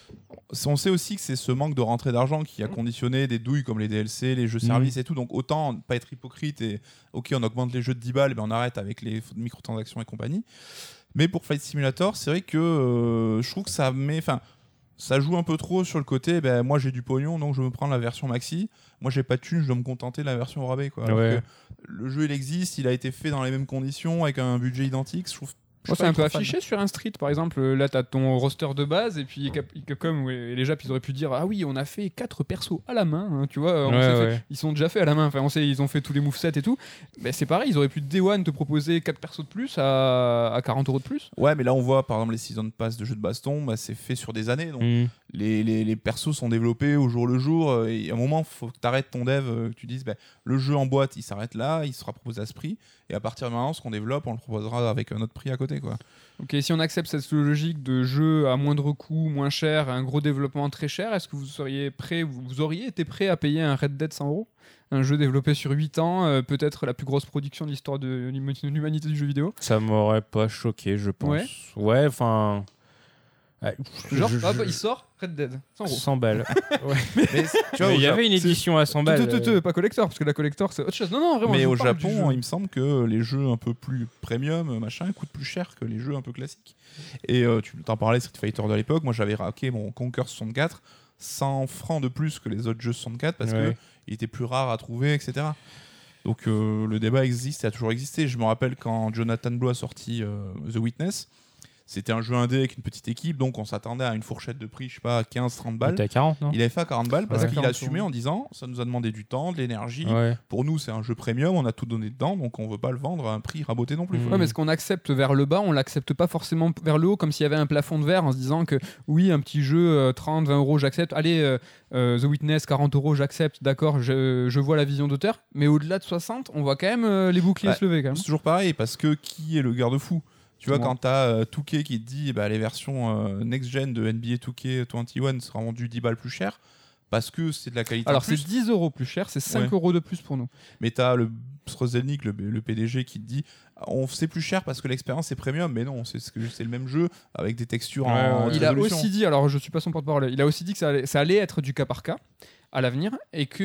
on sait aussi que c'est ce manque de rentrée d'argent qui a conditionné des douilles comme les DLC, les jeux services et tout. Donc autant pas être hypocrite et ok, on augmente les jeux de 10 balles, mais on arrête avec les microtransactions et compagnie. Mais pour Flight Simulator, c'est vrai que je trouve que ça joue un peu trop sur le côté moi j'ai du pognon, donc je me prends la version maxi. Moi j'ai pas de thune, je dois me contenter de la version au rabais, quoi. Alors que le jeu il existe, il a été fait dans les mêmes conditions avec un budget identique. Je trouve c'est un peu affiché sur un Street, par exemple. Là, t'as ton roster de base, et puis Capcom et les Japs, ils auraient pu dire ah oui, on a fait 4 persos à la main, hein, tu vois. Ils sont déjà faits à la main. Enfin, on sait, ils ont fait tous les movesets et tout. C'est pareil, ils auraient pu Day One te proposer 4 persos de plus à 40 € de plus. Ouais, mais là on voit par exemple les season pass de jeux de baston, c'est fait sur des années, donc les persos sont développés au jour le jour, et à un moment, il faut que tu arrêtes ton dev, que tu dises le jeu en boîte, il s'arrête là, il sera proposé à ce prix, et à partir de maintenant, ce qu'on développe, on le proposera avec un autre prix à côté, quoi. Ok, si on accepte cette logique de jeu à moindre coût, moins cher, un gros développement très cher, est-ce que vous auriez été prêt à payer un Red Dead 100 €? Un jeu développé sur 8 ans, peut-être la plus grosse production de l'histoire de l'humanité du jeu vidéo. Ça m'aurait pas choqué, je pense. Ouais, enfin... Genre, il sort Red Dead, 100 €. 100 balles. Ouais. Mais, tu vois, il y avait une édition à 100 balles. Pas collector, parce que la collector, c'est autre chose. Non, vraiment. Mais je au parle du Japon, jeu. il me semble que les jeux un peu plus premium, machin, coûtent plus cher que les jeux un peu classiques. Et tu t'en parlais, Street Fighter de l'époque, moi j'avais raqué mon Conquer 64 100 francs de plus que les autres jeux 64 parce que il était plus rare à trouver, etc. Donc le débat existe et a toujours existé. Je me rappelle quand Jonathan Blow a sorti The Witness, c'était un jeu indé avec une petite équipe, donc on s'attendait à une fourchette de prix, je sais pas, 15-30 balles. Il était à 40, non ? Il avait fait à 40 balles parce qu'il 40 assumait en disant ça nous a demandé du temps, de l'énergie. Ouais. Pour nous, c'est un jeu premium, on a tout donné dedans, donc on veut pas le vendre à un prix raboté non plus. Ouais, mais ce qu'on accepte vers le bas, on l'accepte pas forcément vers le haut, comme s'il y avait un plafond de verre en se disant que oui, un petit jeu 30, 20 €, j'accepte. Allez, The Witness, 40 €, j'accepte, d'accord, je vois la vision d'auteur. Mais au-delà de 60, on voit quand même les boucliers se lever quand même. C'est toujours pareil, parce que qui est le garde-fou ? Tu vois, Moi. quand t'as 2K qui te dit les versions next-gen de NBA 2K21 seront vendues 10 balles plus cher, parce que c'est de la qualité Alors en plus. c'est 10 € plus cher, c'est 5 Ouais. € de plus pour nous. Mais t'as le Srozelnik, le PDG, qui te dit c'est plus cher parce que l'expérience est premium, mais non, c'est le même jeu avec des textures en haute Il a résolution. aussi dit, alors je suis pas son porte-parole, il a aussi dit que ça allait être du cas par cas à l'avenir et que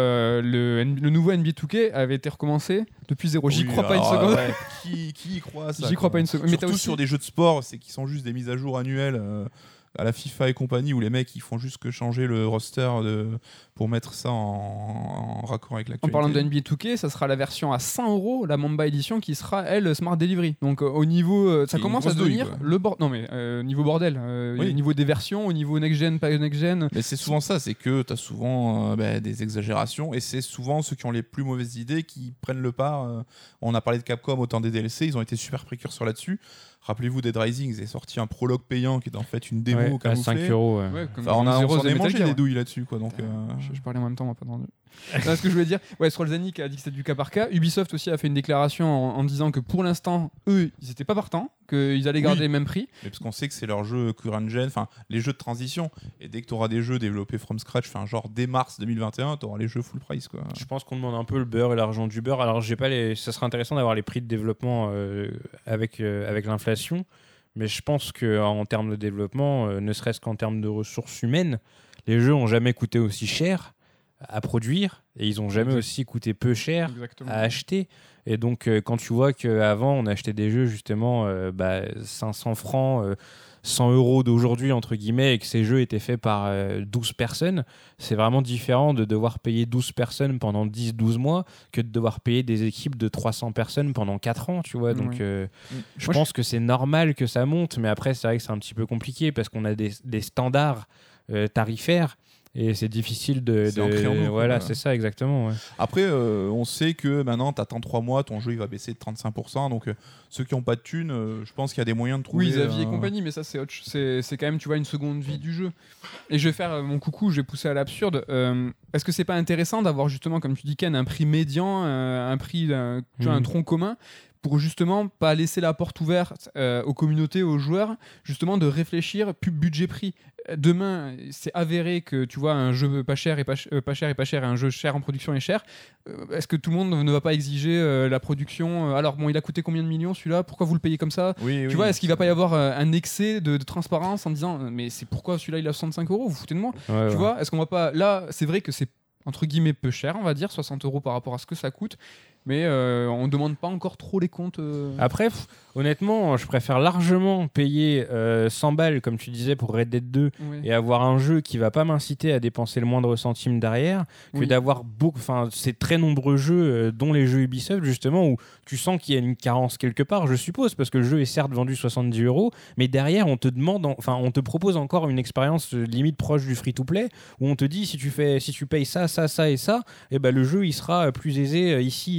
le nouveau NBA 2K avait été recommencé depuis zéro. J'y Oui, crois pas une alors, seconde. ouais, qui y croit à ça, J'y crois quoi. pas une seconde. Mais Surtout t'as aussi... sur des jeux de sport, c'est qui sont juste des mises à jour annuelles à la FIFA et compagnie, où les mecs ils font juste que changer le roster pour mettre ça en raccord avec En l'actualité. parlant de NBA 2K, ça sera la version à 100 €, la Mamba Edition, qui sera, elle, Smart Delivery. Donc au niveau... ça C'est commence une à grosse douille, devenir quoi. le bordel. Non mais niveau bordel. Oui. Au niveau des versions, au niveau next-gen, pas next-gen. Mais c'est souvent ça, c'est que tu as souvent des exagérations, et c'est souvent ceux qui ont les plus mauvaises idées qui prennent le pas. On a parlé de Capcom au temps des DLC, ils ont été super précurseurs là-dessus. Rappelez-vous, Dead Rising, ils ont sorti un prologue payant qui est en fait une démo à 5 camouflée. €. Ouais, comme Enfin, on Zero s'en The est Metal mangé Gear, des ouais. douilles là-dessus, quoi. Donc, Je parlais en même temps, on m'a pas entendu. Non, ce que je voulais dire, Srozelnik a dit que c'était du cas par cas. Ubisoft aussi a fait une déclaration en disant que pour l'instant, eux, ils étaient pas partants, qu'ils allaient garder Oui. les mêmes prix. mais parce qu'on sait que c'est leur jeu current gen, enfin les jeux de transition. Et dès que tu auras des jeux développés from scratch, enfin genre dès mars 2021, tu auras les jeux full price, quoi. Je pense qu'on demande un peu le beurre et l'argent du beurre. Alors, j'ai pas ça serait intéressant d'avoir les prix de développement avec l'inflation. Mais je pense qu'en termes de développement, ne serait-ce qu'en termes de ressources humaines, les jeux ont jamais coûté aussi cher à produire et ils ont jamais aussi coûté peu cher Exactement. à acheter. Et donc, quand tu vois qu'avant, on achetait des jeux justement 500 francs, 100 € d'aujourd'hui, entre guillemets, et que ces jeux étaient faits par 12 personnes, c'est vraiment différent de devoir payer 12 personnes pendant 10-12 mois que de devoir payer des équipes de 300 personnes pendant 4 ans, tu vois. Donc, je pense que c'est normal que ça monte, mais après, c'est vrai que c'est un petit peu compliqué parce qu'on a des standards tarifaires. Et c'est difficile C'est ancré en nous, voilà, quoi. c'est ça, exactement. Ouais. Après, on sait que maintenant, tu attends 3 mois, ton jeu il va baisser de 35%. Donc, ceux qui n'ont pas de thunes, je pense qu'il y a des moyens de trouver. Oui, Xavier et compagnie, mais ça, c'est quand même, tu vois, une seconde vie du jeu. Et je vais faire mon coucou, je vais pousser à l'absurde. Est-ce que c'est pas intéressant d'avoir justement, comme tu dis, Ken, un prix médian, un prix, tu vois, un tronc commun, pour justement pas laisser la porte ouverte aux communautés, aux joueurs, justement de réfléchir budget prix. Demain, c'est avéré que tu vois un jeu pas cher et pas cher et un jeu cher en production et cher. Est-ce que tout le monde ne va pas exiger la production alors bon, il a coûté combien de millions celui-là ? Pourquoi vous le payez comme ça ? Oui, Tu vois, est-ce qu'il va pas y avoir un excès de transparence en disant mais c'est pourquoi celui-là il a 65 €, vous foutez de moi ? Tu vois, est-ce qu'on va pas là, c'est vrai que c'est entre guillemets peu cher, on va dire 60 € par rapport à ce que ça coûte, mais on demande pas encore trop les comptes. Après, honnêtement, je préfère largement payer 100 balles, comme tu disais, pour Red Dead 2 Ouais. et avoir un jeu qui va pas m'inciter à dépenser le moindre centime derrière, que Oui. d'avoir ces très nombreux jeux, dont les jeux Ubisoft, justement, où tu sens qu'il y a une carence quelque part, je suppose, parce que le jeu est certes vendu 70 €, mais derrière, on te propose encore une expérience limite proche du free-to-play, où on te dit, si tu payes ça, ça et ça, et ben le jeu, il sera plus aisé ici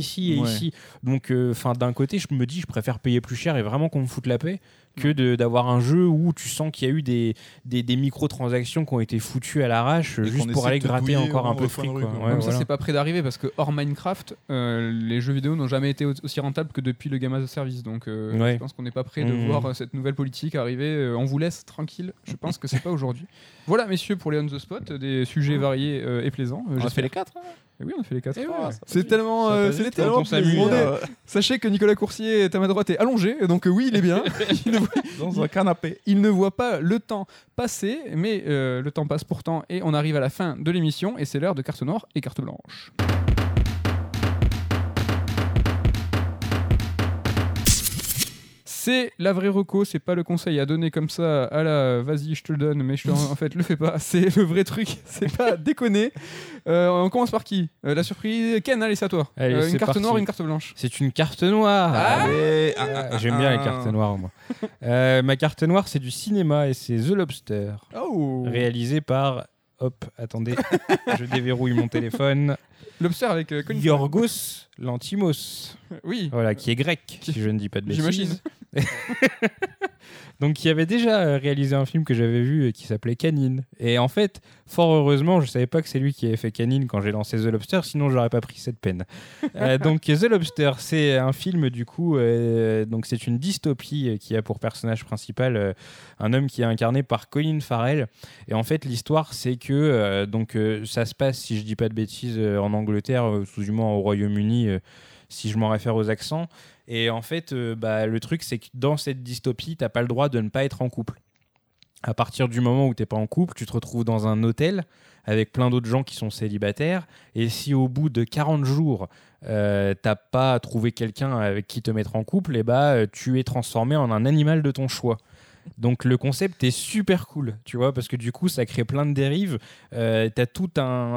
ici et Ouais. ici. Donc, d'un côté, je me dis, je préfère payer plus cher et vraiment qu'on me foute la paix que d'avoir un jeu où tu sens qu'il y a eu des microtransactions qui ont été foutues à l'arrache Et juste qu'on pour essaie aller de te gratter douiller encore un au peu de fin fric. de rue, Quoi. quoi. Ouais, Comme ça, voilà. c'est pas près d'arriver parce que hors Minecraft, les jeux vidéo n'ont jamais été aussi rentables que depuis le Game as a Service. Donc, Ouais. je pense qu'on n'est pas prêt de voir cette nouvelle politique arriver. On vous laisse tranquille. Je pense que c'est pas aujourd'hui. Voilà, messieurs, pour les On the Spot, des sujets variés et plaisants. On a J'espère. fait les 4. Eh oui, on a fait les 4. Eh ouais. C'est tellement, Ça passe c'est vite, tellement quand on s'amuse. plaisir. Sachez que Nicolas Coursier est à ma droite et allongé, donc oui, il est bien. Dans un canapé. Il ne voit pas le temps passer, mais le temps passe pourtant et on arrive à la fin de l'émission et c'est l'heure de carte noire et carte blanche. C'est la vraie reco, c'est pas le conseil à donner comme ça à la vas-y je te le donne mais en fait le fais pas, c'est le vrai truc, c'est pas déconner. On commence par qui La surprise, Ken, allez c'est à toi. Allez, Une c'est carte parti. noire, une carte blanche. C'est une carte noire. Allez, J'aime bien les cartes noires, moi. Ma carte noire, c'est du cinéma et c'est The Lobster, Oh réalisé par... Hop, attendez, je déverrouille mon téléphone. Lobster avec Colin Yorgos Lanthimos, Oui, voilà, qui est grec, si je ne dis pas de bêtises. j'imagine. Donc, qui avait déjà réalisé un film que j'avais vu qui s'appelait Canine. Et en fait, fort heureusement, je savais pas que c'est lui qui avait fait Canine quand j'ai lancé The Lobster, sinon j'aurais pas pris cette peine. Donc, The Lobster, c'est un film du coup. Donc, c'est une dystopie qui a pour personnage principal un homme qui est incarné par Colin Farrell. Et en fait, l'histoire, c'est que ça se passe, si je dis pas de bêtises, en Angleterre, sous du moins au Royaume-Uni, si je m'en réfère aux accents. Et en fait, le truc, c'est que dans cette dystopie, t'as pas le droit de ne pas être en couple. À partir du moment où t'es pas en couple, tu te retrouves dans un hôtel avec plein d'autres gens qui sont célibataires. Et si au bout de 40 jours, t'as pas trouvé quelqu'un avec qui te mettre en couple, tu es transformé en un animal de ton choix. Donc le concept est super cool, tu vois, parce que du coup ça crée plein de dérives. T'as toute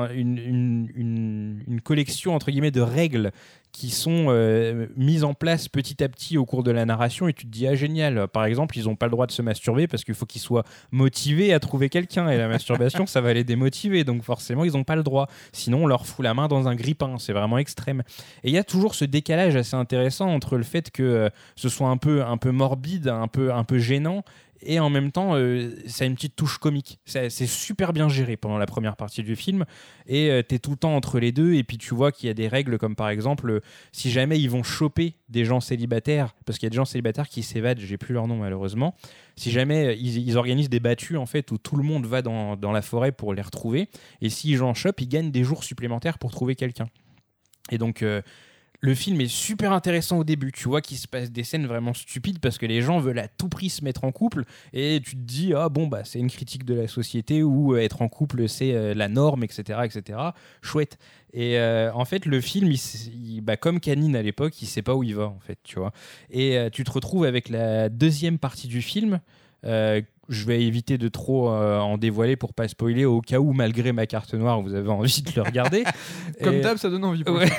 une collection entre guillemets de règles qui sont mises en place petit à petit au cours de la narration et tu te dis ah génial, par exemple ils n'ont pas le droit de se masturber parce qu'il faut qu'ils soient motivés à trouver quelqu'un et la masturbation ça va les démotiver, donc forcément ils n'ont pas le droit, sinon on leur fout la main dans un grille-pain, c'est vraiment extrême. Et il y a toujours ce décalage assez intéressant entre le fait que ce soit un peu morbide, un peu gênant, et en même temps ça a une petite touche comique. C'est super bien géré pendant la première partie du film et t'es tout le temps entre les deux et puis tu vois qu'il y a des règles comme par exemple si jamais ils vont choper des gens célibataires, parce qu'il y a des gens célibataires qui s'évadent, j'ai plus leur nom malheureusement, si jamais ils organisent des battues en fait où tout le monde va dans la forêt pour les retrouver, et s'ils en chopent, ils gagnent des jours supplémentaires pour trouver quelqu'un. Et donc le film est super intéressant au début, tu vois qu'il se passe des scènes vraiment stupides parce que les gens veulent à tout prix se mettre en couple et tu te dis c'est une critique de la société où être en couple c'est la norme, etc., chouette. Et en fait le film comme Canine à l'époque, il sait pas où il va en fait, tu vois. Et tu te retrouves avec la deuxième partie du film. Je vais éviter de trop en dévoiler pour pas spoiler au cas où malgré ma carte noire vous avez envie de le regarder. Comme d'hab, ça donne envie. Ouais.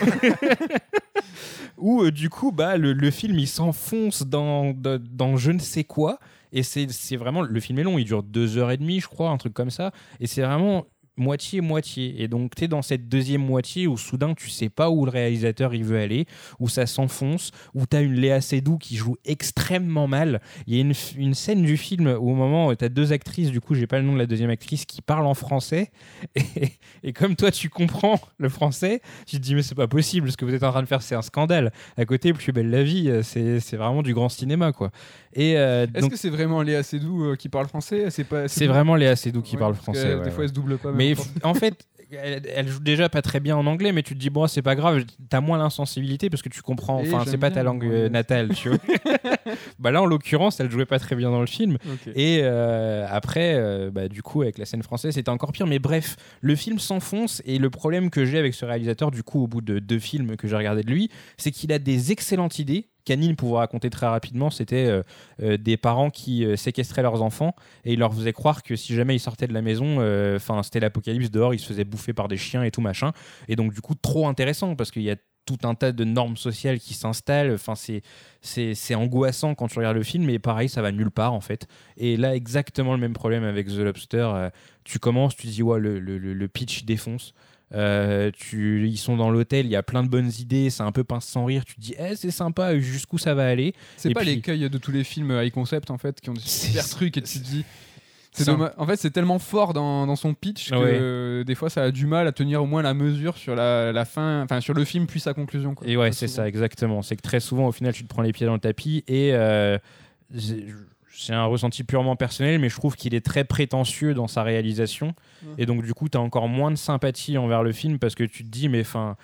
Où du coup le film il s'enfonce dans je ne sais quoi et c'est vraiment, le film est long, il dure 2h30 je crois, un truc comme ça, et c'est vraiment moitié, et donc t'es dans cette deuxième moitié où soudain tu sais pas où le réalisateur il veut aller, où ça s'enfonce, où t'as une Léa Seydoux qui joue extrêmement mal. Il y a une scène du film où au moment où t'as deux actrices, du coup j'ai pas le nom de la deuxième actrice, qui parle en français et comme toi tu comprends le français, tu te dis mais c'est pas possible, ce que vous êtes en train de faire c'est un scandale. À côté, Plus belle la vie, c'est vraiment du grand cinéma quoi. Et Est-ce que c'est vraiment Léa Seydoux qui parle français? C'est vraiment Léa Seydoux qui parle français. Des fois elle se double pas. Mais en fait, elle joue déjà pas très bien en anglais, mais tu te dis bon c'est pas grave, t'as moins l'insensibilité parce que tu comprends, enfin c'est pas ta langue natale, tu vois. Là en l'occurrence elle jouait pas très bien dans le film. Okay. Et après du coup avec la scène française c'était encore pire, mais bref le film s'enfonce. Et le problème que j'ai avec ce réalisateur du coup au bout de 2 films que j'ai regardé de lui, c'est qu'il a des excellentes idées. Canine, pour vous raconter très rapidement, c'était des parents qui séquestraient leurs enfants et ils leur faisaient croire que si jamais ils sortaient de la maison, c'était l'apocalypse dehors, ils se faisaient bouffer par des chiens et tout machin. Et donc du coup trop intéressant parce qu'il y a tout un tas de normes sociales qui s'installent. Enfin, c'est angoissant quand tu regardes le film, mais pareil, ça va nulle part en fait. Et là, exactement le même problème avec The Lobster. Tu commences, tu te dis ouais, le pitch défonce. Ils sont dans l'hôtel, il y a plein de bonnes idées, c'est un peu pince sans rire, tu te dis c'est sympa, jusqu'où ça va aller. C'est Et pas puis- l'écueil de tous les films high concept en fait qui ont des super trucs et tu te dis. C'est ça. dommage. En fait, c'est tellement fort dans son pitch que des fois, ça a du mal à tenir au moins la mesure sur la fin, enfin sur le film puis sa conclusion. Quoi. Et ouais, Très c'est souvent. ça, exactement. C'est que très souvent, au final, tu te prends les pieds dans le tapis et c'est un ressenti purement personnel, mais je trouve qu'il est très prétentieux dans sa réalisation. Et donc, du coup, tu as encore moins de sympathie envers le film parce que tu te dis, mais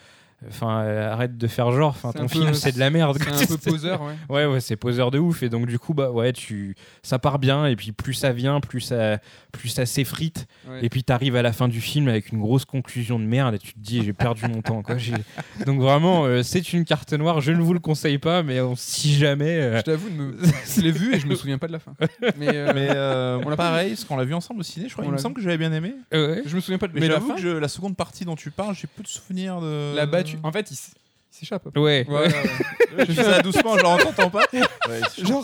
arrête de faire genre, C'est ton un film peu- c'est de la merde. C'est un peu poseur, ouais. Ouais, c'est poseur de ouf. Et donc, du coup, ça part bien. Et puis, plus ça vient, plus ça s'effrite. Ouais. Et puis, t'arrives à la fin du film avec une grosse conclusion de merde. Et tu te dis, j'ai perdu mon temps. Quoi. Donc, vraiment, c'est une carte noire. Je ne vous le conseille pas. Mais si jamais. Je t'avoue, je l'ai vu et je me souviens pas de la fin. Mais, Mais on l'a pareil, parce qu'on l'a vu ensemble au ciné, je crois. On Il me l'a semble que j'avais bien aimé. Ouais. je me souviens pas de Mais, la j'avoue fin. que la seconde partie dont tu parles, j'ai peu de souvenirs de. Là-bas, en fait, il s'échappe. Ouais. Ouais. Je fais ça doucement, genre on t'entend pas. Ouais, c'est Genre,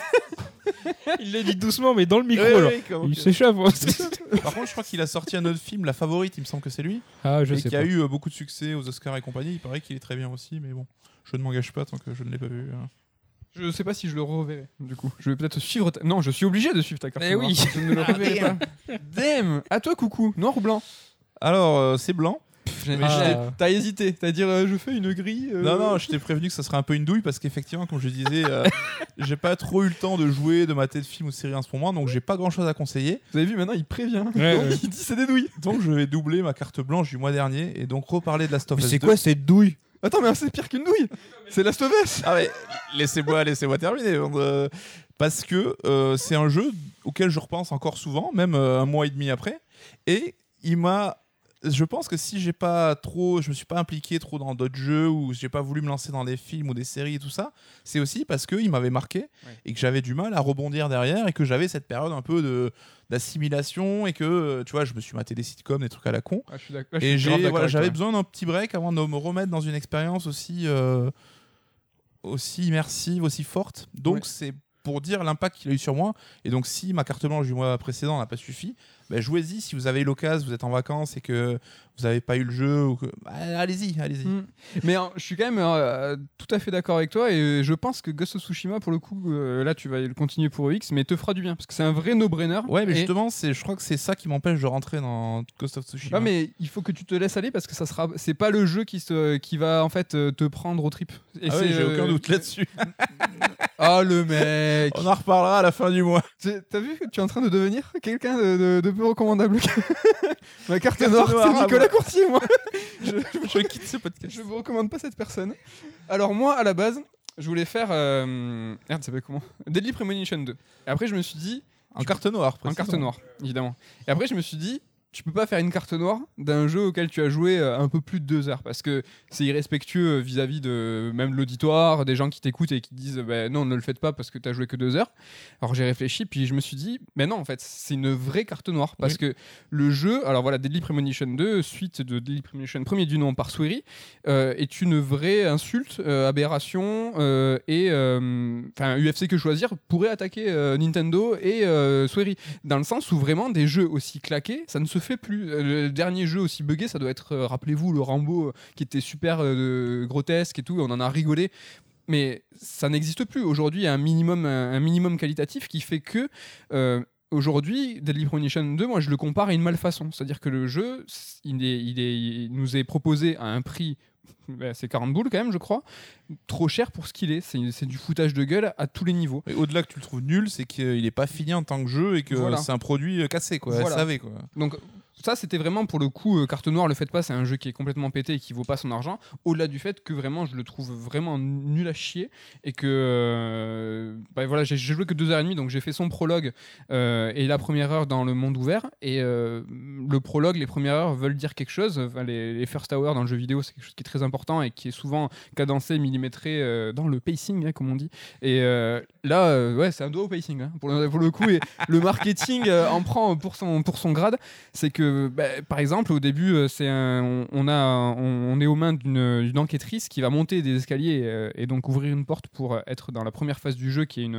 Il l'a dit doucement, mais dans le micro. Ouais, genre. ouais, comment Il que- s'échappe. Par contre, je crois qu'il a sorti un autre film, La Favorite, il me semble que c'est lui. Ah, je et sais qui pas. a eu beaucoup de succès aux Oscars et compagnie. Il paraît qu'il est très bien aussi, mais bon, je ne m'engage pas tant que je ne l'ai pas vu. je sais pas si je le reverrai. Du coup, je vais peut-être suivre. Non, je suis obligé de suivre ta carte. Eh noire. oui. Je ne le reverrai pas. Damn. À toi, coucou. Noir ou blanc? Alors, c'est blanc. T'as hésité. T'as dit je fais une grille. Non, je t'ai prévenu que ça serait un peu une douille parce qu'effectivement, comme je disais, j'ai pas trop eu le temps de jouer, de mater de films ou de séries en ce moment, donc j'ai pas grand chose à conseiller. Vous avez vu maintenant, il prévient. Ouais, Donc, ouais. il dit c'est des douilles. Donc je vais doubler ma carte blanche du mois dernier et donc reparler de Last of Mais Us c'est 2. quoi cette douille? Attends, mais c'est pire qu'une douille. C'est Last of Us. Ah mais laissez-moi terminer. Parce que c'est un jeu auquel je repense encore souvent, même un mois et demi après. Et je pense que si je me suis pas impliqué trop dans d'autres jeux ou j'ai pas voulu me lancer dans des films ou des séries et tout ça, c'est aussi parce qu'il m'avait marqué et que j'avais du mal à rebondir derrière et que j'avais cette période un peu d'assimilation et que tu vois, je me suis maté des sitcoms, des trucs à la con. Ah, je suis d'accord. Et je suis grave d'accord avec j'avais toi. besoin d'un petit break avant de me remettre dans une expérience aussi immersive, aussi forte. Donc Ouais. c'est pour dire l'impact qu'il a eu sur moi. Et donc si ma carte blanche du mois précédent n'a pas suffi, jouez-y si vous avez eu l'occasion, vous êtes en vacances et que vous n'avez pas eu le jeu. Allez-y. Mm. Mais je suis quand même tout à fait d'accord avec toi et je pense que Ghost of Tsushima, pour le coup, là tu vas le continuer pour EX, mais te fera du bien parce que c'est un vrai no-brainer. Ouais, mais Et- justement, je crois que c'est ça qui m'empêche de rentrer dans Ghost of Tsushima. Ah, mais il faut que tu te laisses aller parce que c'est pas le jeu qui va en fait te prendre aux tripes. Et Ah ouais, j'ai aucun doute là-dessus. Ah, le mec. On en reparlera à la fin du mois. T'as vu que tu es en train de devenir quelqu'un de peu recommandable. Ma carte Carte noire, noire, c'est Nicolas Courtier, moi. Je quitte ce podcast. Je vous recommande pas cette personne. Alors moi, à la base, je voulais faire... Merde, ça s'appelle comment? Deadly Premonition 2. Et après, je me suis dit... En carte noire, En carte précisément. noire, évidemment. Et après, je me suis dit... Tu peux pas faire une carte noire d'un jeu auquel tu as joué un peu plus de 2 heures parce que c'est irrespectueux vis-à-vis de même de l'auditoire, des gens qui t'écoutent et qui disent non, ne le faites pas parce que tu as joué que 2 heures. Alors j'ai réfléchi puis je me suis dit non, en fait, c'est une vraie carte noire parce que le jeu, alors voilà, Deadly Premonition 2, suite de Deadly Premonition premier du nom par Swery, est une vraie insulte, aberration et enfin UFC que choisir pourrait attaquer Nintendo et Swery dans le sens où vraiment des jeux aussi claqués, ça ne se fait plus. Le dernier jeu aussi buggé, ça doit être, rappelez-vous, le Rambo qui était super grotesque et tout, on en a rigolé. Mais ça n'existe plus. Aujourd'hui, il y a un minimum qualitatif qui fait que aujourd'hui, Deadly Premonition 2, moi je le compare à une malfaçon. C'est-à-dire que le jeu, il nous est proposé à un prix, c'est 40 boules quand même, je crois, trop cher pour ce qu'il est. C'est du foutage de gueule à tous les niveaux. Et au-delà que tu le trouves nul, c'est qu'il n'est pas fini en tant que jeu et que Voilà. c'est un produit cassé, quoi. Voilà. SAV, quoi. Donc ça, c'était vraiment pour le coup carte noire, le faites pas, c'est un jeu qui est complètement pété et qui vaut pas son argent, au-delà du fait que vraiment je le trouve vraiment nul à chier et que voilà, j'ai joué que 2h30, donc j'ai fait son prologue et la première heure dans le monde ouvert, et le prologue, les premières heures veulent dire quelque chose. Enfin, les first hours dans le jeu vidéo, c'est quelque chose qui est très important et qui est souvent cadencé, millimétré dans le pacing, comme on dit, et là ouais, c'est un doigt au pacing, hein, pour le coup, et le marketing en prend pour son grade. C'est que par exemple au début on est aux mains d'une enquêtrice qui va monter des escaliers et donc ouvrir une porte pour être dans la première phase du jeu qui est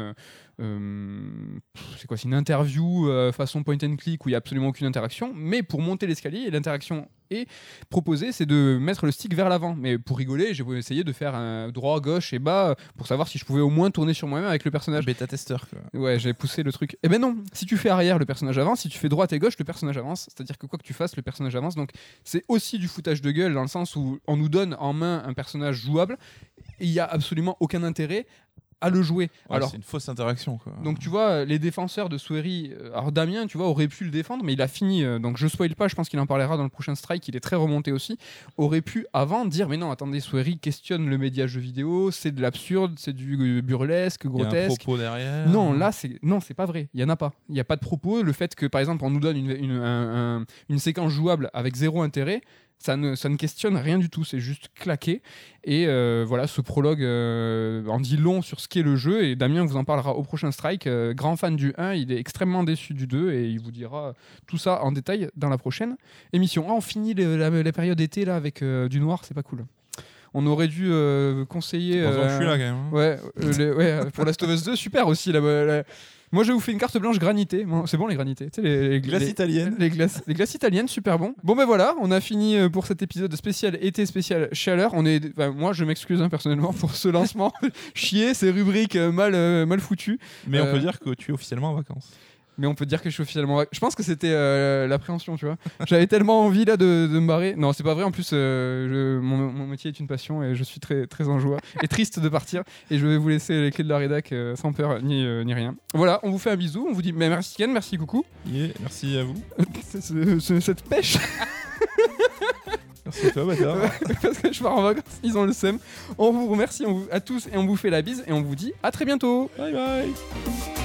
c'est une interview façon point and click où il n'y a absolument aucune interaction, mais pour monter l'escalier l'interaction est proposé, c'est de mettre le stick vers l'avant. Mais pour rigoler, j'ai essayé de faire un droit, gauche et bas pour savoir si je pouvais au moins tourner sur moi-même avec le personnage. Bêta-testeur, quoi. Ouais, j'ai poussé le truc. Eh ben non, si tu fais arrière, le personnage avance. Si tu fais droite et gauche, le personnage avance. C'est-à-dire que quoi que tu fasses, le personnage avance. Donc c'est aussi du foutage de gueule dans le sens où on nous donne en main un personnage jouable et il n'y a absolument aucun intérêt à le jouer. Ouais, Alors, c'est une fausse interaction, quoi. donc tu vois, les défenseurs de Sueri, alors Damien, tu vois, aurait pu le défendre, mais il a fini, donc je spoil pas, je pense qu'il en parlera dans le prochain strike, il est très remonté aussi, aurait pu avant dire, mais non, attendez, Sueri questionne le média jeu vidéo, c'est de l'absurde, c'est du burlesque, Il y a un grotesque. propos derrière. Non, là, c'est pas vrai. Il y en a pas. Il y a pas de propos. Le fait que, par exemple, on nous donne une séquence jouable avec zéro intérêt, ça ne questionne rien du tout. C'est juste claqué. Et voilà, ce prologue en dit long sur ce qu'est le jeu. Et Damien vous en parlera au prochain strike. Grand fan du 1, il est extrêmement déçu du 2 et il vous dira tout ça en détail dans la prochaine émission. Ah, on finit la période été là avec du noir, c'est pas cool. On aurait dû conseiller. Heureusement que je suis là, quand même. Ouais, pour Last of Us 2, super aussi. Moi, je vous fais une carte blanche granitée. Bon, c'est bon, les granités. Tu sais, les Glace italienne. Les glaces italiennes, super bon. Bon, ben voilà, on a fini pour cet épisode spécial été, spécial chaleur. Moi, je m'excuse personnellement pour ce lancement. Chier, ces rubriques mal foutues. Mais on peut dire que tu es officiellement en vacances. Mais on peut dire que je suis officiellement. Je pense que c'était l'appréhension, tu vois. J'avais tellement envie là de me barrer. Non, c'est pas vrai. En plus, mon métier est une passion et je suis très, très en joie et triste de partir. Et je vais vous laisser les clés de la rédac sans peur ni rien. Voilà, on vous fait un bisou. On vous dit merci Ken, merci coucou. Yeah, merci à vous. Cette pêche. Merci à toi, bâtard. Parce que je pars en vacances, ils ont le seum. On vous remercie à tous et on vous fait la bise et on vous dit à très bientôt. Bye bye.